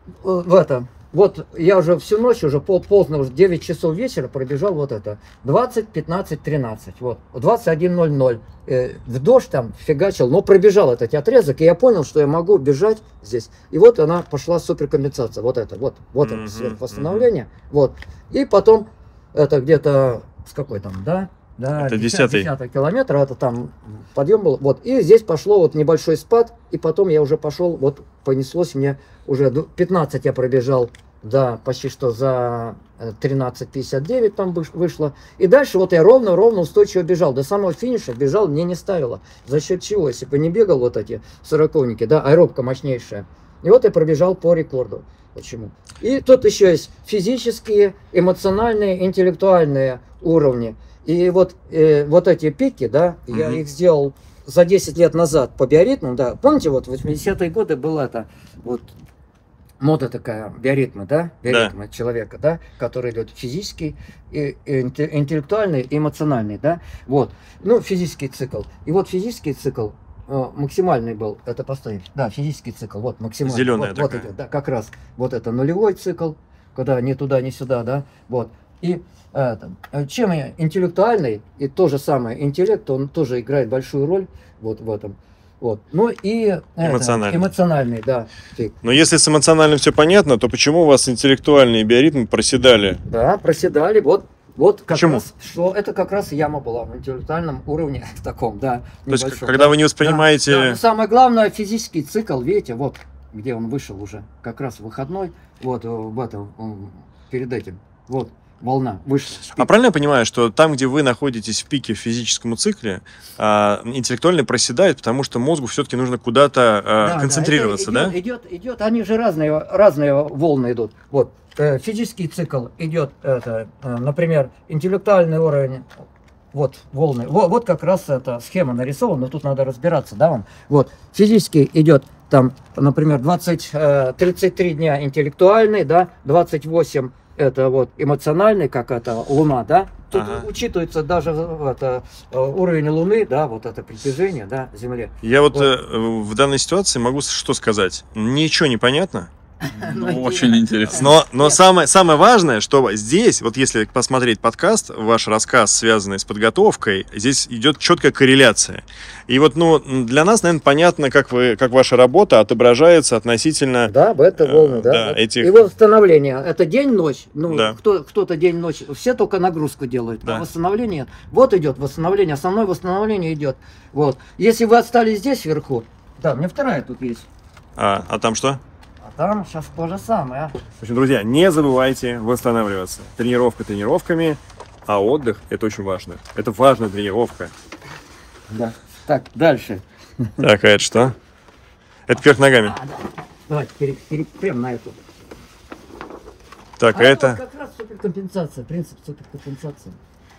в этом. Вот я уже всю ночь, уже поздно, уже 9 часов вечера пробежал вот это. 20, 15, 13. Вот. 21:00. В дождь там фигачил, но пробежал этот отрезок, и я понял, что я могу бежать здесь. И вот она пошла суперкомпенсация. Вот это, вот это сверхвосстановление. Вот. И потом это где-то с какой там, да? Да, Это 10-й. 10-й километр, это там подъем был. Вот. И здесь пошло вот небольшой спад, и потом я уже пошел, вот понеслось мне уже 15 я пробежал, да, почти что за 13:59 там вышло. И дальше вот я ровно устойчиво бежал. До самого финиша бежал, мне не ставило. За счет чего? Если бы не бегал вот эти сороковники, да, аэробка мощнейшая. И вот я пробежал по рекорду. Почему? И тут еще есть физические, эмоциональные, интеллектуальные уровни. И вот эти пики, да, я их сделал за 10 лет назад по биоритмам, да. Помните, вот в 80-е годы была это вот мода такая, биоритмы, да? Биоритмы человека, да, который идет физический, интеллектуальный и эмоциональный, да. Вот. Ну, физический цикл. И вот физический цикл максимальный был, это поставить, да, физический цикл, вот максимальный. Зеленая вот такая. идет, да, как раз вот это нулевой цикл, когда ни туда, ни сюда, да, вот. И чем я интеллектуальный, и то же самое интеллект, он тоже играет большую роль вот в этом. Вот. Ну и эмоциональный, да. Но если с эмоциональным все понятно, то почему у вас интеллектуальные биоритмы проседали? Да, проседали, вот как Почему? раз, что это как раз яма была в интеллектуальном уровне таком, да. То есть, небольшом, когда да. вы не воспринимаете... Да, но самое главное, физический цикл, видите, вот, где он вышел уже, как раз выходной, вот, в этом, перед этим, вот, волна вышла. А правильно я понимаю, что там, где вы находитесь в пике в физическом цикле, интеллектуальный проседает, потому что мозгу все-таки нужно куда-то концентрироваться, да? Идет, они же разные волны идут. Вот, физический цикл идет, например, интеллектуальный уровень, вот волны, вот как раз эта схема нарисована, но тут надо разбираться, да, вам. Вот, физический идет там, например, 33 дня интеллектуальный, да, 28 это вот эмоциональный, как это Луна, да, Тут Ага. учитывается даже уровень Луны, да, вот это приближение, да, к Земле. Я вот Вот. в данной ситуации могу что сказать? Ничего не понятно. Ну, очень интересно. Но самое важное, что здесь, вот если посмотреть подкаст, ваш рассказ, связанный с подготовкой, здесь идет четкая корреляция. И вот, ну, для нас, наверное, понятно, как ваша работа отображается относительно... Да, бета-волны, да. да, Вот. этих- И восстановление. Это день-ночь. Ну, Да. кто-то день-ночь. Все только нагрузку делают. Да. А восстановление... Вот идет восстановление. Основное восстановление идет. Вот. Если вы отстали здесь вверху... Да, мне вторая тут есть. А там что? А там сейчас то же самое. В общем, друзья, не забывайте восстанавливаться. Тренировка тренировками, а отдых – это очень важно. Это важная тренировка. Да. Так, дальше. Так, а это что? Это кверх ногами. Давайте перепрем на эту. Так, а вот это как раз суперкомпенсация. Принцип суперкомпенсации.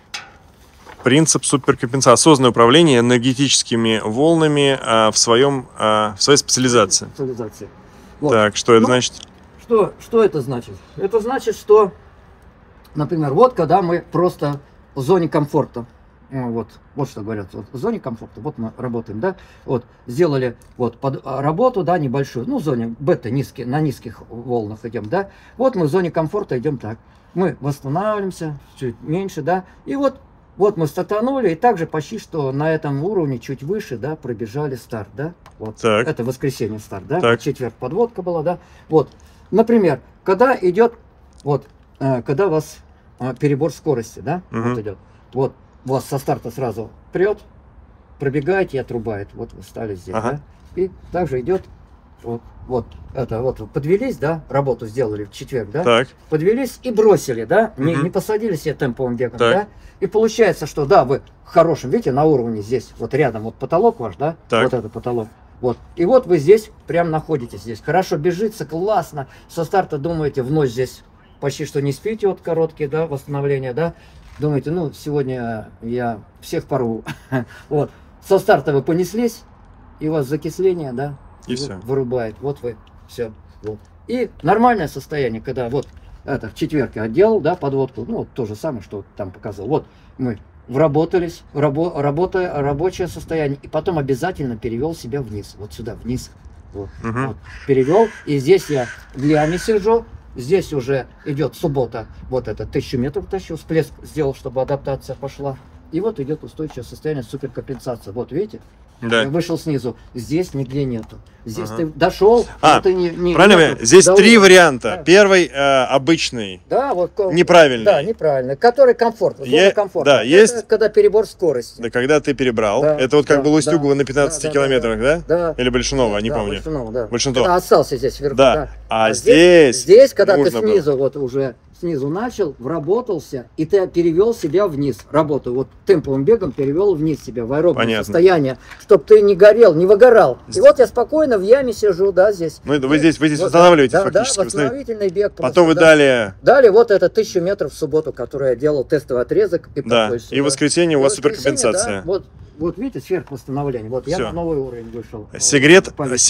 принцип суперкомпенсации. Осознанное управление энергетическими волнами в своей специализации. Специализация. Вот. Так, что это Ну, значит? Что это значит? Это значит, что, например, вот когда мы просто в зоне комфорта, вот что говорят, вот в зоне комфорта, вот мы работаем, да, вот сделали вот работу, да, небольшую, ну, в зоне бета, на низких волнах идем, да, вот мы в зоне комфорта идем так, мы восстанавливаемся, чуть меньше, да, и вот мы стартанули, и также почти что на этом уровне, чуть выше, да, пробежали старт, да, вот, Так. это воскресенье старт, да, Так. четверг подводка была, да, вот, например, когда идет, вот, когда у вас перебор скорости, да, Мгм. вот идет, вот, вас со старта сразу прет, пробегаете и отрубает, вот вы стали здесь, Ага. да, и также идет, вот, подвелись, да, работу сделали в четверг, да, Так, подвелись и бросили, да, Мгм. не посадили себе темповым бегом, Так. да, и получается, что, да, вы хорошим, видите, на уровне здесь, вот рядом, вот потолок ваш, да, Так. вот это потолок, вот, и вот вы здесь прям находитесь здесь, хорошо бежится, классно, со старта думаете, вновь здесь почти что не спите, вот короткие, да, восстановления, да, думаете, ну, сегодня я всех порву, вот, со старта вы понеслись, и у вас закисление, да, И всё. вырубает, вот вы, все, вот. И нормальное состояние, когда вот это в четверке отделал, да, подводку, ну, вот то же самое, что там показал, вот мы вработались, рабочее состояние, и потом обязательно перевел себя вниз, вот сюда, вниз, вот, Мгм. вот, перевел, и здесь я в яме сижу, здесь уже идет суббота, вот это 1000 метров тащу, всплеск сделал, чтобы адаптация пошла, и вот идет устойчивое состояние, суперкомпенсация, вот видите? да. Я вышел снизу. Здесь нигде нету. Здесь Ага. ты дошел, А, но ты не Правильно? нету. Здесь Да, три вот. варианта. Да. Первый обычный, Да, вот неправильный. Да, неправильно. Который комфорт. Зона Е- комфорта. да, Это есть- когда перебор скорости. Да, когда ты перебрал. Да, Это вот как да, было Устюгова да, на 15 да, да, километрах, да? Да. Или Большунова, не Да, помню. Большунова, да. Большинство. Когда остался здесь вверху. Да. А здесь когда ты нужно было. снизу, вот уже снизу начал, вработался, и ты перевел себя вниз. Работу вот темповым бегом перевел вниз себя в аэробное Понятно. состояние, чтобы ты не горел, не выгорал. И вот я спокойно в яме сижу, да, здесь. Ну, это вы здесь Вот, восстанавливаетесь да, фактически. Да, Вы становитесь- восстановительный бег. Потом вы да. далее... Далее вот это 1000 метров в субботу, который я делал тестовый отрезок. И Да. такой сюда. И в воскресенье у вас И в воскресенье, суперкомпенсация. да, вот видите, сверхвосстановление. Вот я Всё. на новый уровень вышел. Секрет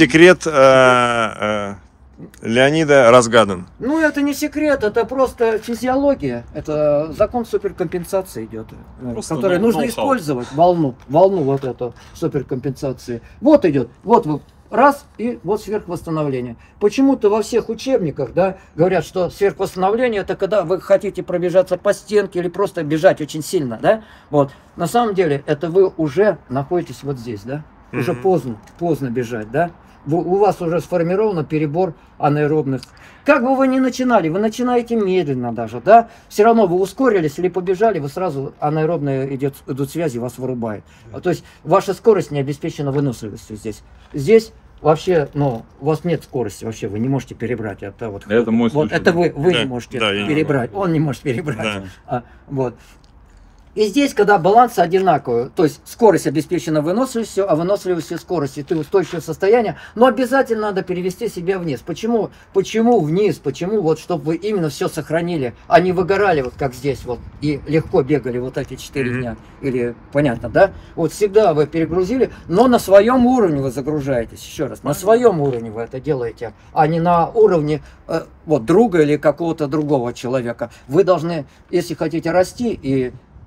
Леонида разгадан. Ну, это не секрет, это просто физиология. Это закон суперкомпенсации идет, Просто который нужно ноу-хау. использовать. Волну вот эту суперкомпенсации. Вот идет, вот вы раз, и вот сверхвосстановление. Почему-то во всех учебниках, да, говорят, что сверхвосстановление это когда вы хотите пробежаться по стенке или просто бежать очень сильно, да. Вот. На самом деле, это вы уже находитесь вот здесь, да. Уже Мгм. поздно бежать, да. У вас уже сформирован перебор анаэробных. Как бы вы ни начинали, вы начинаете медленно даже, да, все равно вы ускорились или побежали, вы сразу анаэробные идут связи, вас вырубает. То есть ваша скорость не обеспечена выносливостью здесь. Здесь вообще, ну, у вас нет скорости вообще, вы не можете перебрать. Это вот, Это мой вот случай. это вы Да, не можете да, я не перебрать, он не может перебрать. Да. Вот. И здесь, когда баланс одинаковый, то есть скорость обеспечена выносливостью, а выносливостью скоростью, ты устойчивое состояние, но обязательно надо перевести себя вниз. Почему? Почему вниз? Почему? Вот, чтобы вы именно все сохранили, а не выгорали, вот как здесь, вот, и легко бегали вот эти 4 Мгм. дня. Или, понятно, да? Вот всегда вы перегрузили, но на своем уровне вы загружаетесь, еще раз, на своем уровне вы это делаете, а не на уровне вот друга или какого-то другого человека. Вы должны, если хотите расти и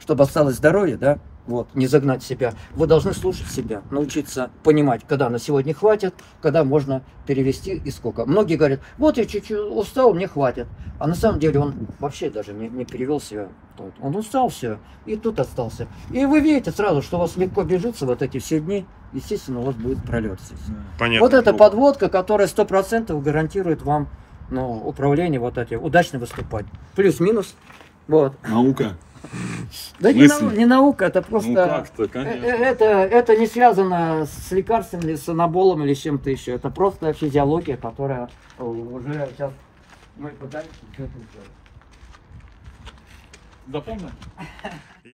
чтобы осталось здоровье, да, вот, не загнать себя, вы должны слушать себя, научиться понимать, когда на сегодня хватит, когда можно перевести и сколько. Многие говорят, вот я чуть-чуть устал, мне хватит. А на самом деле он вообще даже не перевел себя. Он устал, все, и тут остался. И вы видите сразу, что у вас легко бежится вот эти все дни, естественно, у вас будет пролет здесь. Понятно. Вот эта подводка, которая 100% гарантирует вам, ну, управление вот эти, удачно выступать. Плюс-минус. Вот. Наука. Да не наука, это просто... Ну как-то, конечно. Это не связано с лекарством или с анаболом или с чем-то еще. Это просто физиология, которая уже сейчас мы пытаемся что-то сделать. Запомнил?